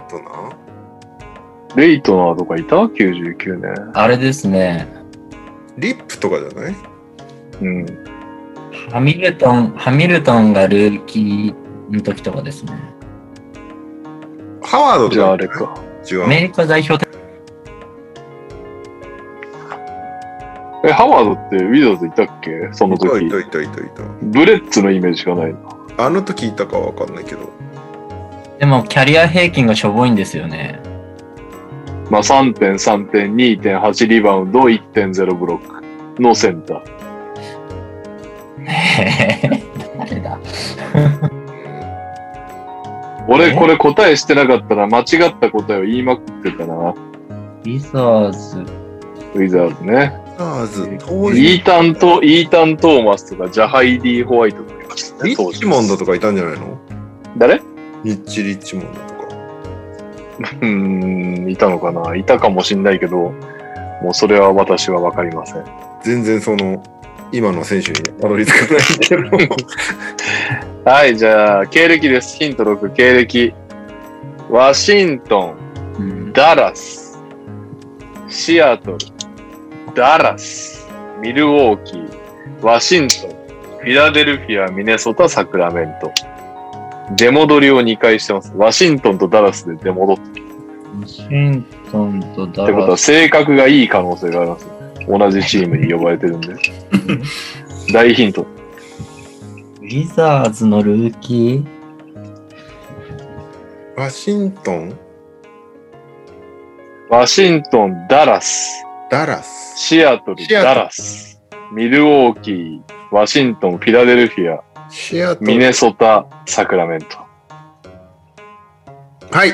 トナーとかいた ?99 年。 あれですね。 リップとかじゃない？ うん。 ハミルトンがルーキーの時とかですね。 ハワードとか、 じゃああれか。 違う。 アメリカ代表ハワードってウィザーズいたっけ？その時。 いた。 ブレッツのイメージしかないな。 あの時いたかわかんないけど。 でもキャリア平均がしょぼいんですよね。 まあ 3.3 点、2.8 リバウンド、1.0 ブロックのセンター。 誰だ俺これ答えしてなかったら間違った答えを言いまくってたな。 ウィザーズね。 イータン・トーマスとかジャハイディ・ホワイトとかいましたね。 リッチモンドとかいたんじゃないの？ 誰？ リッチモンドとか。 いたのかな？いたかもしんないけど、もうそれは私はわかりません。 全然今の選手にたどり着かないけど。 はい、じゃあ、経歴です。ヒント6、経歴。ワシントン、ダラス、シアトル、ダラス、ミルウォーキー、ワシントン、フィラデルフィア、ミネソタ、サクラメント。出戻りを2回してます。ワシントンとダラスで出戻ってる。 ワシントンとダラス。 ってことは、性格がいい可能性があります。同じチームに呼ばれてるんで。大ヒント。 ウィザーズのルーキー？ ワシントン、 ダラス、シアトル、ダラス、ミルウォーキー、ワシントン、フィラデルフィア、ミネソタ、サクラメント。 はい。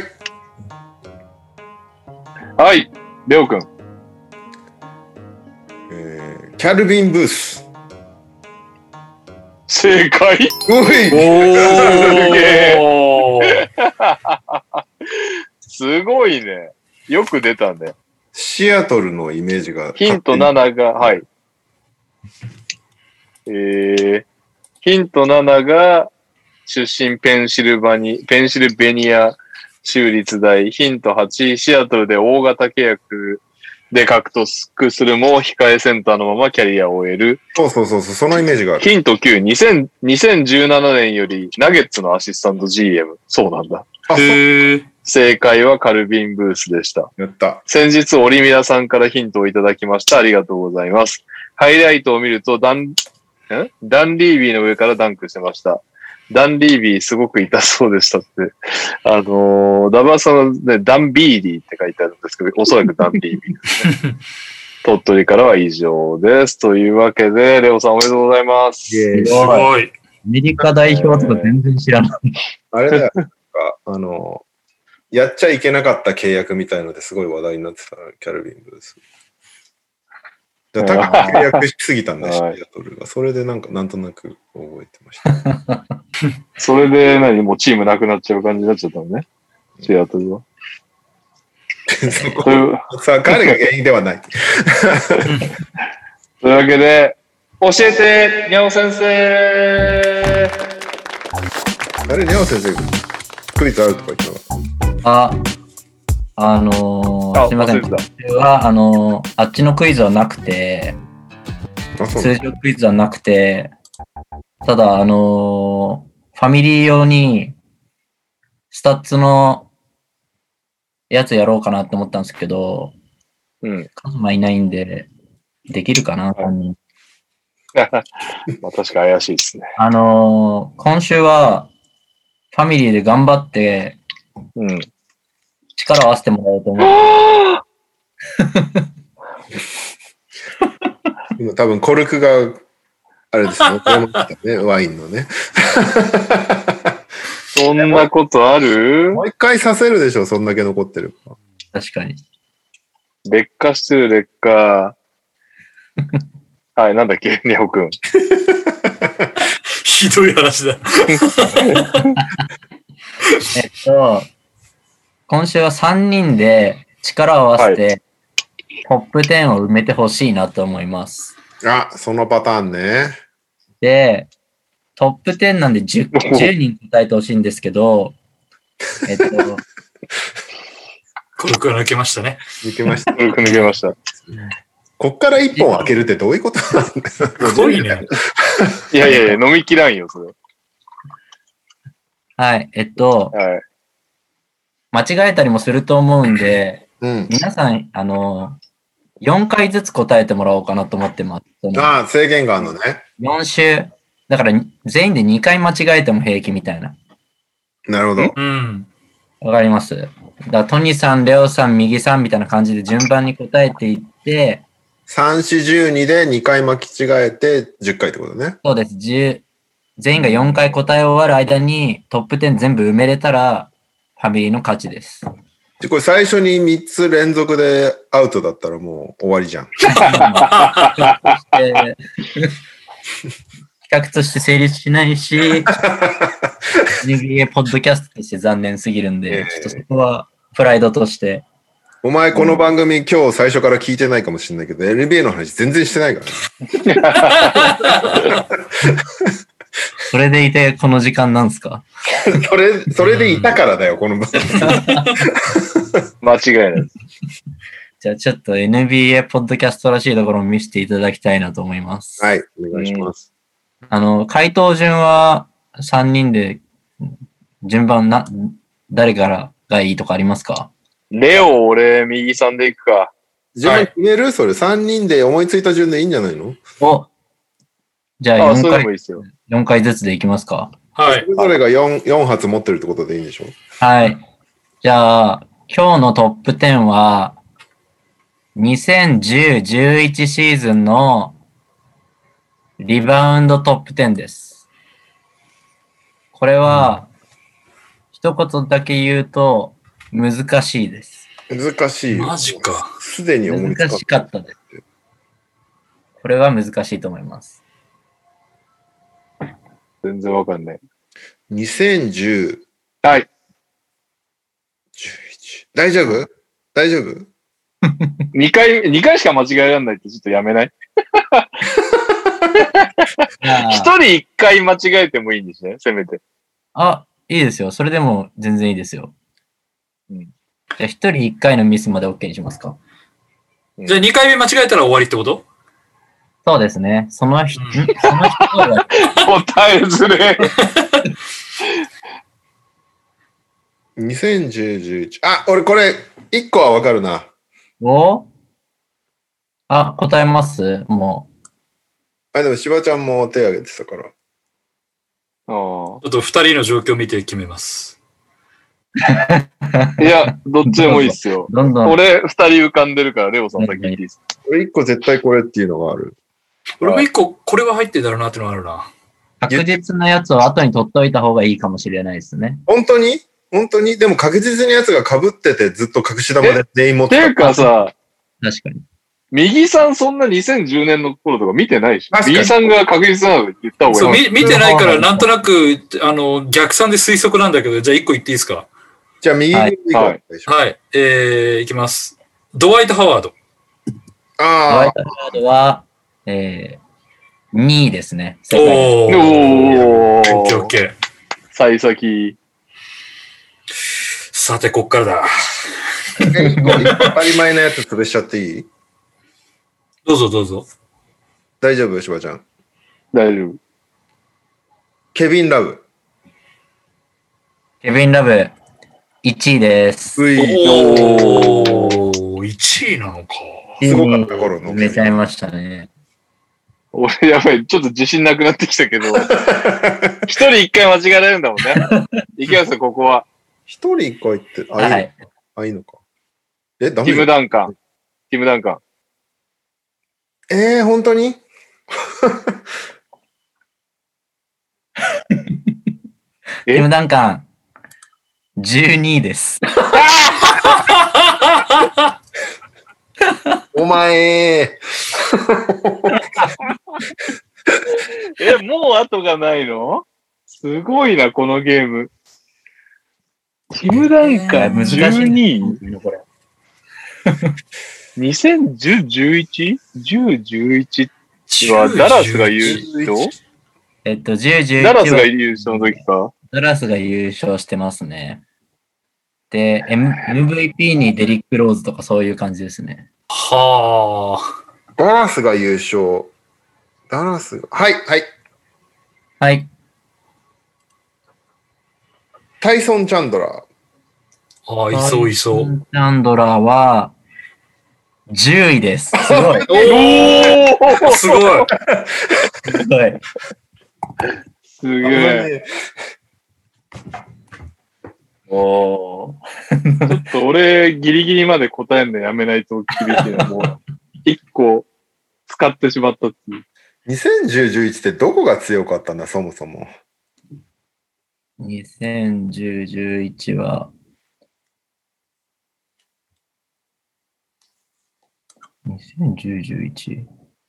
はい、レオ君。 キャルビン・ブース。 正解。 おい。 すごいね。よく出たね。 シアトルのイメージが。 ヒント7が、はい。ヒント7が出身ペンシルベニア州立大。ヒント8、シアトルで大型契約で獲得するも控えセンターのままキャリアを終える。 そう、そのイメージがある。 ヒント9、2017年よりナゲッツのアシスタント GM。そうなんだ。正解はカルビン・ブースでした。 やった。 先日、オリミラさんからヒントをいただきました。ありがとうございます。ハイライトを見ると、ダンリービーの上からダンクしてました。ダンリービーすごく痛そうでしたって。ダバーさんのね、ダンビーディーって書いてあるんですけど、おそらくダンリービーですね。鳥取からは以上です。というわけで、レオさんおめでとうございます。 すごい。 メリカ代表とか全然知らない。 あれだよ、やっちゃいけなかった契約みたいのですごい話題になってたキャルビン・ブース。高く契約しすぎたんだ、シアトルが。それでなんとなく覚えてました。 それでもうチームなくなっちゃう感じになっちゃったのね、シアトルは。 さあ、彼が原因ではない。 というわけで、教えて、にゃお先生。 あれ、にゃお先生、クイズあるとか言ったの？ すみません。あっちのクイズはなくて、通常クイズはなくて、ただ、ファミリー用に、スタッツのやつやろうかなって思ったんですけど、カズマいないんで、できるかな、3人。 まあ確か怪しいですね。 今週は、ファミリーで頑張って、力を合わせてもらおうと思う。 今多分コルクが、あれですね、ワインのね。 そんなことある？ もう一回させるでしょ、そんだけ残ってる。 確かに。 劣化してる劣化。はい、なんだっけ、にゃおくん。 ひどい話だ。 今週は3人で力を合わせて、トップ10を埋めてほしいなと思います。 そのパターンね。 で、トップ10なんで 10人答えてほしいんですけど、 コルクが抜けましたね。 抜けました。 抜けました。 こっから1本開けるってどういうことなんだ？ すごいね。 いや、飲み切らんよ、それ。 はい、間違えたりもすると思うんで、皆さん、4回ずつ答えてもらおうかなと思ってます。 制限があるのね。 4週。だから、全員で2回間違えても平気みたいな。 なるほど。 わかります。だからトニーさん、レオさん、右さんみたいな感じで順番に答えていって、 3、4、12で2回巻き違えて10回ってことね。 そうです。全員が4回答え終わる間にトップ10全部埋めれたら、ファミリーの勝ちです。 これ最初に3つ連続でアウトだったらもう終わりじゃん。比較として成立しないし、NBA ポッドキャストとして残念すぎるんで、ちょっとそこはプライドとして。 お前この番組今日最初から聞いてないかもしれないけど、NBA の話全然してないからね。 それでいてこの時間なんですか？ それでいたからだよ、この番組。 間違いないです。 じゃあちょっと NBA ポッドキャストらしいところを見せていただきたいなと思います。 はい、お願いします。 回答順は3人で順番誰からがいいとかありますか？ レオ、俺、右さんでいくか。 順番決める？それ3人で思いついた順でいいんじゃないの？ じゃあ4回ずつでいきますか？ はい。 それぞれが4発持ってるってことでいいんでしょ？ はい。じゃあ、今日のトップ10は、2010-11シーズンのリバウンドトップ10です。これは、一言だけ言うと、難しいです。 難しいよ。 マジか。 すでに思いつか難しかったです。これは難しいと思います。 全然わかんない。 2010。 はい。 11。大丈夫 ?2 回しか間違えられないってちょっとやめない？一人1回間違えてもいいんですね、せめて。 いいですよ。それでも全然いいですよ。じゃあ1人1回のミスまで OK にしますか？ じゃあ2回目間違えたら終わりってこと？ そうですね。その人が答えずれ。 2010、11。俺これ1個はわかるな。 答えますもう。でも柴ちゃんも手挙げてたから。 ちょっと2人の状況を見て決めます。 いや、どっちでもいいっすよ。 どんどん俺2人浮かんでるから、レオさん先言っていいですか？ 俺1個絶対これっていうのがある。 俺も1個これは入ってんだろうなってのがあるな。 確実なやつを後に取っといた方がいいかもしれないですね。 本当にでも確実にやつが被っててずっと隠し玉で全員持ってていうかさ、 確かに。 右さんそんな2010年の頃とか見てないし。右さんが確実なの言った方がいい。 そう、見てないからなんとなく、逆算で推測なんだけど、じゃあ1個言っていいですか？ じゃあ右に行こう。 はい。いきます。ドワイト・ハワード。 ドワイト・ハワードは、2位ですね。 おー。 おー。 オッケーオッケー。 幸先。 さて、こっからだ。 当たり前のやつ潰しちゃっていい？ どうぞどうぞ。 大丈夫、しばちゃん。 大丈夫。 ケビン・ラブ。 ケビン・ラブ、1位です。 おー、1位なのか。 すごかった頃の。 埋めちゃいましたね。 俺、やばい。ちょっと自信なくなってきたけど。一人一回間違えられるんだもんね。いきますよ、ここは。 一人一回って、 はい。 いいのか。ダメ？ ティム・ダンカン。 本当に？ ティム・ダンカン、12位です。 お前もう後がないの？すごいな、このゲーム。ティム・ダンカン12位、これ。2010、11？10、11はダラスが優勝 10、11 ダラスが優勝の時か。 ダラスが優勝してますね。で、MVP にデリック・ローズとかそういう感じですね。 はあ。ダラスが優勝。はい。 はい。 タイソン・チャンドラー。いそういそう。 タイソン・チャンドラーは、10位です。すごい。 すごい。 すごい。 すげえ。 おー。ちょっと俺、ギリギリまで答えるのやめないと厳しいな。もう、1個使ってしまったっていう。 2010、11ってどこが強かったんだ、そもそも。 2010、11は、2010、11。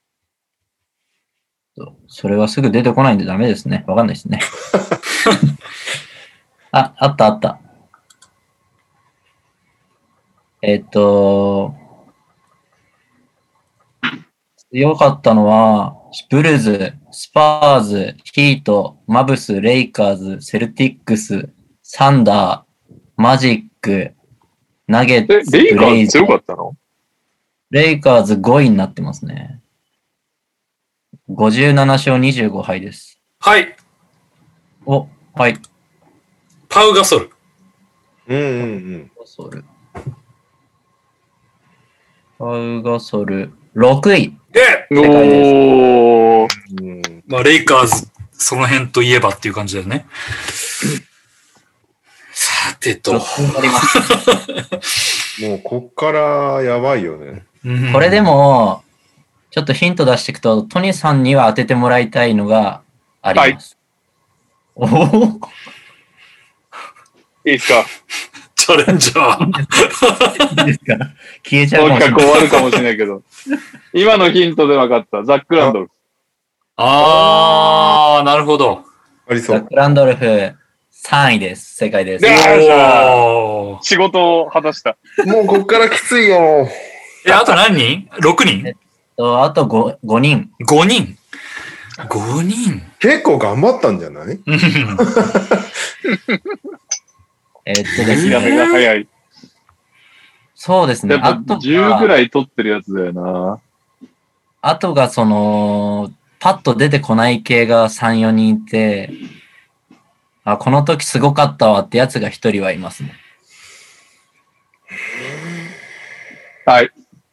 それはすぐ出てこないんでダメですね。わかんないですね。あった。強かったのは、ブルズ、スパーズ、ヒート、マブス、レイカーズ、セルティックス、サンダー、マジック、ナゲッツ、 レイカーズ強かったの？ レイカーズ5位になってますね。57勝25敗です。 はい。 はい。 パウガソル。 ガソル。パウガソル、6位。 正解です。 まあ、レイカーズ、その辺といえばっていう感じだよね。さてと。 もうこっからやばいよね。 これでも、ちょっとヒント出していくと、トニさんには当ててもらいたいのがあります。 はい、いいですか？ チャレンジャー。 いいですか？消えちゃうかもしれない。 終わるかもしれないけど。今のヒントで分かった。ザック・ランドルフ。 なるほど。 ありそう。 ザック・ランドルフ3位です。正解です。 仕事を果たした。 もうこっからきついよ。 あと何人 ?6 人あと 5人。 5人 ?5 人結構頑張ったんじゃない？ ですね。目が早い。 そうですね。 あと10ぐらい取ってるやつだよな。 あとがパッと出てこない系が3、4人いて、この時すごかったわってやつが1人はいますね。 はい。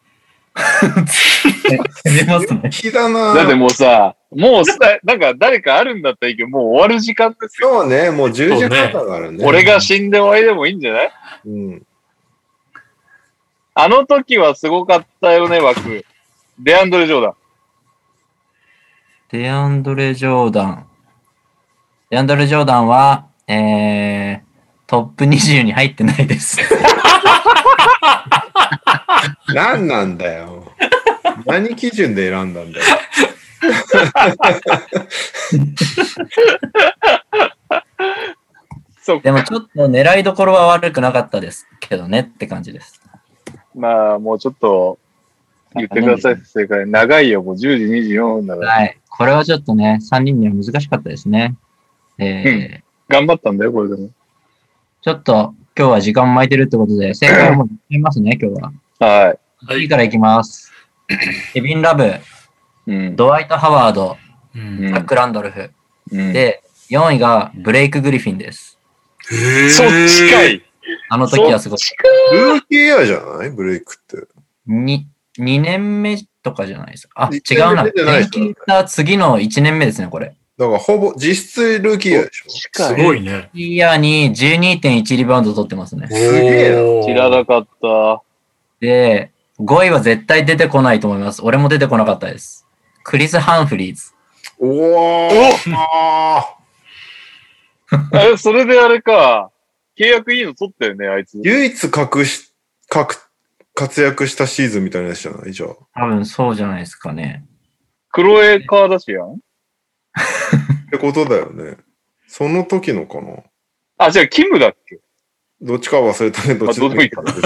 出ますね。 だってもうさ、なんか誰かあるんだったらいいけど、もう終わる時間ですよ。 そうね、もう10時半だからね。 俺が死んで終わりでもいいんじゃない？あの時はすごかったよね、枠。デアンドレ・ジョーダン。 デアンドレ・ジョーダン。 デアンドレ・ジョーダンは、トップ20に入ってないです。 何なんだよ。何基準で選んだんだよ。 でもちょっと狙いどころは悪くなかったですけどねって感じです。 まあ、もうちょっと言ってください。正解。長いよ、もう10時24分だから。 はい。これはちょっとね、3人には難しかったですね。 頑張ったんだよ、これでも。 ちょっと今日は時間巻いてるってことで、正解をもう言いますね、今日は。 はい。 いいからいきます。ケビン・ラブ、ドワイト・ハワード、タック・ランドルフ。で、4位がブレイク・グリフィンです。 そっちかい。 あの時はすごい。 ルーキーイヤーじゃないブレイクって。 2年目とかじゃないですか。あ、違うな。転勤した次の1年目ですね、これ。 だからほぼ実質ルーキーイヤーでしょ。 すごいね。 ルーキーイヤーに 12.1 リバウンド取ってますね。 すげえな。知らなかった。 で、5位は絶対出てこないと思います。俺も出てこなかったです。クリス・ハンフリーズ。 おそれであれか。契約いいの取ったよね、あいつ。 唯一活躍したシーズンみたいなやつじゃないじゃあ。 多分そうじゃないですかね。 クロエ・カーダシアンってことだよね。その時のかな。 あ、じゃあキムだっけ？ どっちか忘れたね。どっちでもいいかな。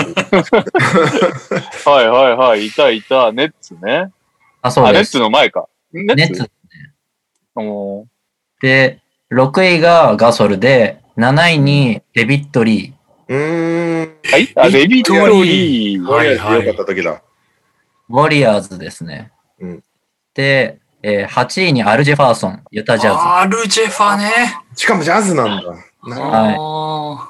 はいはいはい。いた。ネッツね。 あ、そうです。 ネッツの前か。 ネッツですね。 で、6位がガソルで、7位にデビッド・リー。 はい。あ、デビッド・リー。 はいはい。よかった時だ。 ウォリアーズですね。で、8位にアルジェ・ファーソン、ユタ・ジャズ。 アルジェファね。 しかもジャズなんだ。 はい。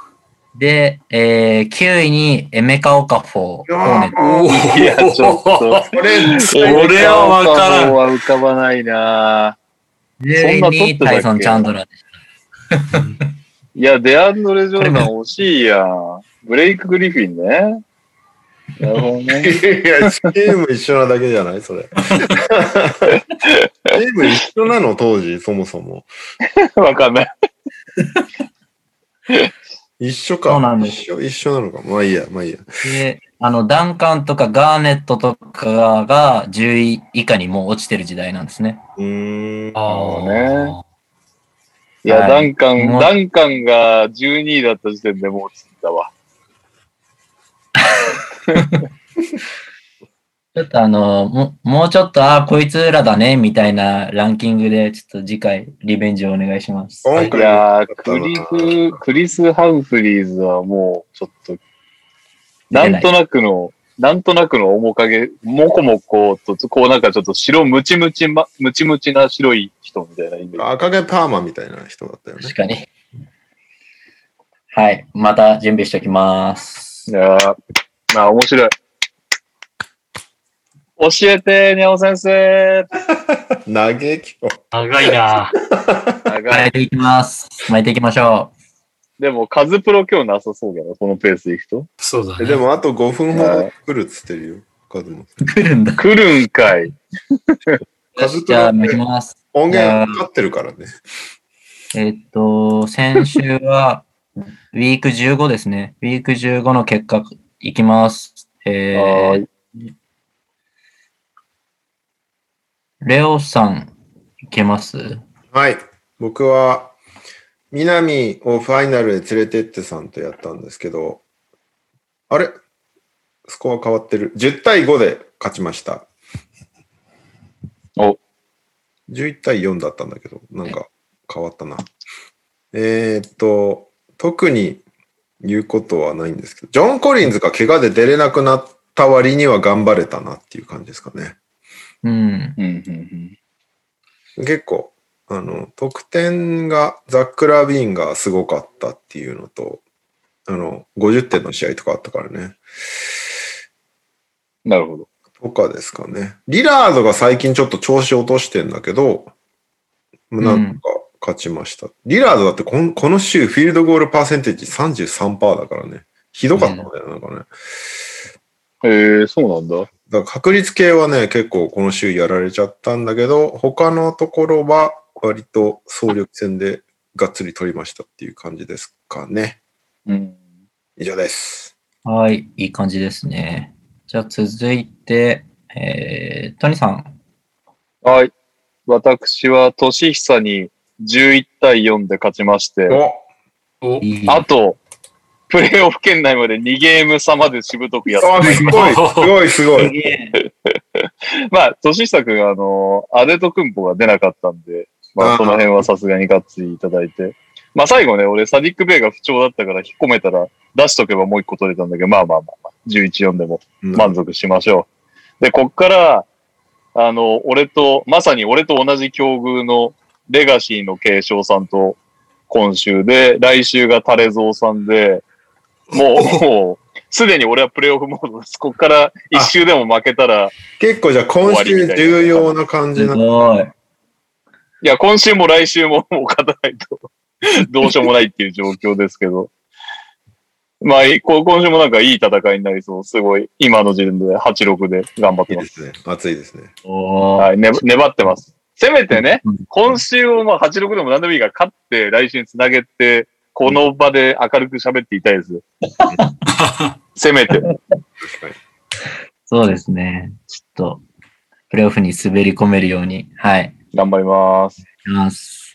で、9位にエメカ・オカフォー。 いや、ちょっと。 俺はわからん。 は浮かばないな。 10位にタイソン・チャンドラーでした。 いや、デアンドレ・ジョーダン惜しいやん。ブレイク・グリフィンね。なるほどね。いや、 チーム一緒なだけじゃないそれ。チーム一緒なの当時、そもそも。 わかんない。 一緒か。 そうなんです。 一緒なのか。まあいいや。 で、ダンカンとかガーネットとかが10位以下にもう落ちてる時代なんですね。 ね。いや、ダンカンが12位だった時点でもう落ちてたわ。 ちょっともうちょっと、こいつらだね、みたいなランキングで、ちょっと次回、リベンジをお願いします。 いやクリス・ハンフリーズはもう、ちょっと、なんとなくの面影、もこもこと、こうなんかちょっとムチムチな白い人みたいなイメージ。 赤毛パーマみたいな人だったよね。 確かに。はい。また準備しておきます。 いやー、面白い。教えて、にゃお先生。 長いな。 巻いていきます。巻いていきましょう。でも、カズプロ今日なさそうだな、このペースでいくと。 そうだね。 でも、あと5分ほど来るっつってるよ。カズも。 来るんだ。 来るんかい。 カズプロ。 じゃあ、巻きます。 音源かかってるからね。 先週は、ウィーク15ですね。ウィーク15の結果、いきます。レオさん、いけます？ はい。僕は、南をファイナルで連れてってさんとやったんですけど、あれスコア変わってる。10対5で勝ちました。11対4だったんだけど、なんか変わったな。特に言うことはないんですけど、ジョン・コリンズが怪我で出れなくなった割には頑張れたなっていう感じですかね。結構、得点が、ザック・ラビーンがすごかったっていうのと、50点の試合とかあったからね。 なるほど。 とかですかね。リラードが最近ちょっと調子落としてんだけど、なんか勝ちました。リラードだってこの週フィールドゴールパーセンテージ 33% だからね。ひどかったんだよ、なんかね。 そうなんだ。 だから確率系はね、結構この週やられちゃったんだけど、他のところは割と総力戦でがっつり取りましたっていう感じですかね。以上です。 はい、いい感じですね。じゃあ続いて、トニーさん。 はい。私は、俊久に11対4で勝ちまして、あと、プレイオフ圏内まで2ゲーム差までしぶとくやってすごい。 まあ、俊久くん、アデトクンポが出なかったんで、まあ、その辺はさすがにガッツリいただいて。まあ、最後ね、俺、サディック・ベイが不調だったから引っ込めたら出しとけばもう一個取れたんだけど、まあ、11-4でも満足しましょう。で、こっから、まさに俺と同じ境遇のレガシーの継承さんと今週で、来週がタレゾウさんで、もう、すでに俺はプレイオフモードです。こっから一周でも負けたら。 結構じゃあ今週重要な感じなの。 いや、今週も来週ももう勝たないとどうしようもないっていう状況ですけど。まあ、今週もなんかいい戦いになりそう。すごい、今の時点で8-6で頑張ってます。 いいですね。熱いですね。 はい、粘ってます。せめてね、今週をまあ8-6でも何でもいいから勝って来週につなげて、この場で明るく喋っていたいです。せめて。 そうですね。ちょっと、プレイオフに滑り込めるように、はい。 頑張ります。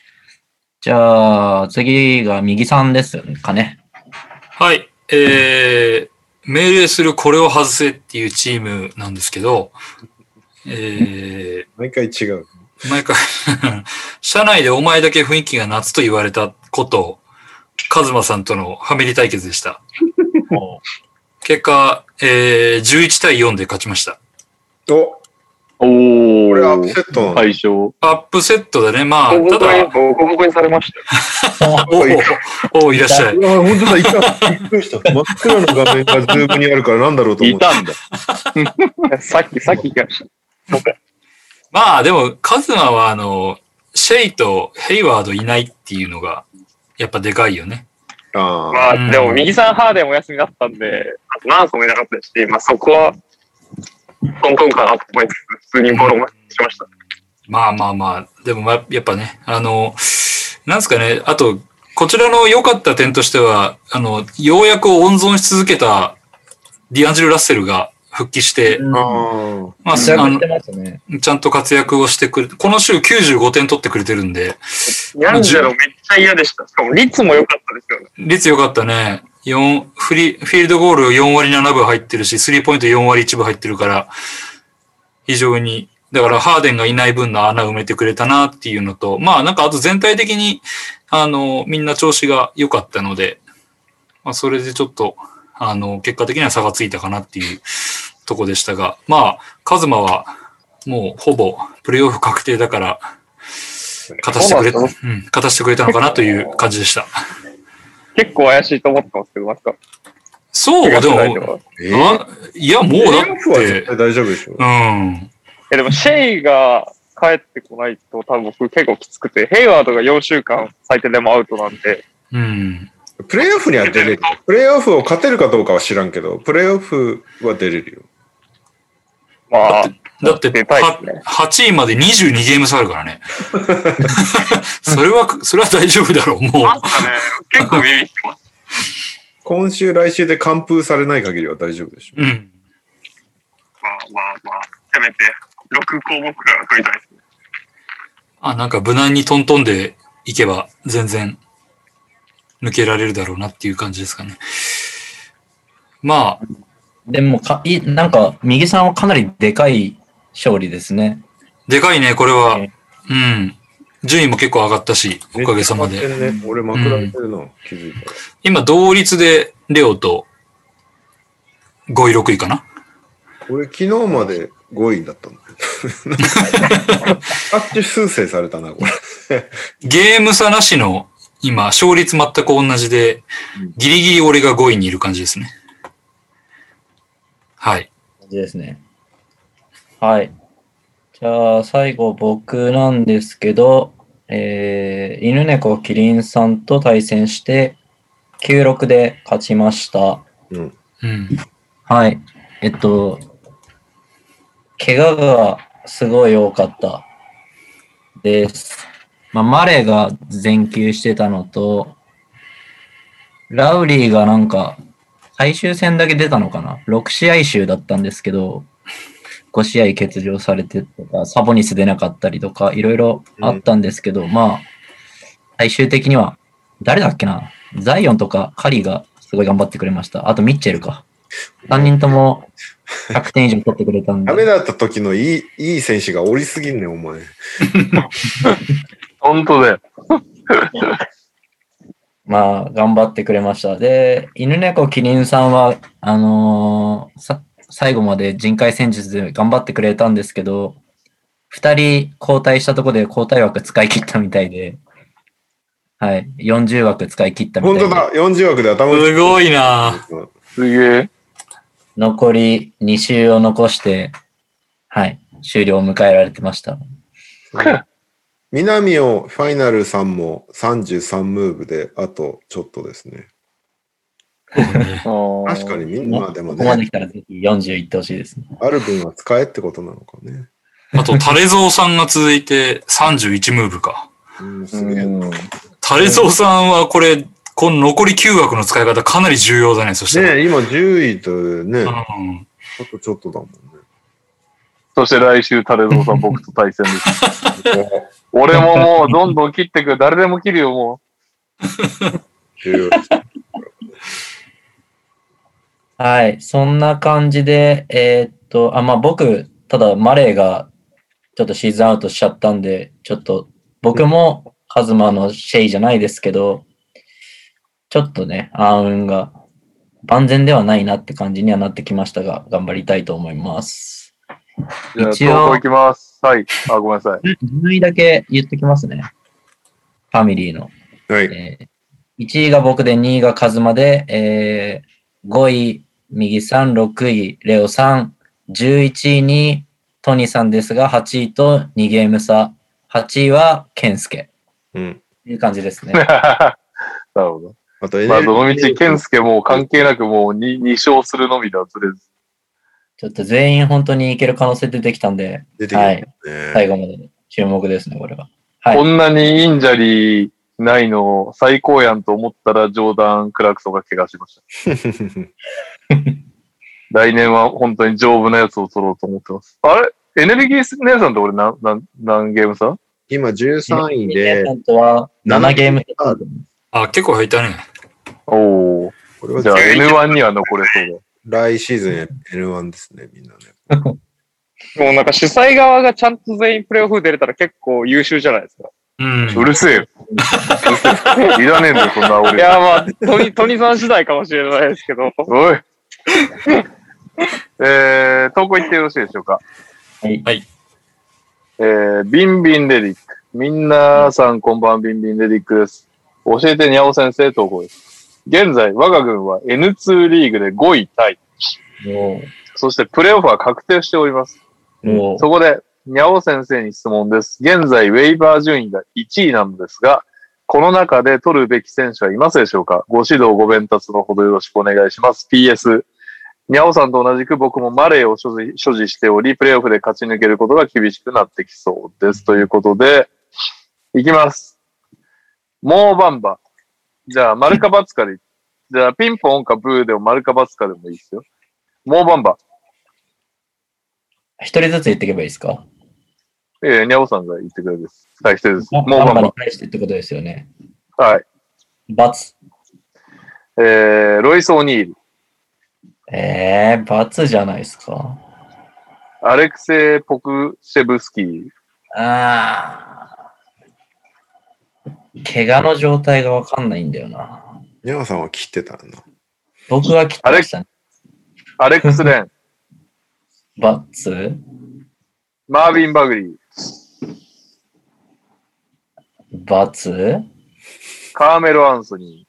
じゃあ、次が右さんですかね。 はい。命令するこれを外せっていうチームなんですけど、 毎回違う。 毎回、社内でお前だけ雰囲気が夏と言われたことを、カズマさんとのファミリー対決でした。結果、11対4で勝ちました。 これアップセットの対象。 アップセットだね。まあ、ただ、 ボコボコにされました。 おいらっしゃい。 本当だ、いた。びっくりした。真っ暗な画面がズームにあるからなんだろうと思って。 いたんだ。さっき来ました。 まあ、でも、カズマは、シェイとヘイワードいないっていうのが、やっぱでかいよね。 まあ、でも、右さんハーデンお休みだったんで、あとナースもいなかったし、まあそこは、トントンかなと思いつつ、普通にフォローしました。 まあ、でも、やっぱね、なんですかね、あと、こちらの良かった点としては、ようやく温存し続けたディアンジェル・ラッセルが復帰して、まあ、ちゃんと活躍をしてくれて、この週95点取ってくれてるんで。 ディアンジェルめっちゃ嫌でした。しかも率も良かったですよね。 率良かったね。フィールドゴール4割7分入ってるし、スリーポイント4割1分入ってるから、非常に、だからハーデンがいない分の穴埋めてくれたなっていうのと、まあなんかあと全体的に、みんな調子が良かったので、まあそれでちょっと、結果的には差がついたかなっていうとこでしたが、まあ、カズマはもうほぼプレイオフ確定だから、勝たしてくれたのかなという感じでした。 結構怪しいと思ってますけど、なんか。 そう、でも、いや、もうだって。 大丈夫でしょ。 でも、シェイが帰ってこないと多分僕結構きつくて、ヘイワードが4週間最低でもアウトなんで。 プレイオフには出れる。プレイオフを勝てるかどうかは知らんけど、プレイオフは出れるよ。 まあ、 だって、8位まで22ゲーム差あるからね。それは大丈夫だろう、もう。 結構ビビってます。 今週、来週で完封されない限りは大丈夫でしょ。 まあ、せめて6項目くらいは取りたいですね。 なんか無難にトントンでいけば全然抜けられるだろうなっていう感じですかね。まあ。 でもなんか、右さんはかなりでかい勝利ですね。 でかいね、これは。順位も結構上がったし、おかげさまで。 俺、まくられてるの、気づいたら。 今、同率で、レオと5位、6位かな。 俺、昨日まで5位だったんだけど。タッチ修正されたな、これ。 ゲーム差なしの、今、勝率全く同じで、ギリギリ俺が5位にいる感じですね。はい。 感じですね。はい。じゃあ、最後僕なんですけど、犬猫キリンさんと対戦して、9-6で勝ちました。はい。怪我がすごい多かったです。 マレーが全休してたのと、ラウリーがなんか、最終戦だけ出たのかな ?6 試合集だったんですけど、5試合欠場されてとか、サボニス出なかったりとか、いろいろあったんですけど、最終的には、誰だっけなザイオンとかカリーがすごい頑張ってくれました。あとミッチェルか。3人とも100点以上取ってくれたんで。 ダメだった時のいい選手がおりすぎんねん、お前。 本当だよ。 頑張ってくれました。で、犬猫キリンさんは、最後まで人海戦術で頑張ってくれたんですけど、2人交代したところで交代枠使い切ったみたいで、はい、40枠使い切ったみたいで。 本当だ、40枠で頭打ち。 すごいな。 すげえ。 残り2周を残して、はい、終了を迎えられてました。 南尾ファイナルさんも33ムーブで、あとちょっとですね。確かにみんなでもね。 ここまで来たらぜひ40いってほしいですね。 ある分は使えってことなのかね。 あと、タレゾウさんが続いて31ムーブか。 すげえな。 タレゾウさんはこれ、この残り9枠の使い方かなり重要だね、そして。 ね今10位とね、あとちょっとだもんね。 そして来週タレゾウさん僕と対戦です。俺ももうどんどん切ってく。誰でも切るよ、もう。 はい、そんな感じで、僕、ただマレーがちょっとシーズンアウトしちゃったんで、ちょっと僕もカズマのシェイじゃないですけど、ちょっとね、暗雲が万全ではないなって感じにはなってきましたが、頑張りたいと思います。 じゃあ、投稿いきます。はい。ごめんなさい。 順位だけ言ってきますね。ファミリーの。 はい。 1位が僕で、2位がカズマで、5位、右さん、6位、レオさん、11位にトニーさんですが、8位と2ゲーム差。8位はケンスケ。いう感じですね。 なるほど。どのみち、ケンスケもう関係なくもう 2勝するのみだ、とりあえず。 ちょっと全員本当にいける可能性出てきたんで、はい。最後まで注目ですね、これは。はい、 こんなにインジャリーないの最高やんと思ったらジョーダン・クラクソンが怪我しました。来年は本当に丈夫なやつを取ろうと思ってます。あれエネルギー姉さんと俺何ゲーム差？ 今13位で。 本当は7ゲーム差。 結構入ったね。 おー。じゃあ N1 には残れそうだ。 来シーズン N1 ですね、みんなね。 もうなんか主催側がちゃんと全員プレイオフ出れたら結構優秀じゃないですか。 うるせえよ。いらねえんだよ、そんな俺。 いや、トニさん次第かもしれないですけど。 おい。投稿いってよろしいでしょうか。 はい。 ビンビンレディック。みんなさんこんばん、ビンビンレディックです。教えてにゃお先生投稿です。現在、我が軍は N2 リーグで5位タイ。そしてプレイオフは確定しております。そこで、にゃお先生に質問です。現在、ウェイバー順位が1位なのですが、この中で取るべき選手はいますでしょうか？ご指導、ご鞭達のほどよろしくお願いします。PS、にゃおさんと同じく僕もマレーを所持しており、プレイオフで勝ち抜けることが厳しくなってきそうです。ということで、いきます。モーバンバ。じゃあ、丸か×かでいい。じゃあ、ピンポンかブーでも丸か×かでもいいですよ。モーバンバ。 一人ずつ言っていけばいいですか？ にゃおさんが言ってくれるです。はい、一人ずつ。モーバンバに対してってことですよね。 はい。 ×。 ロイス・オニール。 ×じゃないですか。 アレクセイ・ポクシェブスキー。 怪我の状態がわかんないんだよな。 ニャオさんは切ってたんだ。 僕は切ってましたね。 アレックス・レン。 ×？ マービン・バグリー。 ×？ カーメル・アンソニ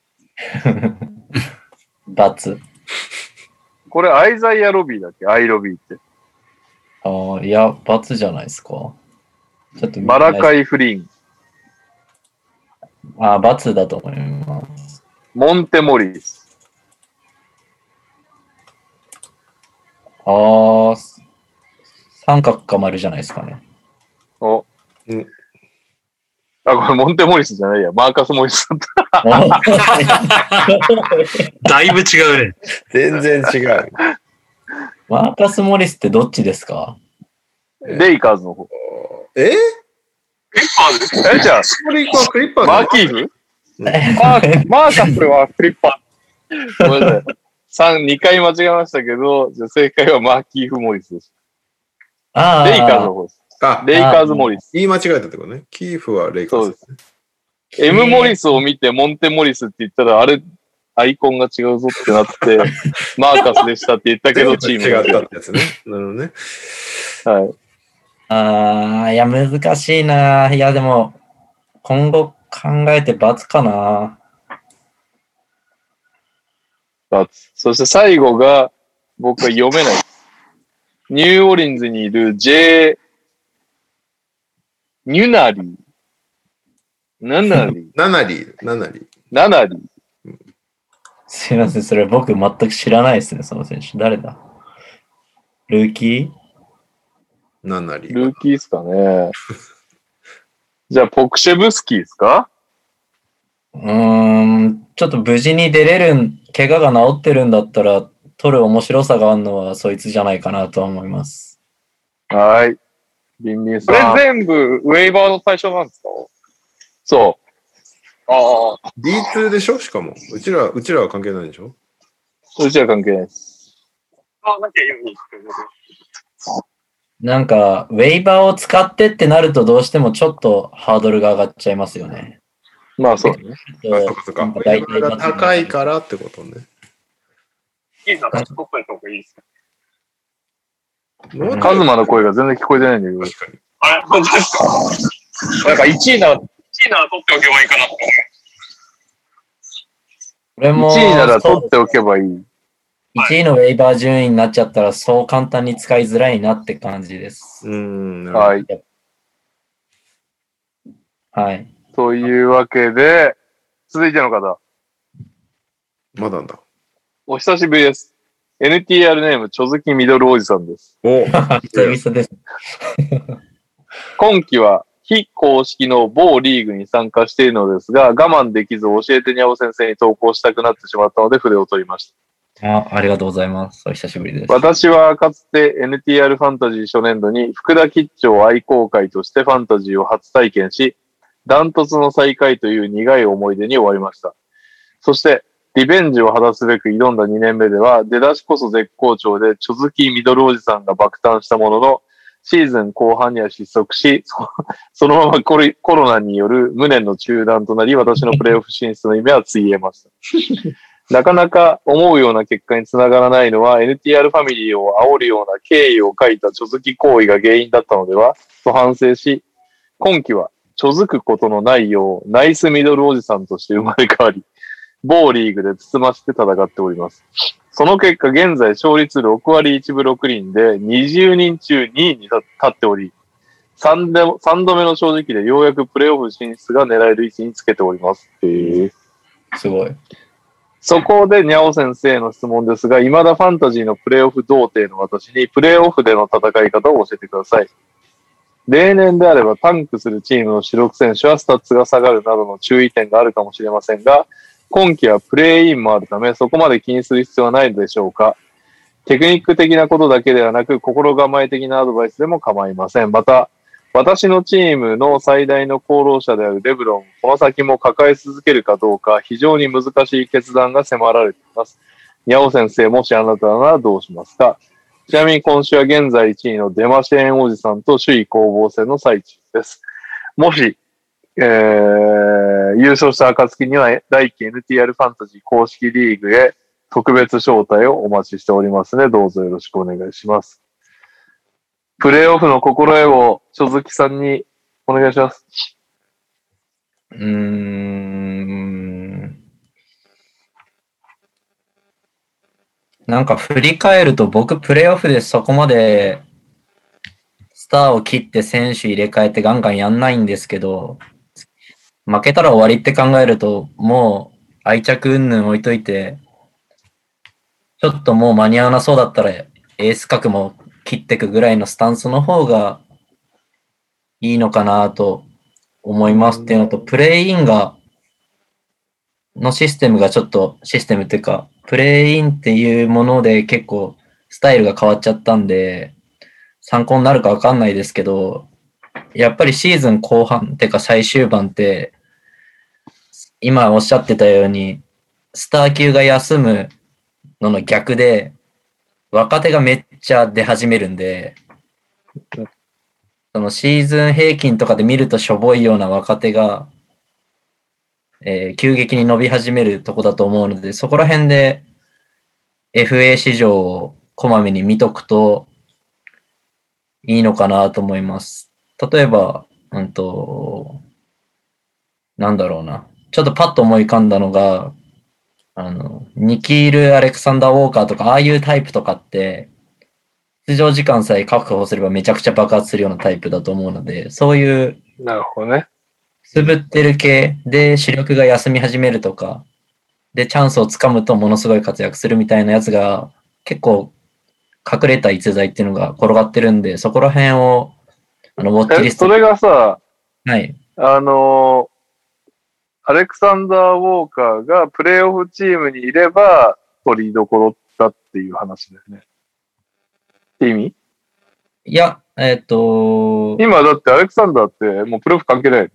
ー。×。 これ、アイザイア・ロビーだっけ？アイロビーって。 いや、×じゃないですか。ちょっとマラカイ・フリン。 ×だと思います。 モンテ・モリス。三角か丸じゃないですかね。 あ、これモンテモリスじゃないや。マーカス・モリスだった。 だいぶ違うね。 全然違う。 マーカス・モリスってどっちですか？ レイカーズの方。 えクリッパーズじゃあ、 クリッパーマーキーフマーカスはクリッパごめんなさい。2回間違えましたけど、じゃあ正解はマーキーフ・モリスです。レイカーズの方です。レイカーズ・モリス。 言い間違えたってことね。キーフはレイカーズですね。 M モリスを見てモンテモリスって言ったら、あれ、アイコンが違うぞってなって、マーカスでしたって言ったけど、チームが違ったってやつね。なるほどね。 はい。 いや、難しいな。いや、でも、今後考えて×かな。 ×。そして最後が、僕は読めない。ニューオリンズにいる ニュナリー。ナナリー。 すいません、それ僕全く知らないですね、その選手。誰だ？ルーキー？ ルーキーですかね。じゃあ、ポクシェブスキーですか？ ちょっと無事に出れる、怪我が治ってるんだったら、取る面白さがあるのはそいつじゃないかなと思います。 はい。ビンビンさん。これ全部ウェイバーの対象なんですか？ そう。 ああ。 D2 でしょしかも。うちらは関係ないでしょ？ うちら関係ないです。 なんか、ウェイバーを使ってってなるとどうしてもちょっとハードルが上がっちゃいますよね。 まあそうね。 そうか。ウェイバーが高いからってことね。 いいな、取っといた方がいいですか？ カズマの声が全然聞こえてないんだけど。 確かに。あれ、本当ですか？なんか1位なら取っておけばいいかなと思う。1位なら取っておけばいい。 1位のウェイバー順位になっちゃったらそう簡単に使いづらいなって感じです。 はい。 はい。 というわけで、続いての方。 まだだ。 お久しぶりです。NTR ネーム、ちょずきミドルおじさんです。 久々です。 今期は非公式の某リーグに参加しているのですが、我慢できず教えてにゃお先生に投稿したくなってしまったので筆を取りました。 ありがとうございます。お久しぶりです。 私はかつて NTR ファンタジー初年度に福田吉兆愛好会としてファンタジーを初体験し、ダントツの最下位という苦い思い出に終わりました。そして、リベンジを果たすべく挑んだ2年目では、出だしこそ絶好調で、ちょずきミドルおじさんが爆誕したものの、シーズン後半には失速し、そのままコロナによる無念の中断となり、私のプレイオフ進出の夢はついえました。なかなか思うような結果につながらないのは NTR ファミリーを煽るような敬意を書いたちょづき行為が原因だったのではと反省し、今季はちょづくことのないようナイスミドルおじさんとして生まれ変わり、某リーグでつつましく戦っております。その結果現在勝率6割1分6厘で20人中2位に立っており、3度目の正直でようやくプレイオフ進出が狙える位置につけております。 すごい。 そこでにゃお先生の質問ですが、未だファンタジーのプレイオフ童貞の私にプレイオフでの戦い方を教えてください。例年であればタンクするチームの主力選手はスタッツが下がるなどの注意点があるかもしれませんが、今季はプレイインもあるためそこまで気にする必要はないのでしょうか。テクニック的なことだけではなく心構え的なアドバイスでも構いません。また、私のチームの最大の功労者であるレブロン、この先も抱え続けるかどうか、非常に難しい決断が迫られています。にゃお先生、もしあなたならどうしますか？ちなみに今週は現在1位のデマシェーンおじさんと首位攻防戦の最中です。もし、優勝した暁には来期 NTR ファンタジー公式リーグへ特別招待をお待ちしておりますので、どうぞよろしくお願いします。プレイオフの心得を、ちょずきさんにお願いします。 なんか振り返ると僕プレイオフでそこまでスターを切って選手入れ替えてガンガンやんないんですけど、負けたら終わりって考えるともう愛着云々置いといて、ちょっともう間に合わなそうだったらエース格も切ってくぐらいのスタンスの方がいいのかなと思いますっていうのと、プレイインのシステムがちょっと、システムっていうか、プレイインっていうもので結構スタイルが変わっちゃったんで、参考になるかわかんないですけど、やっぱりシーズン後半っていうか最終盤って、今おっしゃってたように、スター級が休むのの逆で、若手がめっちゃ出始めるんで、そのシーズン平均とかで見るとしょぼいような若手が、急激に伸び始めるとこだと思うので、そこら辺で FA 市場をこまめに見とくといいのかなと思います。例えば、なんだろうな。ちょっとパッと思い浮かんだのが、ニキール・アレクサンダー・ウォーカーとか、ああいうタイプとかって、出場時間さえ確保すればめちゃくちゃ爆発するようなタイプだと思うので、そういう、 なるほどね。 くすぶってる系で主力が休み始めるとか、で、チャンスをつかむとものすごい活躍するみたいなやつが、結構隠れた逸材っていうのが転がってるんで、そこら辺を、ウォッチリスト。 それがさ、 はい。 アレクサンダー・ウォーカーがプレーオフチームにいれば取りどころだっていう話だよね。って意味？ いや、 今だってアレクサンダーってもうプレーオフ関係ない。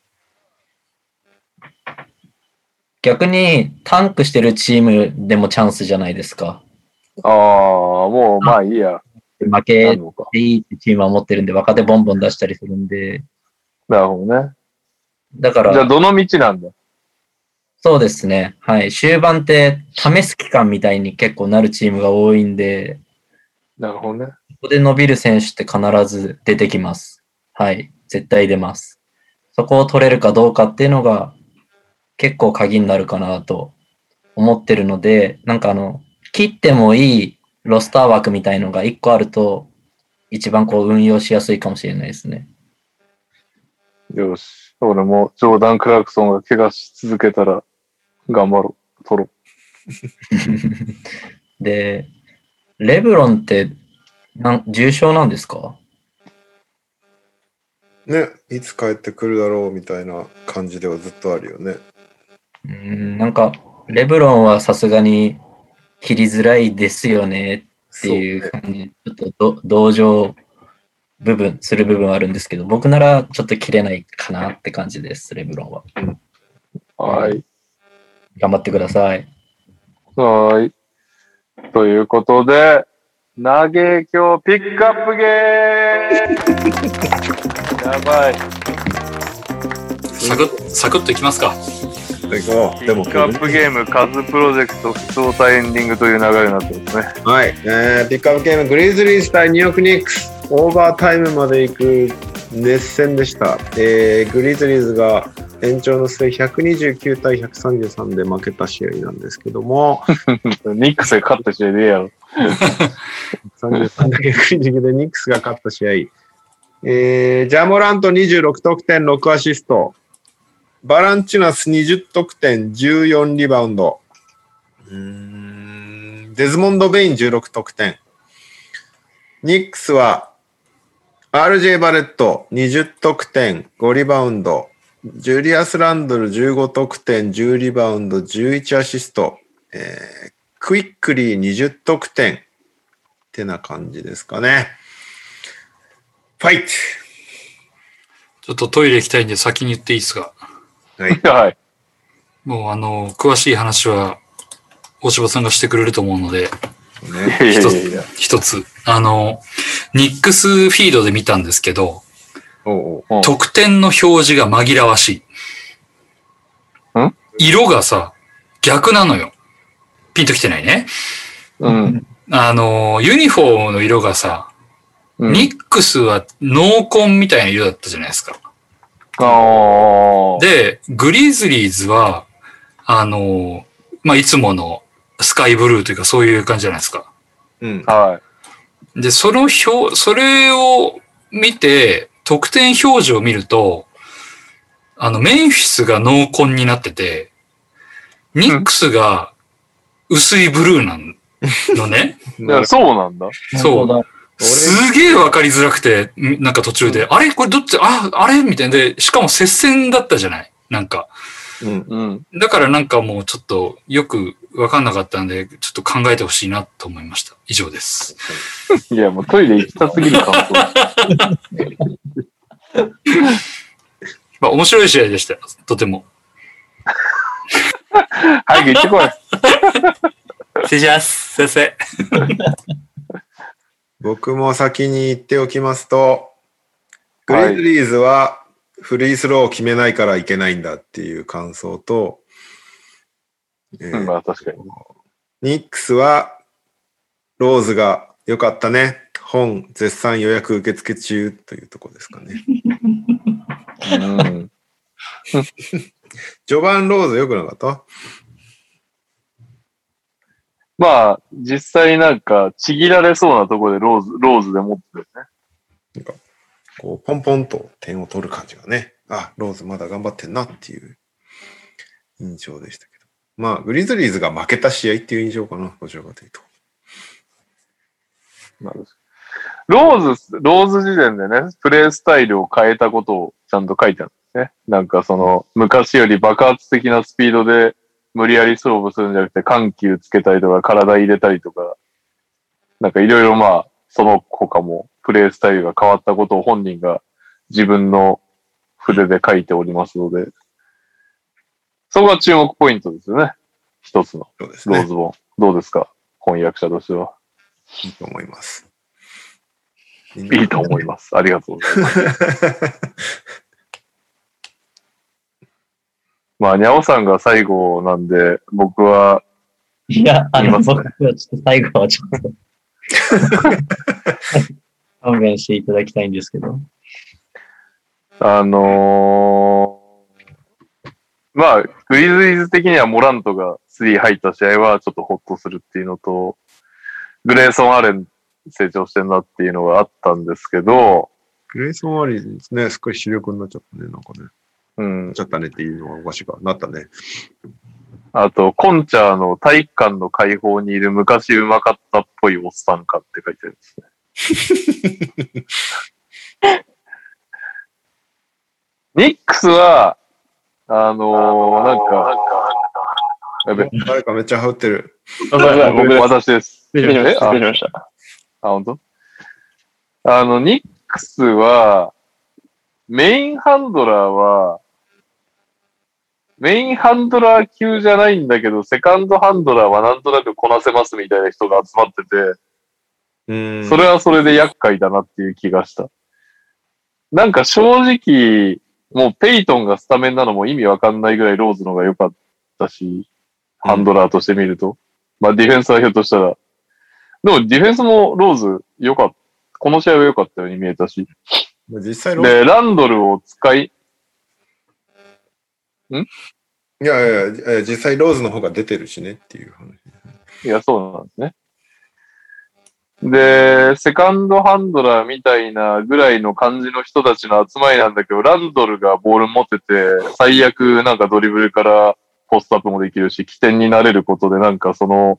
逆にタンクしてるチームでもチャンスじゃないですか。 ああ、もうまあいいや。 負けていいってチームは持ってるんで、若手ボンボン出したりするんで。 なるほどね。 だから。 じゃあどの道なんだ？ そうですね。はい。終盤って試す期間みたいに結構なるチームが多いんで。 なるほどね。 ここで伸びる選手って必ず出てきます。はい。絶対出ます。そこを取れるかどうかっていうのが結構鍵になるかなと思ってるので、なんか切ってもいいロスター枠みたいのが1個あると一番こう運用しやすいかもしれないですね。 よし。俺もジョーダン・クラークソンが怪我し続けたら頑張ろう。取ろう。で、レブロンって重傷なんですか？ ね、いつ帰ってくるだろうみたいな感じではずっとあるよね。 なんか、レブロンはさすがに切りづらいですよねっていう感じ、ね、ちょっと同情する部分はあるんですけど、僕ならちょっと切れないかなって感じです、レブロンは。 はい。 頑張ってください。 はい。ということで、投げ今日ピックアップゲーやばい。 サクッといきますか。 ピックアップゲーム、カズプロジェクト、不調態エンディングという流れになってますね。 はい。ピックアップゲーム、グリズリーズ対ニューヨークニックス。オーバータイムまで行く熱戦でした。グリズリーズが延長の末129対133で負けた試合なんですけども。 ニックスが勝った試合でいいやろ。 33対129でニックスが勝った試合。ジャモラント26得点6アシスト。バランチュナス20得点14リバウンド。デズモンド・ベイン16得点。ニックスはRJ バレット20得点5リバウンド。ジュリアス・ランドル15得点10リバウンド11アシスト。クイックリー20得点ってな感じですかね。ファイト。 ちょっとトイレ行きたいんで先に言っていいですか？ はい。 はい。 もう詳しい話は大柴さんがしてくれると思うので、 ね、 一つ。ニックスフィードで見たんですけど、得点の表示が紛らわしい。色がさ、逆なのよ。ピンときてないね。 うん。 ユニフォームの色がさ、ニックスは濃紺みたいな色だったじゃないですか。で、グリズリーズは、まあ、いつものスカイブルーというかそういう感じじゃないですか。 うん。 はい。 で、それを見て、得点表示を見ると、メンフィスが濃紺になってて、ニックスが薄いブルーなのね。 そうなんだ。 そう。 すげえわかりづらくて、なんか途中で、あれこれどっち、あれみたいな。で、しかも接戦だったじゃないなんか。だからなんかもうちょっとよくわかんなかったんで、ちょっと考えてほしいなと思いました。以上です。 いや、もうトイレ行きたすぎる感想。 まあ面白い試合でしたよ。とても。 早く行ってこい。 失礼します。先生。 僕も先に言っておきますと、グリズリーズはフリースローを決めないからいけないんだっていう感想と、 まあ確かに。 ニックスはローズが良かったね。本絶賛予約受付中というところですかね。序盤ローズ良くなかった？ まあ、実際なんか、ちぎられそうなところでローズで持ってるね。 なんか、こう、ポンポンと点を取る感じがね。あ、ローズまだ頑張ってんなっていう印象でしたけど。まあ、グリズリーズが負けた試合っていう印象かな、どちらかというと。 ローズ時点でね、プレースタイルを変えたことをちゃんと書いてあるんですね。なんかその、昔より爆発的なスピードで、無理やり勝負するんじゃなくて緩急つけたりとか体入れたりとか、なんかいろいろまあ、その他もプレイスタイルが変わったことを本人が自分の筆で書いておりますので、そこが注目ポイントですよね。一つのローズボン。どうですか？翻訳者としては。 いいと思います。 いいと思います。ありがとうございます。まあ、にゃおさんが最後なんで、僕は、 いや、僕はちょっと最後はちょっと勘弁していただきたいんですけど。 まあ、グリズリーズ的にはモラントが3入った試合はちょっとホッとするっていうのと、グレイソン・アレン成長してんなっていうのがあったんですけど、 グレイソン・アレンですね、少し主力になっちゃったね、なんかね。ちゃったねっていうのがおかしいかなったね。 あと、コンチャーの体育館の開放にいる昔うまかったっぽいおっさんかって書いてあるんですね。ニックスは、なんか、やべ。 誰かめっちゃ羽織ってる。 私です。 見ました。 本当？ニックスは、メインハンドラー級じゃないんだけど、セカンドハンドラーはなんとなくこなせますみたいな人が集まってて、それはそれで厄介だなっていう気がした。なんか正直、もうペイトンがスタメンなのも意味わかんないぐらいローズの方が良かったし、ハンドラーとして見ると。まあディフェンスはひょっとしたら。でもディフェンスもローズ良かった。この試合は良かったように見えたし。 実際で、ランドルを使い、 いや、実際ローズの方が出てるしねっていう話。 いや、そうなんですね。で、セカンドハンドラーみたいなぐらいの感じの人たちの集まりなんだけど、ランドルがボール持ってて、最悪なんかドリブルからポストアップもできるし、起点になれることでなんかその、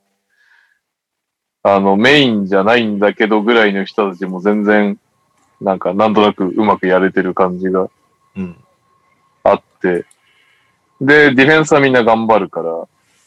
メインじゃないんだけどぐらいの人たちも全然、なんかなんとなくうまくやれてる感じがあって、で、ディフェンスはみんな頑張るから、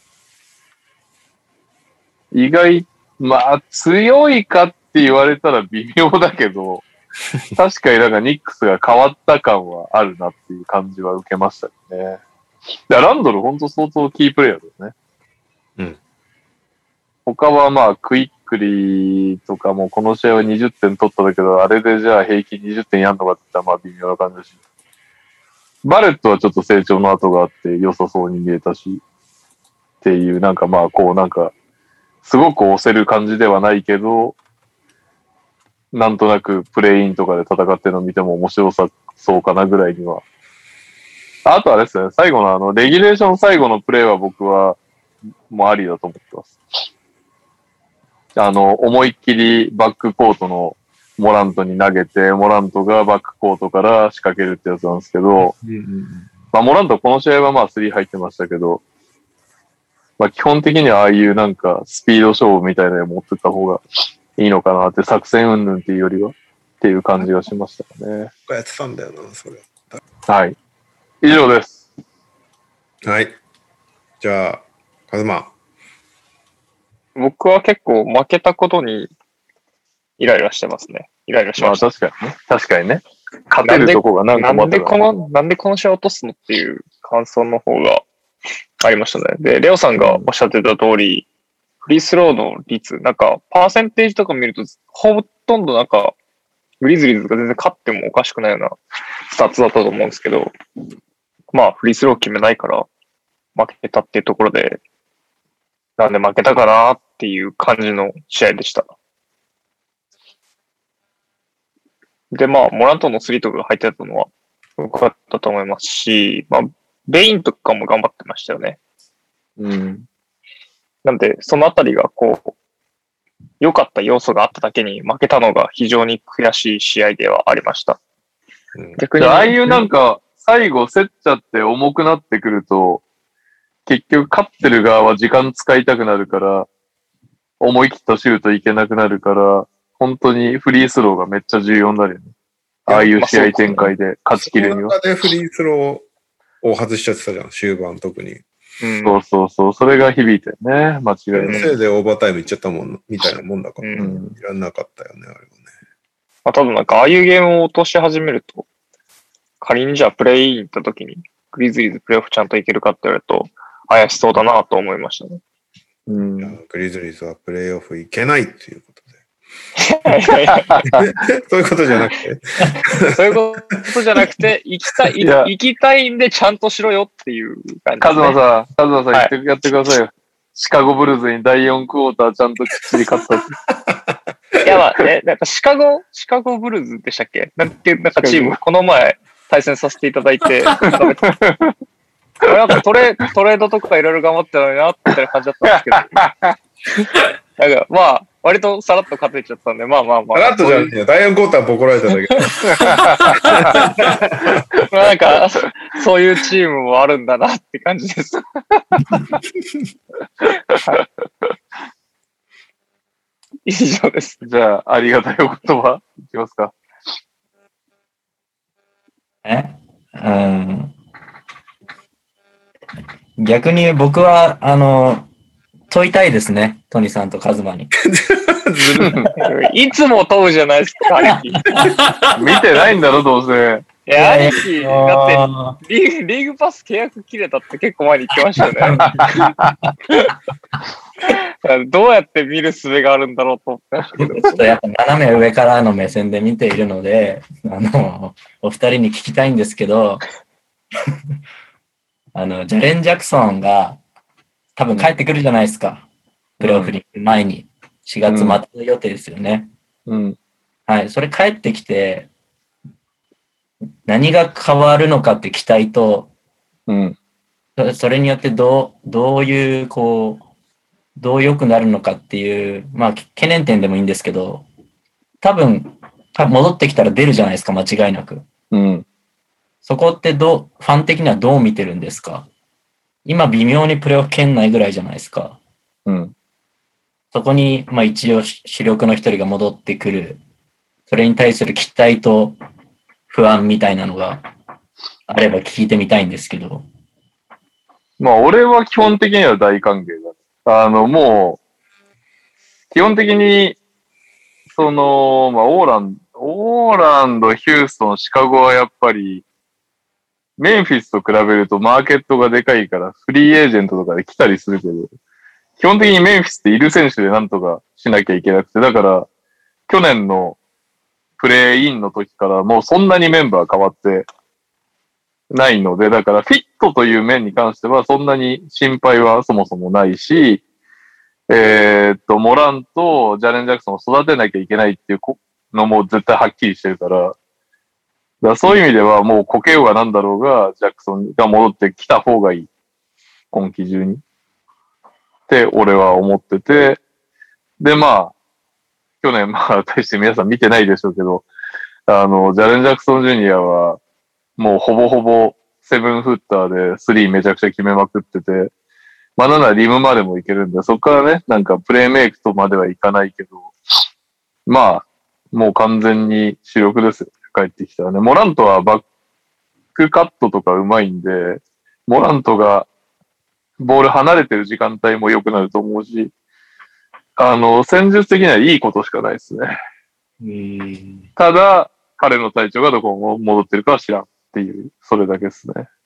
意外、まあ強いかって言われたら微妙だけど、確かになんかニックスが変わった感はあるなっていう感じは受けましたね。ランドルほんと相当キープレイヤーだよね。他はまあクイックリーとかもこの試合は20点取ったんだけど、あれでじゃあ平均20点やんのかって言ったらまあ微妙な感じだし。バレットはちょっと成長の跡があって良さそうに見えたし、っていうなんかまあこうなんか、すごく押せる感じではないけど、なんとなくプレインとかで戦ってるのを見ても面白さそうかなぐらいには。あとはですね、最後のレギュレーション最後のプレイは僕はもうありだと思ってます。思いっきりバックコートのモラントに投げて、モラントがバックコートから仕掛けるってやつなんですけど、まあモラントこの試合はまあ3入ってましたけど、まあ基本的にはああいうなんかスピード勝負みたいなのを持ってった方がいいのかなって作戦云々っていうよりはっていう感じがしましたね。 やってたんだよな、それ。 はい。以上です。 はい。じゃあ、カズマ。 僕は結構負けたことにイライラしてますね。イライラしました。 確かにね。確かにね。勝てるとこが何個もあったから。 なんでこの試合落とすのっていう感想の方がありましたね。で、レオさんがおっしゃってた通り、フリースローの率、なんか、パーセンテージとか見ると、ほとんどなんか、グリズリーズが全然勝ってもおかしくないようなスタッツだったと思うんですけど、まあ、フリースロー決めないから負けたっていうところで、なんで負けたかなっていう感じの試合でした。で、まあ、モラントのスリーとかが入ってたのは良かったと思いますし、まあ、ベインとかも頑張ってましたよね。 うん。 なんで、そのあたりがこう、良かった要素があっただけに負けたのが非常に悔しい試合ではありました。 逆に、ああいうなんか、最後競っちゃって重くなってくると、結局勝ってる側は時間使いたくなるから、思い切ったシュートいけなくなるから、本当にフリースローがめっちゃ重要になるよね。ああいう試合展開で勝ち切るには。 その中でフリースローを外しちゃってたじゃん、終盤特に。 そう。それが響いてね。間違いない。 せいでオーバータイムいっちゃったもん、みたいなもんだから、いらんなかったよね、あれはね。 まあ、ただなんか、ああいうゲームを落とし始めると、仮にじゃあプレイイン行った時に、グリズリーズプレイオフちゃんといけるかって言われると、怪しそうだなと思いましたね。 グリズリーズはプレイオフいけないっていうことで。そういうことじゃなくてそういうことじゃなくて、行きたいんでちゃんとしろよっていう感じ、ね。 カズマさん、やってくださいよ。シカゴブルーズに第4クォーターちゃんときっちり勝った。 いや、まあ、なんかシカゴブルーズでしたっけなんかチーム、この前対戦させていただいて、なんかトレードとかいろいろ頑張ってたのにな、みたいな感じだったんですけど。なんか、まあ、割とさらっと勝てちゃったんで、まあ。 さらっとじゃなくて、第4クォーターボコられただけ。なんか、そういうチームもあるんだなって感じです。以上です。 じゃあ、ありがたいお言葉いきますか。 逆に僕は、問いたいですね。トニさんとカズマに。 いつも問うじゃないですか、兄貴。 見てないんだろ、どうせ。 いや、兄貴、だってリーグパス契約切れたって結構前に言ってましたよね。どうやって見る術があるんだろうと思ってましたけど。 ちょっとやっぱ斜め上からの目線で見ているので、お二人に聞きたいんですけど、ジャレン・ジャクソンが多分帰ってくるじゃないですか。プレーオフに前に。4月末予定ですよね。はい。それ帰ってきて、何が変わるのかって期待と、それによってどういう、どう良くなるのかっていう、まあ、懸念点でもいいんですけど、多分戻ってきたら出るじゃないですか、間違いなく。そこってファン的にはどう見てるんですか？今微妙にプレーオフ圏内ぐらいじゃないですか。そこに、まあ一応主力の一人が戻ってくる。それに対する期待と不安みたいなのがあれば聞いてみたいんですけど。 まあ俺は基本的には大歓迎だ。もう、基本的に、まあオーランド、ヒューストン、シカゴはやっぱり、メンフィスと比べるとマーケットがでかいからフリーエージェントとかで来たりするけど、基本的にメンフィスっている選手でなんとかしなきゃいけなくて、だから去年のプレイインの時からもうそんなにメンバー変わってないので、だからフィットという面に関してはそんなに心配はそもそもないし、モランとジャレン・ジャクソンを育てなきゃいけないっていうのも絶対はっきりしてるから、そういう意味ではもうこけようがなんだろうが、ジャクソンが戻ってきた方がいい。今季中に。って俺は思ってて。で、まあ、去年、大して皆さん見てないでしょうけど、ジャレン・ジャクソン・ジュニアは、もうほぼほぼセブンフッターでスリーめちゃくちゃ決めまくってて、なんならリムまでもいけるんで、そこからね、なんかプレイメイクとまではいかないけど、 まあ、もう完全に主力ですよ。帰ってきたらね。モラントはバックカットとかうまいんで、モラントがボール離れてる時間帯も良くなると思うし、戦術的にはいいことしかないですね。ただ、彼の体調がどこも戻ってるかは知らんっていう、それだけですね。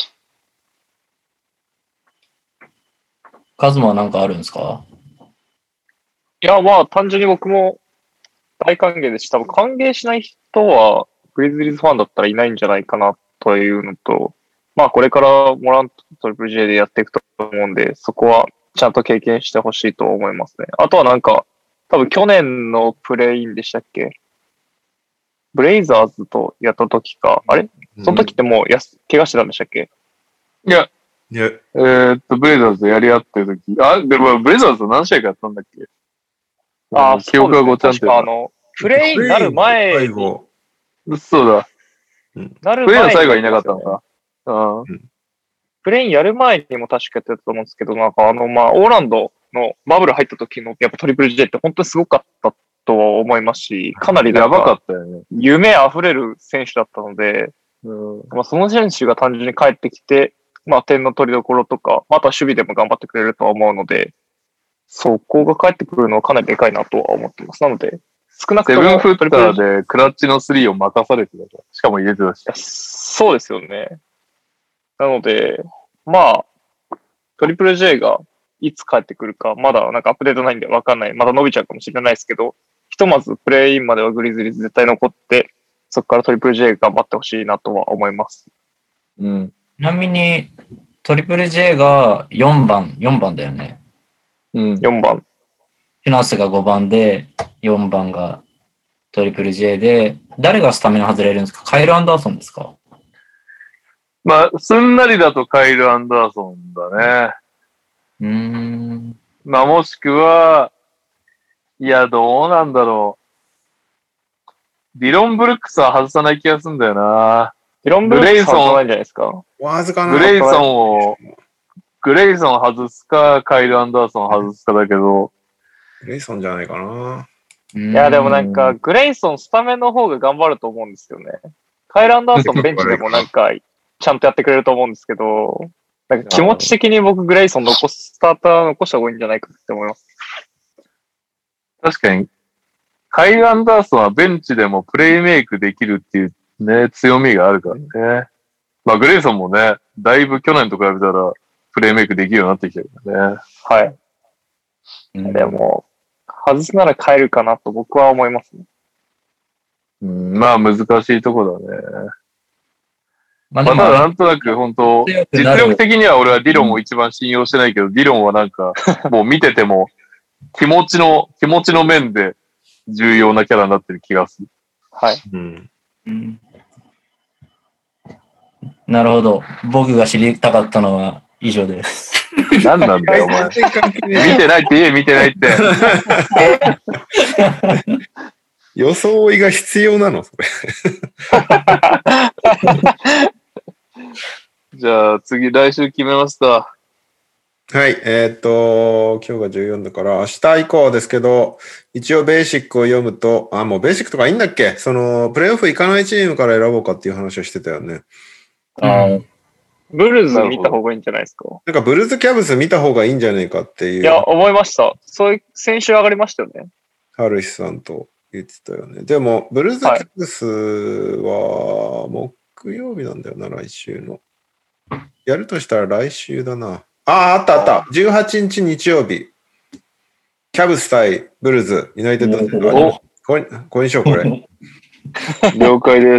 カズマは何かあるんですか？ いや、まあ、単純に僕も大歓迎ですし、多分歓迎しない人は、グリズリーズファンだったらいないんじゃないかなというのと、まあ、これからモラントトリプル J でやっていくと思うんで、そこはちゃんと経験してほしいと思いますね。あとはなんか、多分去年のプレインでしたっけ？ブレイザーズとやった時か、あれその時ってもう怪我してたんでしたっけ？ いや、ブレイザーズとやり合ってる時、でもブレイザーズと何試合かやったんだっけ？記憶がごちゃんって。 プレイになる前に、 そうだ。 なる前に。 プレイの最後はいなかったのか。 プレインやる前にも確かやってたと思うんですけど、なんかまあ、オーランドのバブル入った時のやっぱトリプル J って本当にすごかったとは思いますし、かなりやばかったよね。 夢あふれる選手だったので、まあ、その選手が単純に帰ってきて、まあ、点の取りどころとか、あとは守備でも頑張ってくれるとは思うので、そこが帰ってくるのはかなりでかいなとは思ってます。なので、少なくとも。 セブンフッターでクラッチの3を任されてたから。しかも入れてたし。 そうですよね。なので、まあ、トリプル J がいつ帰ってくるか、まだなんかアップデートないんでわかんない。まだ伸びちゃうかもしれないですけど、ひとまずプレイインまではグリズリーズ絶対残って、そこからトリプル J 頑張ってほしいなとは思います。 ちなみに、トリプル J が4番だよね。 4番。 フィナンスが5番で、4番がトリプル J で、誰がスタメン外れるんですか？カイル・アンダーソンですか？ まあ、すんなりだとカイル・アンダーソンだね。まあ、もしくは、いや、どうなんだろう。ディロン・ブルックスは外さない気がするんだよな。 ディロン・ブルックスは外さないんじゃないですか。 わずかな。 グレイソン外すか、カイル・アンダーソン外すかだけど。 グレイソンじゃないかな。 いや、でもなんか、グレイソンスタメンの方が頑張ると思うんですよね。カイル・アンダーソンベンチでもなんか、ちゃんとやってくれると思うんですけど、なんか気持ち的に僕、グレイソンスターター残した方がいいんじゃないかって思います。 確かに、カイル・アンダーソンはベンチでもプレイメイクできるっていうね、強みがあるからね。まあ、グレイソンもね、だいぶ去年と比べたら、プレイメイクできるようになってきたけどね。 はい。でも、外すなら変えるかなと僕は思いますね。 まあ、難しいとこだね。まあ、ただなんとなく本当、実力的には俺はディロンを一番信用してないけど、ディロンはなんか、もう見てても、気持ちの面で重要なキャラになってる気がする。 はい。 なるほど。僕が知りたかったのは以上です。 何なんだよ、お前。見てないって言え、見てないって。 装いが必要なのそれ。 じゃあ次、来週決めますか。 はい。今日が14だから、明日以降ですけど、一応ベーシックを読むと、もうベーシックとかいいんだっけ？プレイオフ行かないチームから選ぼうかっていう話をしてたよね。 ブルーズ見た方がいいんじゃないですか？ なんかブルーズキャブス見た方がいいんじゃないかっていう。 いや、思いました。そういう、先週上がりましたよね。 ハルヒさんと言ってたよね。でも、ブルーズキャブスは木曜日なんだよな、来週の。やるとしたら来週だな。あった。18日日曜日。キャブス対ブルーズ、ユナイテッド。これにしよう、これ。 了解です。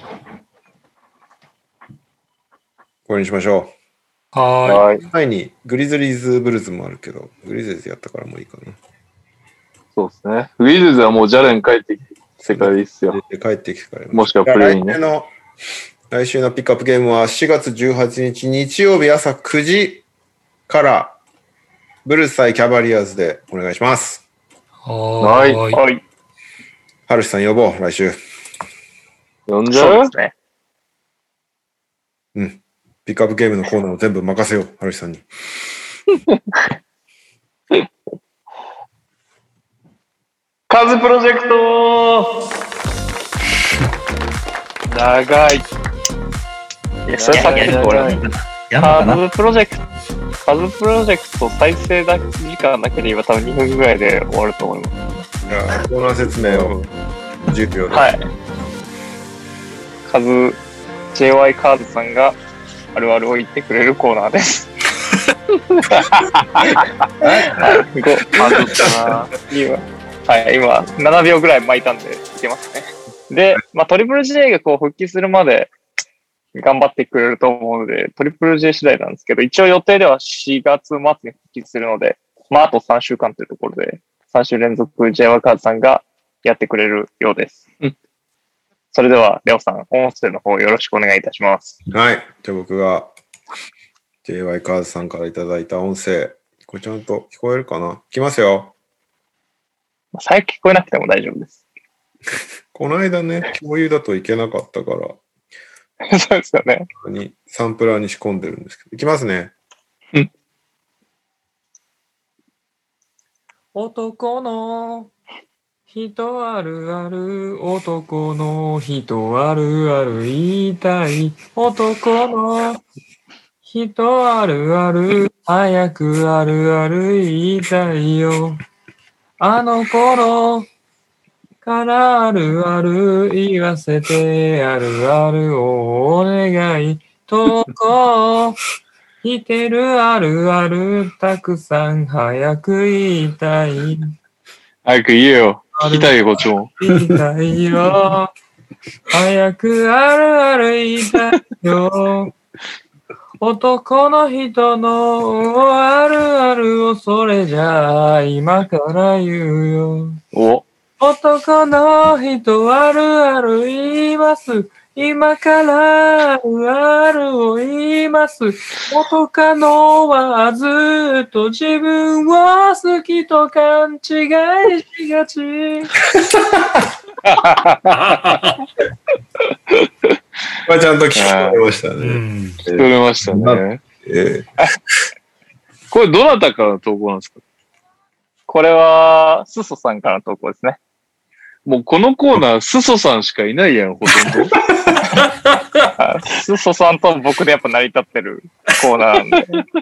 これにしましょう。はい。 前にグリズリーズブルーズもあるけど、グリズリーズやったからもういいかな。 そうですね。グリズリーズはもうジャレン帰ってきて世界ですよ。 帰ってきてから。 もしくはプレイにね。 来週のピックアップゲームは4月18日日曜日朝9時からブルース対キャバリアーズでお願いします。 はい。 ハルシさん呼ぼう、来週。 呼んじゃう？ そうですね。 ピックアップゲームのコーナーを全部任せよう、ハルシさんに。 カズプロジェクト長い。いや、それさっきの俺、カズプロジェクト再生時間なければ多分2分ぐらいで終わると思います。 じゃあ、コーナー説明を10秒で。 はい。JY カーズさんがあるあるを言ってくれるコーナーです。今、7秒ぐらい巻いたんで、いけますね。で、トリプル J が復帰するまで頑張ってくれると思うので、トリプル J 次第なんですけど、一応予定では4月末に復帰するので、あと3週間というところで、3週連続 JY カーズさんがやってくれるようです。それでは、レオさん、音声の方よろしくお願いいたします。 はい。じゃあ僕が JY カーズさんからいただいた音声、これちゃんと聞こえるかな？いきますよ。 最近聞こえなくても大丈夫です。 この間ね、共有だといけなかったから、 そうですよね。 サンプラーに仕込んでるんですけど、いきますね。 男の人あるある、男の人あるある言いたい。男の人あるある、早くあるある言いたいよ。あの頃からあるある言わせて、あるあるをお願い。投稿してるあるあるたくさん早く言いたい。 早く言えよ。聞きたいよ、こっちも。 言いたいよ。早くあるある言いたいよ。男の人のあるあるをそれじゃあ今から言うよ。男の人あるある言います。今からあるあるを言います。元カノはずっと自分を好きと勘違いしがち。 これちゃんと聞こえましたね。 聞こえましたね。これどなたからの投稿なんですか？ これは、スソさんからの投稿ですね。 もうこのコーナー、スソさんしかいないやん、ほとんど。 スソさんと僕でやっぱ成り立ってるコーナー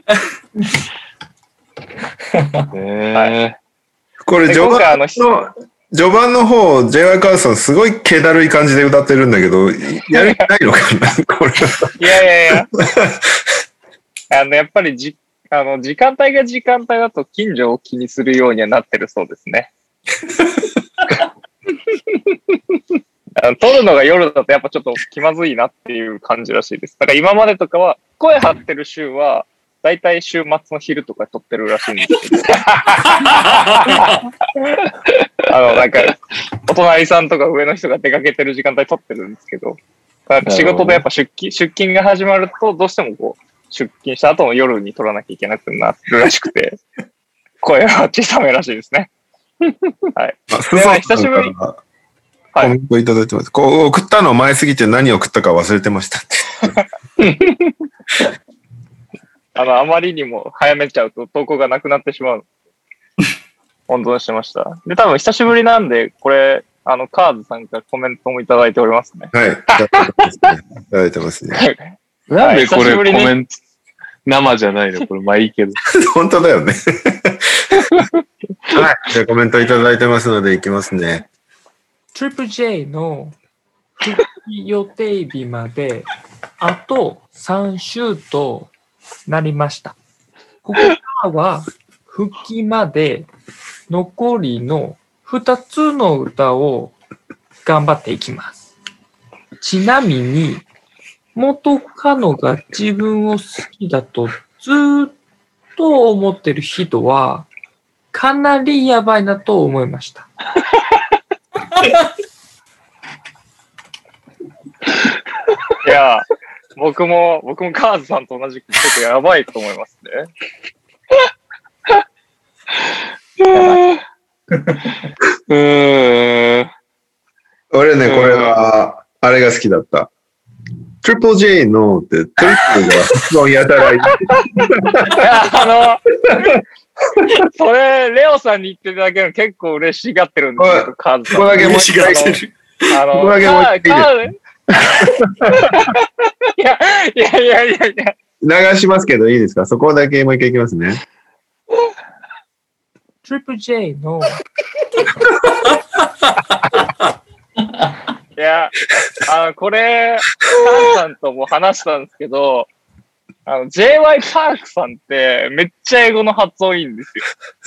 なんで。 これ序盤の方、JY カーズさんすごい気だるい感じで歌ってるんだけど、やる気ないのかなこれ。 いや。やっぱり時間帯が時間帯だと近所を気にするようにはなってるそうですね。撮るのが夜だとやっぱちょっと気まずいなっていう感じらしいです。だから今までとかは声張ってる週はだいたい週末の昼とか撮ってるらしいんですけど。なんかお隣さんとか上の人が出かけてる時間帯撮ってるんですけど、仕事でやっぱ出勤が始まるとどうしても出勤した後の夜に撮らなきゃいけなくなるらしくて、声は小さめらしいですね。はい。久しぶりに。 コメントいただいてます。送ったの前すぎて何を送ったか忘れてましたって。 あまりにも早めちゃうと投稿がなくなってしまう。温存してました。で、多分久しぶりなんで、これ、カーズさんからコメントもいただいておりますね。 はい。いただいてますね。 なんでこれコメント、生じゃないのこれ、まあいいけど。 本当だよね。はい。じゃあコメントいただいてますので、いきますね。 トリプル J の復帰予定日まであと3週となりました。ここからは復帰まで残りの2つの歌を頑張っていきます。ちなみに元カノが自分を好きだとずっと思ってる人はかなりやばいなと思いました。 いや、僕もカーズさんと同じくちょっとやばいと思いますね。俺ね、これは、あれが好きだった。 トリプル J のってトリプルが発音やたらいい。 いや、それ、レオさんに言っていただけるの結構嬉しがってるんですけど、カズさん。 ここだけもう一回。 てる。 ここだけもう一回。 いや。 流しますけどいいですか？そこだけもう一回いきますね。 トリプル J の。 いや、これ、カンさんとも話したんですけど、J.Y. パークさんってめっちゃ英語の発音いいんですよ。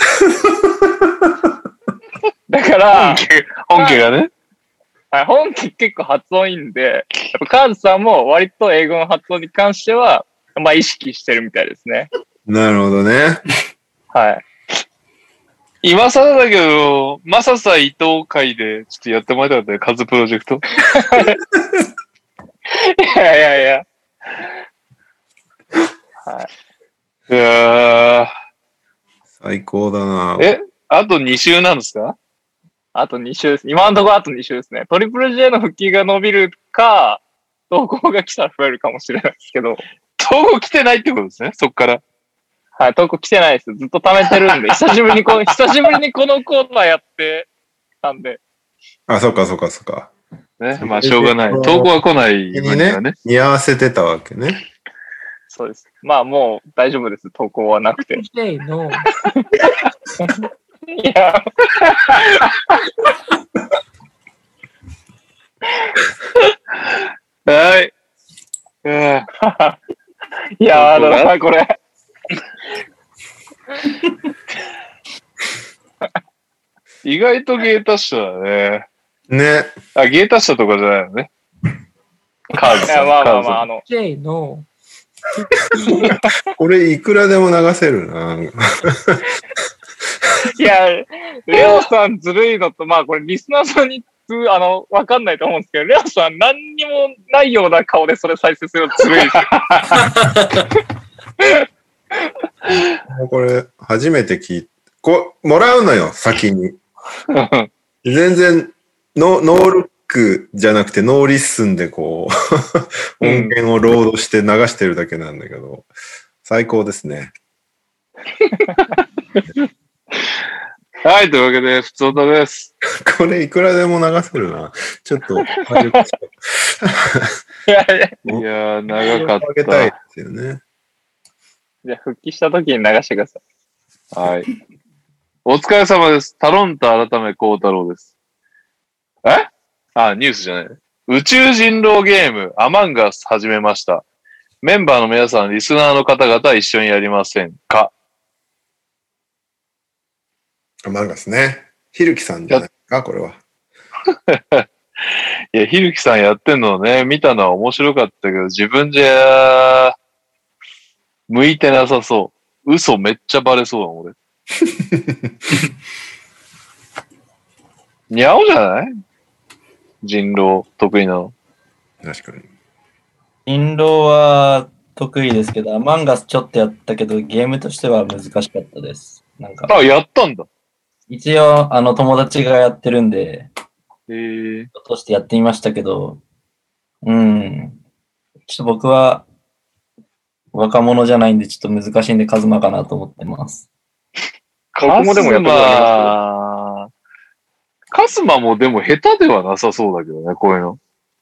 だから、 本家がね。 はい、本家結構発音いいんで、やっぱカーズさんも割と英語の発音に関しては、まあ意識してるみたいですね。 なるほどね。はい。 今更だけど、マササ伊藤会でちょっとやってもらいたかったね、カズプロジェクト。 いや。 はい。いやー。 最高だな。 あと2週なんですか？ あと2週です。今のところあと2週ですね。トリプル J の復帰が伸びるか、投稿が来たら増えるかもしれないですけど。 投稿来てないってことですね、そっから。 はい、投稿来てないです。ずっと貯めてるんで、久しぶりにこのコーナーやってたんで。 あ、そっか。 ね、まあしょうがない。投稿は来ない分にはね。 似合わせてたわけね。 そうです。まあもう大丈夫です。投稿はなくて。 J の。 いや。 はい。 いやこれ。 意外と芸達者だね。 ね。 あ、芸達者とかじゃないのね。カーズさん。 まあ、 J の。 これいくらでも流せるな。 いや、レオさんずるいのと、まあこれリスナーさんにわかんないと思うんですけど、レオさん何にもないような顔でそれ再生するのずるいですよ。 これ初めて聞いて、もらうのよ、先に。全然ノールックじゃなくてノーリッスンでこう、音源をロードして流してるだけなんだけど、最高ですね。 はい、というわけで、ふつおたです。 これいくらでも流せるな。ちょっと、いや、長かった。 あげたいですよね。 じゃあ、復帰した時に流してください。 はい。お疲れ様です。タロンタ改め孝太郎です。ニュースじゃない。宇宙人狼ゲーム、アマンガス始めました。メンバーの皆さん、リスナーの方々一緒にやりませんか？ アマンガスね。ひるきさんじゃないか、これは。 いや、ひるきさんやってんのね、見たのは面白かったけど、自分じゃ、向いてなさそう。嘘めっちゃバレそうだ、俺。にゃおじゃない？人狼得意なの。 確かに。 人狼は得意ですけど、アマンガスちょっとやったけど、ゲームとしては難しかったです。なんか。 やったんだ。 一応、友達がやってるんで、としてやってみましたけど、ちょっと僕は若者じゃないんで、ちょっと難しいんで、カズマかなと思ってます。 僕もでもやったことあります。 カズマもでも下手ではなさそうだけどね、こういうの。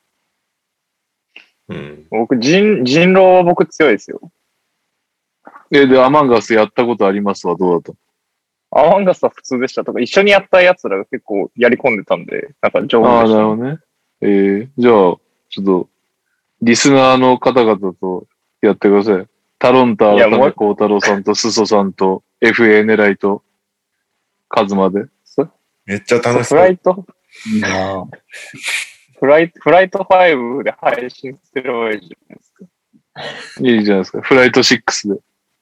僕、人狼は僕強いですよ。 で、アマンガスやったことありますわ、どうだと。 アマンガスは普通でしたとか、一緒にやったやつらが結構やり込んでたんで、なんか上手でした。 なるほどね。じゃあ、ちょっと、リスナーの方々とやってください。タロンタ、渡辺幸太郎さんと、スソさんと、FA 狙いと、カズマで。 めっちゃ楽しそう。 フライトいいなフライト5で配信すればいいじゃないですか。 いいじゃないですか。フライト6で。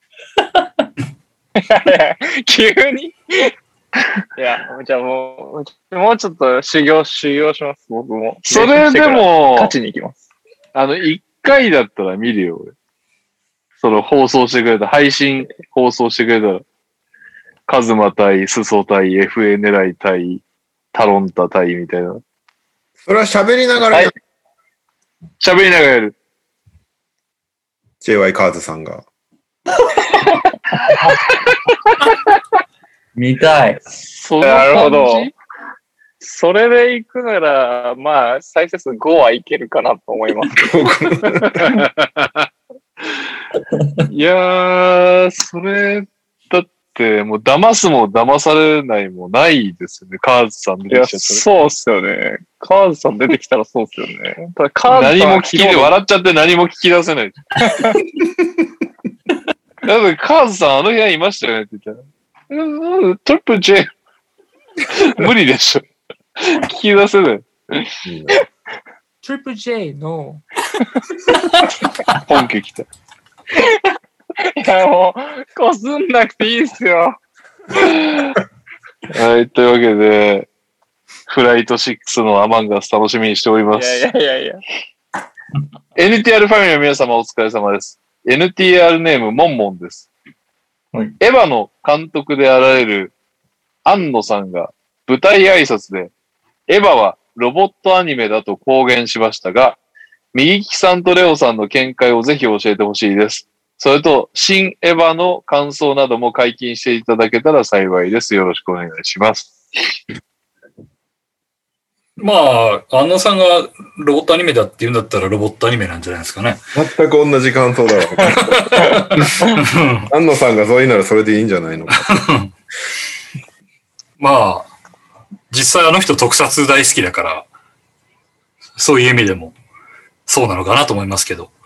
急にいや、じゃあもうちょっと修行します、僕も。 それでも、 勝ちに行きます。 1回だったら見るよ、俺。その放送してくれた、配信放送してくれたら、カズマ対スソ対 FA 狙い対タロンタ対みたいな。 それは喋りながら喋りながらやる。 JY カーズさんが。 見たい。 なるほど。それで行くなら、まあ、再生数5はいけるかなと思います。 いやー、それ、だって、もう騙すも騙されないもないですよね。カーズさん出てきちゃったら。 そうっすよね。カーズさん出てきたらそうっすよね。ただカーズさん何も聞きで、笑っちゃって何も聞き出せない。だってカーズさんあの部屋いましたよねって言ったら、トリプル J。無理でしょ。聞き出せない。 トリプル J の本家来た。 いや、もう、こすんなくていいっすよ。 はい、というわけで、フライト6のアマンガス楽しみにしております。 いや。 NTR ファミリーの皆様お疲れ様です。NTR ネームモンモンです。 はい、 エヴァの監督であられる庵野さんが舞台挨拶で、エヴァはロボットアニメだと公言しましたが、右利きさんとレオさんの見解をぜひ教えてほしいです。それと、新エヴァの感想なども解禁していただけたら幸いです。よろしくお願いします。 まあ、安野さんがロボットアニメだって言うんだったらロボットアニメなんじゃないですかね。 全く同じ感想だわ。安野さんがそういうならそれでいいんじゃないのか。 まあ、実際あの人特撮大好きだから、そういう意味でもそうなのかなと思いますけど。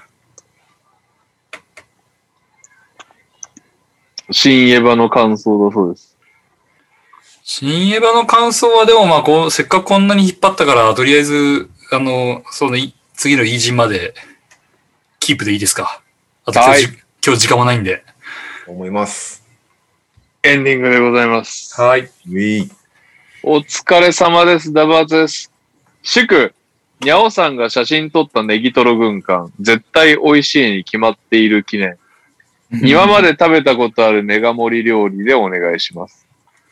新エヴァの感想だそうです。 新エヴァの感想はでもまあせっかくこんなに引っ張ったから、とりあえず、その次のイージンまでキープでいいですか。あと今日時間もないんで。 思います。 エンディングでございます。 はい。 お疲れ様です。ダブアツです。祝、にゃおさんが写真撮ったネギトロ軍艦、絶対美味しいに決まっている記念。今まで食べたことあるネガ盛り料理でお願いします。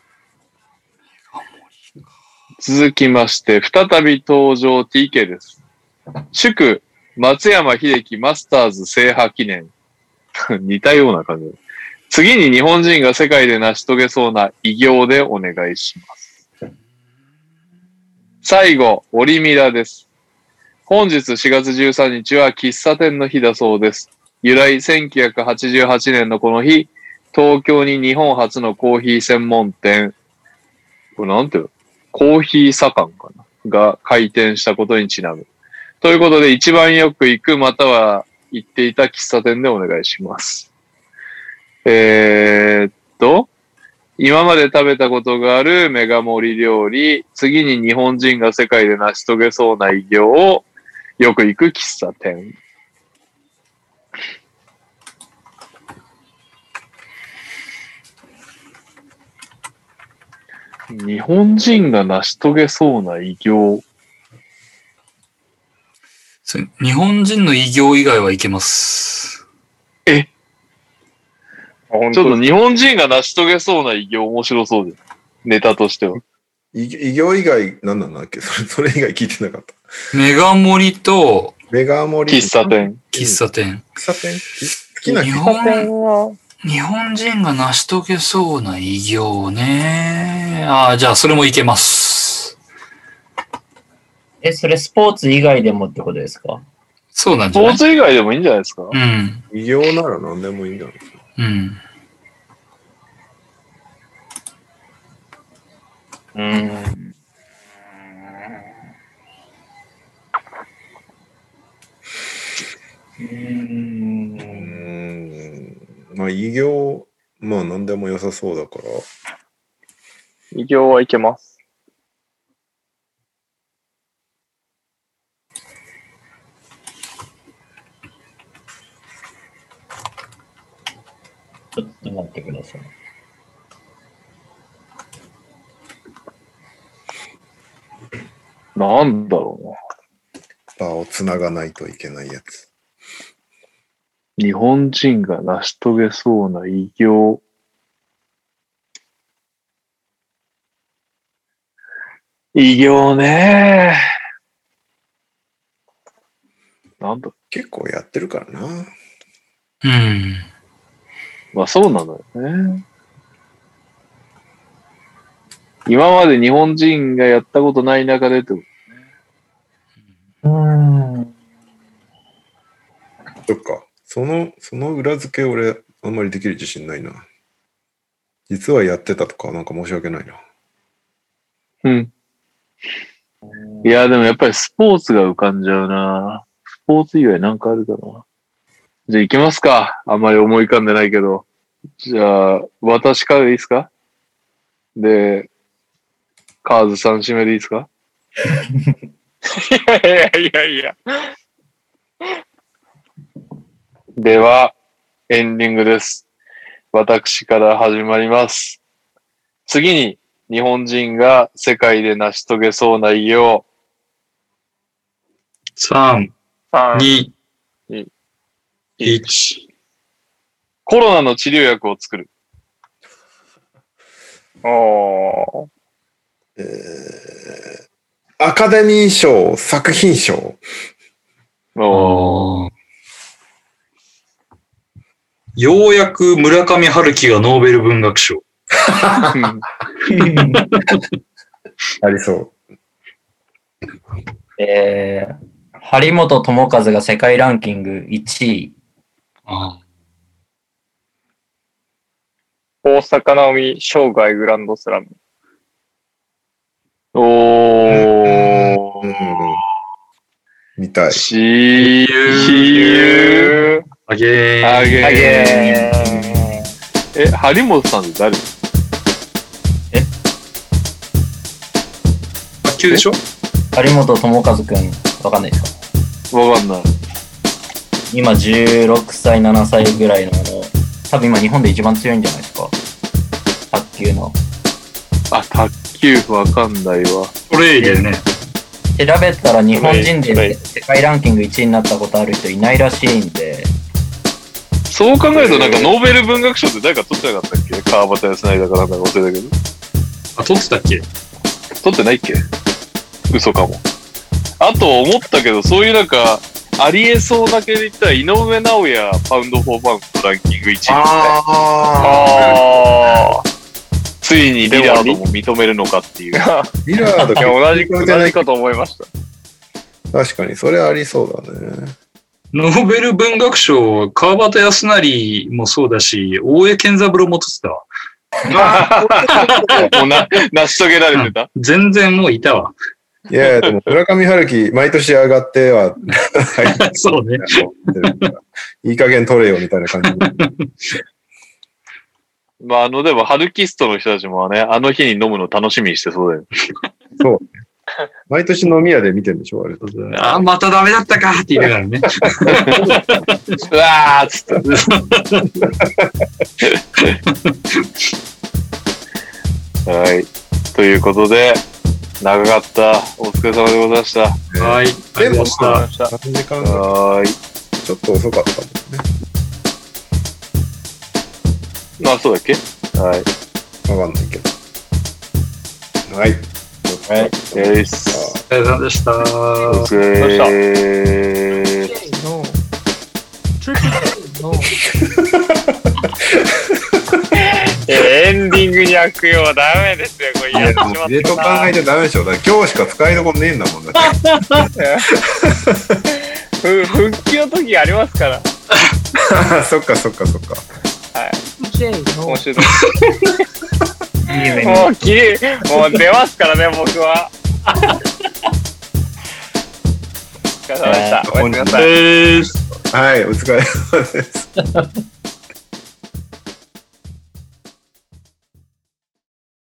続きまして、再び登場 TK です。祝、松山英樹マスターズ制覇記念。似たような感じ。次に日本人が世界で成し遂げそうな偉業でお願いします。最後、オリミラです。本日4月13日は喫茶店の日だそうです。由来1988年のこの日、東京に日本初のコーヒー専門店、これなんていうの？コーヒー左官かなが開店したことにちなむ。ということで、一番よく行くまたは行っていた喫茶店でお願いします。今まで食べたことがあるメガ盛り料理、次に日本人が世界で成し遂げそうな偉業をよく行く喫茶店。日本人が成し遂げそうな偉業。 日本人の偉業以外はいけます。 ちょっと日本人が成し遂げそうな偉業面白そうです。ネタとしては。 偉業以外何なんだっけ？それ以外聞いてなかった。 メガ盛りと、 メガ盛り。 喫茶店。 喫茶店好きな喫茶店は日本人が成し遂げそうな偉業ね。じゃあそれもいけます。 それスポーツ以外でもってことですか？ そうなんじゃない？ スポーツ以外でもいいんじゃないですか？ うん。 偉業なら何でもいいんじゃないですか？ うん。 まあ偉業、まあ何でも良さそうだから。 偉業はいけます。 ちょっと待ってください。 なんだろうな。 場をつながないといけないやつ。 日本人が成し遂げそうな偉業。偉業ね。なんだ結構やってるからな。 うん。 まあそうなのよね。今まで日本人がやったことない中でってこと。 そっか。その裏付け俺、あんまりできる自信ないな。実はやってたとか、なんか申し訳ないな。 うん。いや、でもやっぱりスポーツが浮かんじゃうな。スポーツ以外なんかあるかな。じゃあ行きますか。あんまり思い浮かんでないけど。じゃあ、私からでいいですか？で、カーズさん締めでいいですか？ いやいやいや。 では、エンディングです。私から始まります。次に、日本人が世界で成し遂げそうな偉業。 3、2、1。 コロナの治療薬を作る。 アカデミー賞作品賞。 ようやく村上春樹がノーベル文学賞。 ありそう。 張本智和が世界ランキング1位。 大坂なおみ生涯グランドスラム。 見たい。 See you again. 張本さんって誰？ 卓球でしょ？ 張本智和くん、わかんないですか？ わかんない。 今16歳、7歳ぐらいの多分今日本で一番強いんじゃないですか？卓球の。 あ、卓球わかんないわ。 トレイでね。 調べたら日本人で世界ランキング1位になったことある人いないらしいんで。 そう考えるとなんかノーベル文学賞って誰か取ってなかったっけ？川端康成だかなんか忘れたけど。 あ、取ってたっけ？ 取ってないっけ？嘘かも。あと思ったけど、そういうなんか、ありえそうだけで言ったら、井上尚弥パウンド・フォー・パウンドランキング1位ですね。ついにリラードも認めるのかっていう。 リラード同じかと思いました。 確かに、それありそうだね。 ノーベル文学賞、川端康成もそうだし、大江健三郎も取ってたわ。 もう成し遂げられてた、 全然もういたわ。 いやでも村上春樹、毎年上がっては、 そうね。 いい加減取れよみたいな感じ。 まあ、でも、春キストの人たちもね、あの日に飲むの楽しみにしてそうだよ。 そう。毎年飲み屋で見てるんでしょ、あれ。 あ、またダメだったかって言いながらね。 うわーっつって。はい。ということで、長かった。お疲れ様でございました。 はい。 でも、 3 時間はい。 ちょっと遅かったもんね。 まあ、そうだっけ？はい。 わかんないけど。はい。 はい。 お疲れ様でした。 お疲れエンディングに悪用はダメですよ。これやってしまった。 入れとかないとダメでしょ。だから今日しか使いどころねえんだもんだって。 復帰の時ありますから。 そっかそっかそっか。 はい。面白い。もう出ますからね、僕は。お疲れ様でした。おやすみなさい。 はい、お疲れ様です。